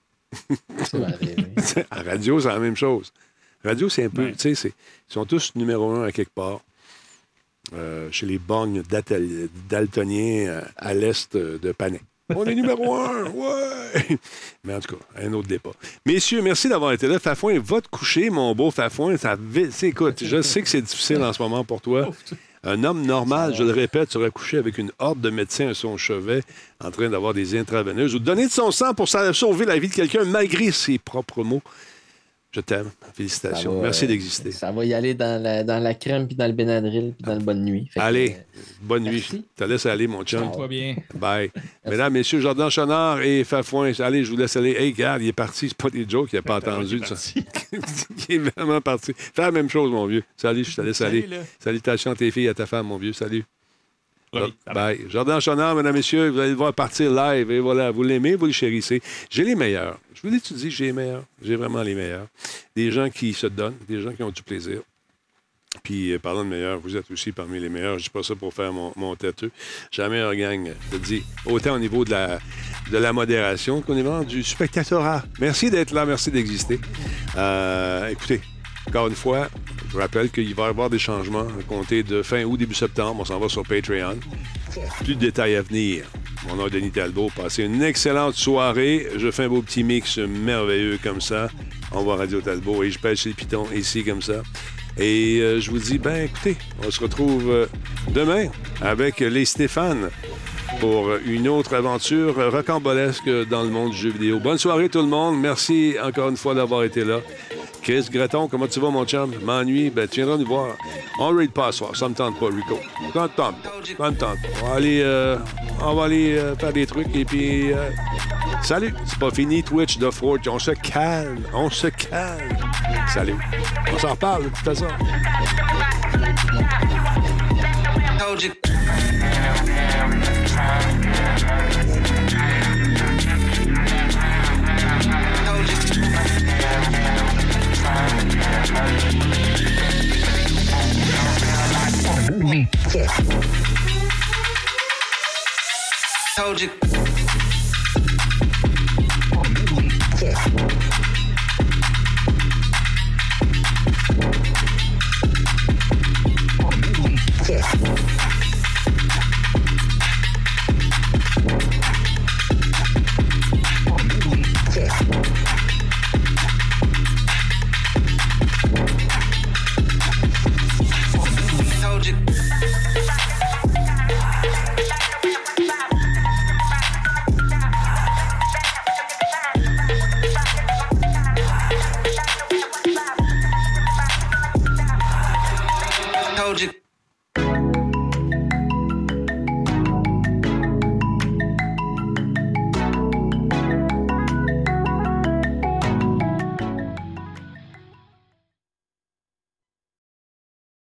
À radio, c'est la même chose. Radio, c'est un peu... Tu sais, ils sont tous numéro 1 à quelque part. Chez les borgnes daltoniens à l'est de Panay. On est numéro 1, ouais! Mais en tout cas, un autre débat. Messieurs, merci d'avoir été là. Fafouin, va te coucher, mon beau Fafouin. Écoute, je sais que c'est difficile en ce moment pour toi. Un homme normal, je le répète, serait couché avec une horde de médecins à son chevet en train d'avoir des intraveineuses ou de donner de son sang pour sauver la vie de quelqu'un malgré ses propres mots. Je t'aime. Félicitations. Merci d'exister. Ça va y aller dans la crème, puis dans le Benadryl, puis dans le bonne nuit. Allez, bonne nuit. Je te laisse aller, mon chum. Toi bien. Bye. Mesdames, messieurs, Jordan Chenard et Fafouin, allez, je vous laisse aller. Hey, regarde, il est parti. C'est pas des jokes, il n'a pas entendu. Il est vraiment parti. Fais la même chose, mon vieux. Salut, je te laisse aller. Salutations à tes filles et à ta femme, mon vieux. Salut. Bye. Jordan Chenard, mesdames, messieurs, vous allez le voir partir live. Et voilà, vous l'aimez, vous le chérissez. J'ai les meilleurs. Je vous l'ai-tu dit, j'ai les meilleurs. J'ai vraiment les meilleurs. Des gens qui se donnent, des gens qui ont du plaisir. Puis, parlant de meilleurs, vous êtes aussi parmi les meilleurs. Je dis pas ça pour faire mon têteux. J'ai la meilleure gang, je te dis, autant au niveau de la modération qu'au niveau du spectatorat. Merci d'être là, merci d'exister. Écoutez, encore une fois, je rappelle qu'il va y avoir des changements à compter de fin août, début septembre. On s'en va sur Patreon. Plus de détails à venir. Mon nom est Denis Talbot. Passez une excellente soirée. Je fais un beau petit mix merveilleux comme ça. On va à Radio Talbot et je pêche les pitons ici comme ça. Et je vous dis, écoutez, on se retrouve demain avec les Stéphane pour une autre aventure rocambolesque dans le monde du jeu vidéo. Bonne soirée tout le monde. Merci encore une fois d'avoir été là. Chris Greton, comment tu vas, mon chum? M'ennuie? Tu viendras nous voir. On raid pas ce soir. Ça me tente pas, Rico. Ça me tente pas. On va aller faire des trucs et puis... salut! C'est pas fini, Twitch de Forge. On se calme. Salut. On s'en reparle, de toute façon. Told you. told you.